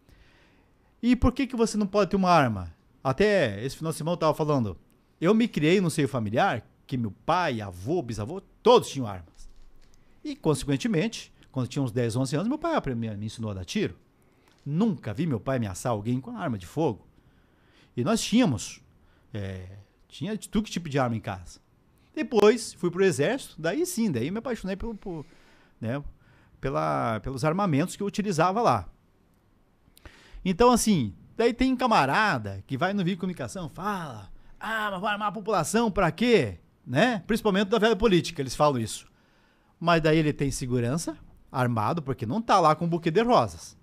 S3: E por que, que você não pode ter uma arma? Até esse final de semana eu tava falando. Eu me criei no seio familiar que meu pai, avô, bisavô, todos tinham armas. E, consequentemente, quando eu tinha uns dez, onze anos, meu pai me, me ensinou a dar tiro. Nunca vi meu pai ameaçar alguém com arma de fogo. E nós tínhamos, é, tinha de tudo que tipo de arma em casa. Depois, fui pro exército, daí sim, daí me apaixonei pelo, por, né, pela, pelos armamentos que eu utilizava lá. Então, assim, daí tem camarada que vai no vídeo de comunicação, fala, ah, mas vai armar a população pra quê? Né? Principalmente da velha política, eles falam isso. Mas daí ele tem segurança, armado, porque não tá lá com um buquê de rosas.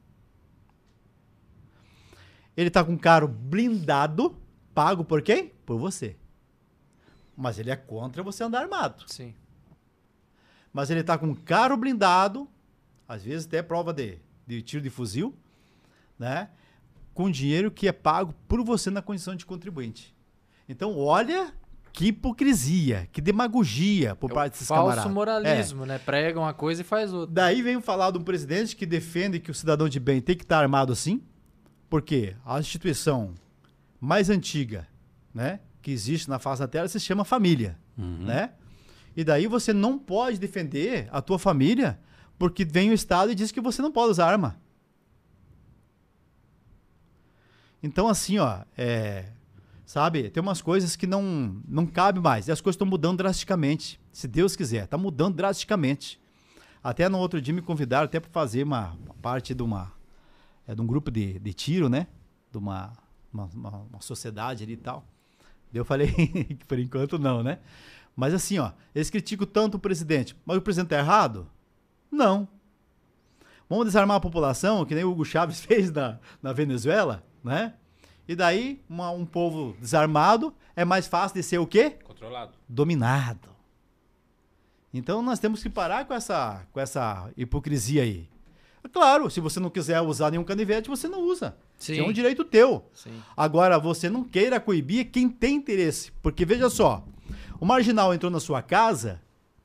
S3: Ele tá com um carro blindado, pago por quem? Por você. Mas ele é contra você andar armado.
S2: Sim.
S3: Mas ele tá com um carro blindado, às vezes até prova de, de tiro de fuzil, né? Com dinheiro que é pago por você na condição de contribuinte. Então, olha que hipocrisia, que demagogia por
S2: É
S3: parte
S2: o
S3: desses
S2: falso
S3: camaradas.
S2: moralismo, né? Prega uma coisa e faz outra.
S3: Daí vem falar de um presidente que defende que o cidadão de bem tem que estar armado sim, porque a instituição mais antiga, né, que existe na face da Terra se chama família, né? E daí você não pode defender a tua família porque vem o Estado e diz que você não pode usar arma. Então, assim, ó, é, sabe, tem umas coisas que não, não cabe mais. E as coisas estão mudando drasticamente. Se Deus quiser, está mudando drasticamente. Até no outro dia me convidaram até para fazer uma, uma parte de uma é, de um grupo de, de tiro, né? De uma, uma, uma, uma sociedade ali e tal. Daí eu falei que por enquanto não, né? Mas assim, ó, eles criticam tanto o presidente. Mas o presidente tá errado? Não. Vamos desarmar a população, que nem o Hugo Chávez fez na, na Venezuela, né? E daí, uma, um povo desarmado é mais fácil de ser o quê?
S1: Controlado.
S3: Dominado. Então nós temos que parar com essa, com essa hipocrisia aí. É claro, se você não quiser usar nenhum canivete, você não usa.
S2: Sim.
S3: Isso é um direito teu.
S2: Sim.
S3: Agora, você não queira coibir quem tem interesse. Porque, veja só, O marginal entrou na sua casa,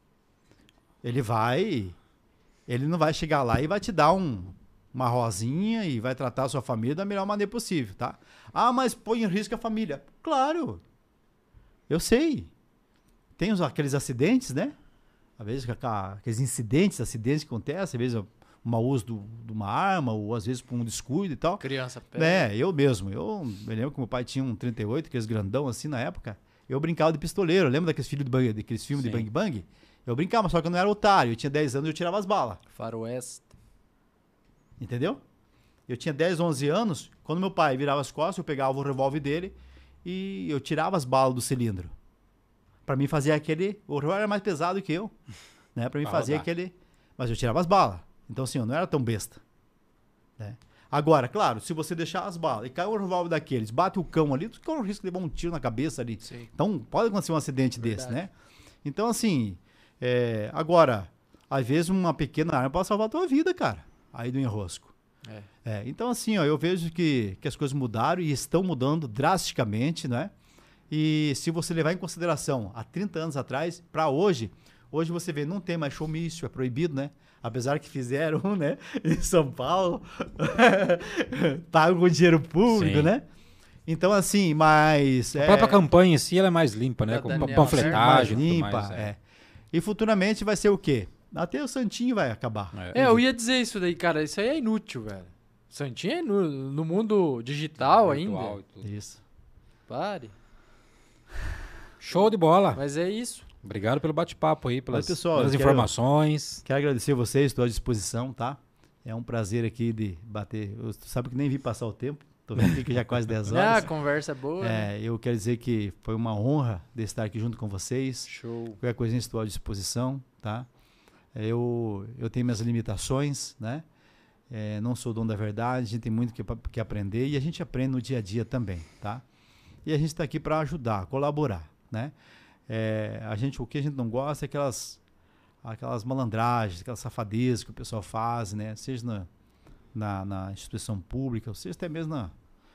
S3: ele vai... Ele não vai chegar lá e vai te dar um, uma rosinha e vai tratar a sua família da melhor maneira possível, tá? Ah, mas põe em risco a família. Claro. Eu sei. Tem os, aqueles acidentes, né? Às vezes aqueles incidentes, acidentes que acontecem, às vezes um mau uso do, de uma arma, ou às vezes por um descuido e tal.
S2: Criança pega.
S3: É, eu mesmo. Eu me lembro que meu pai tinha um trinta e oito, aqueles grandão assim na época. Eu brincava de pistoleiro. Lembra daqueles, filhos de bang, daqueles filmes
S1: Sim.
S3: de Bang Bang? Eu brincava, só que eu não era otário. Eu tinha dez anos e eu tirava as balas.
S2: Faroeste.
S3: Entendeu? Eu tinha dez, onze anos. Quando meu pai virava as costas, eu pegava o revólver dele e eu tirava as balas do cilindro. Pra mim fazer aquele... O revólver era mais pesado que eu. Né? Pra mim
S1: Pra
S3: fazer
S1: rodar.
S3: aquele... Mas eu tirava as balas. Então assim, eu não era tão besta. Né? Agora, claro, se você deixar as balas e cai um revólver daqueles, bate o cão ali, tu corre o risco de levar um tiro na cabeça ali.
S2: Sim.
S3: Então pode acontecer um acidente
S2: Verdade.
S3: desse, né? Então assim... É, agora, às vezes uma pequena arma pode salvar a tua vida, cara. Aí do enrosco.
S2: É.
S3: É, então assim, ó, eu vejo que, que as coisas mudaram e estão mudando drasticamente, né? E se você levar em consideração há trinta anos atrás, para hoje, hoje você vê, não tem mais showmício, é proibido, né? Apesar que fizeram, né? Em São Paulo, pagam com dinheiro público,
S1: Sim.
S3: né? Então assim, mas...
S1: A
S3: é,
S1: própria campanha em si ela é mais limpa, né?
S2: Da
S1: Com
S2: Daniel
S3: mais
S1: panfletagem e tudo
S3: limpa,
S1: mais.
S3: é. E futuramente vai ser o quê? Até o Santinho vai acabar.
S1: É.
S2: É, eu ia dizer isso daí, cara. Isso aí é inútil, velho. Santinho é inútil. No mundo digital
S1: Virtual
S2: ainda.
S1: e tudo.
S3: Isso.
S2: Pare.
S1: Show de bola.
S2: Mas é isso.
S1: Obrigado pelo bate-papo aí, pelas,
S3: Mas, pessoal,
S1: pelas
S3: eu quero-
S1: informações.
S3: Quero agradecer vocês, estou à disposição, tá? É um prazer aqui de bater. Eu, tu sabe que nem vi passar o tempo. Tô vendo aqui que já é quase dez
S2: Ah, a
S3: horas.
S2: conversa é boa. né?
S3: É, eu quero dizer que foi uma honra de estar aqui junto com vocês.
S2: Show.
S3: Qualquer coisinha estou à disposição, tá? Eu, eu tenho minhas limitações, né? É, não sou dono da verdade, a gente tem muito que, que aprender e a gente aprende no dia a dia também, tá? E a gente está aqui para ajudar, colaborar, né? É, a gente, o que a gente não gosta é aquelas, aquelas malandragens, aquelas safadezas que o pessoal faz, né? Seja na, na, na instituição pública, ou seja até mesmo na,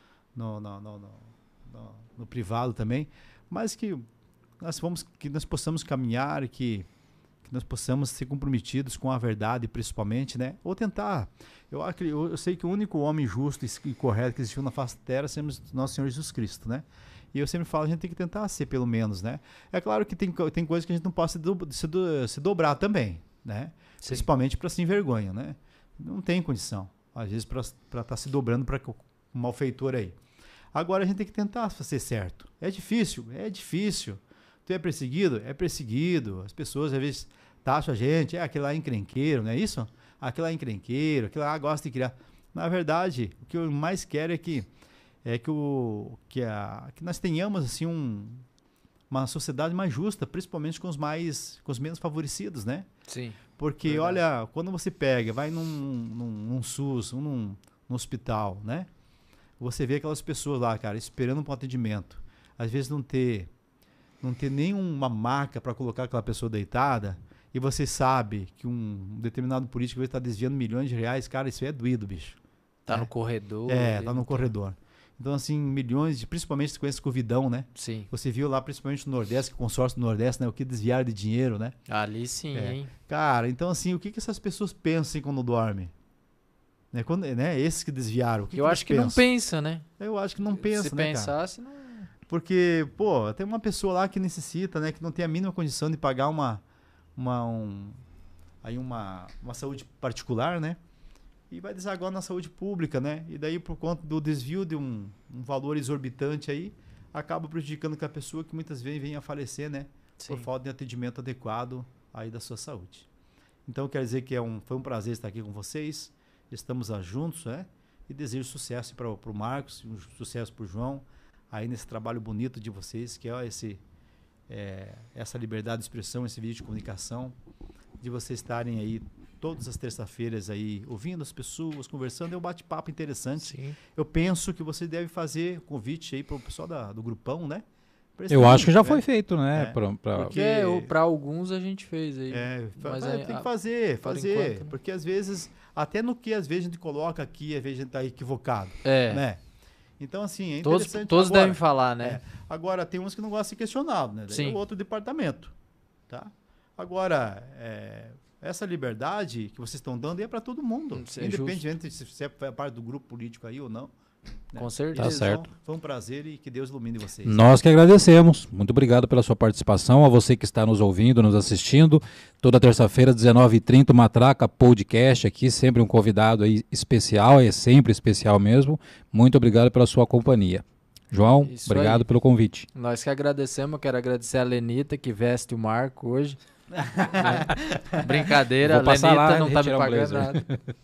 S3: no, no, no, no, no, no privado também, mas que nós, vamos, que nós possamos caminhar e que, que nós possamos ser comprometidos com a verdade, principalmente, né? Ou tentar. Eu, acre- eu, eu sei que o único homem justo e correto que existiu na face da terra é nosso Senhor Jesus Cristo, né? E eu sempre falo, a gente tem que tentar ser, pelo menos, né? É claro que tem, co- tem coisas que a gente não pode se, do, se, do, se dobrar também, né?
S2: Sim.
S3: Principalmente para sem vergonha, né? Não tem condição, às vezes, para estar tá se dobrando para um malfeitor aí. Agora a gente tem que tentar ser certo. É difícil? É difícil. Tu é perseguido? É perseguido. As pessoas, às vezes, taxam a gente, é aquele lá é encrenqueiro, não é isso? Aquele lá é encrenqueiro, aquele lá gosta de criar. Na verdade, o que eu mais quero é que é que, o, que, a, que nós tenhamos assim um, uma sociedade mais justa, principalmente com os mais com os menos favorecidos, né?
S2: Sim.
S3: Porque
S2: Verdade.
S3: olha, quando você pega, vai num, num, num SUS, ou num, num hospital, né? Você vê aquelas pessoas lá, cara, esperando um atendimento. Às vezes não ter não ter nenhuma maca para colocar aquela pessoa deitada, e você sabe que um determinado político vai estar desviando milhões de reais, cara, isso é doído, bicho.
S2: Tá
S3: É.
S2: no corredor.
S3: É,
S2: ali,
S3: tá no
S2: então.
S3: corredor. Então, assim, milhões, de, principalmente com esse Covidão, né?
S2: Sim.
S3: Você viu lá, principalmente no Nordeste, que o consórcio do Nordeste, né? O que desviaram de dinheiro, né?
S2: Ali sim,
S3: É.
S2: hein?
S3: Cara, então, assim, o que, que essas pessoas pensam assim, quando dormem? Né? Quando, né? Esses que desviaram, o que
S2: Eu
S3: que
S2: acho
S3: eles
S2: que não
S3: pensam?
S2: pensa, né?
S3: Eu acho que não pensa,
S2: Se
S3: né, cara?
S2: pensasse, não...
S3: Porque, pô, tem uma pessoa lá que necessita, né? Que não tem a mínima condição de pagar uma, uma, um, aí uma, uma saúde particular, né? E vai desaguar na saúde pública, né? E daí, por conta do desvio de um, um valor exorbitante aí, acaba prejudicando com a pessoa que muitas vezes vem a falecer, né? Por
S2: Sim.
S3: falta de atendimento adequado aí da sua saúde. Então, quero dizer que é um, foi um prazer estar aqui com vocês. Estamos lá juntos, né? E desejo sucesso para o Marcos, um sucesso para o João, aí nesse trabalho bonito de vocês, que é, esse, é essa liberdade de expressão, esse vídeo de comunicação, de vocês estarem aí todas as terças-feiras aí ouvindo as pessoas, conversando, é um bate-papo interessante.
S2: Sim.
S3: Eu penso que você deve fazer convite aí para o pessoal da, do grupão, né? Pra eles
S1: Eu
S3: também,
S1: acho que já
S3: né?
S1: foi feito, né?
S3: É.
S1: Pra, pra-
S3: Porque-
S2: É, ou pra alguns a gente fez aí.
S3: É, fa-
S2: Mas
S3: fa-
S2: aí,
S3: tem
S2: a-
S3: que fazer,
S2: por
S3: fazer.
S2: enquanto, né?
S3: Porque às vezes, até no que às vezes a gente coloca aqui, às vezes a gente tá equivocado,
S2: É.
S3: né? Então, assim, é
S2: Todos,
S3: interessante.
S2: todos
S3: agora,
S2: devem falar, né?
S3: é, agora, tem uns que não gostam de ser questionado, né? Daí
S2: Sim.
S3: é outro departamento, tá? Agora, é, essa liberdade que vocês estão dando é para todo mundo,
S2: Isso é
S3: independente se você é parte do grupo político aí ou não. Né?
S2: Com certeza.
S1: Tá certo.
S3: Então, foi um prazer e que Deus ilumine vocês.
S1: Nós que agradecemos. Muito obrigado pela sua participação. A você que está nos ouvindo, nos assistindo. Toda terça-feira, dezenove e trinta, Matraca Podcast aqui. Sempre um convidado aí especial. É sempre especial mesmo. Muito obrigado pela sua companhia. João,
S2: Isso
S1: obrigado
S2: aí.
S1: pelo convite.
S2: Nós que agradecemos. Eu quero agradecer a Lenita, que veste o Marco hoje. Né? Brincadeira,
S1: Vou
S2: a
S1: passar
S2: Lenita
S1: lá,
S2: não tá me
S1: retirar um
S2: pagando
S1: blazer.
S2: nada.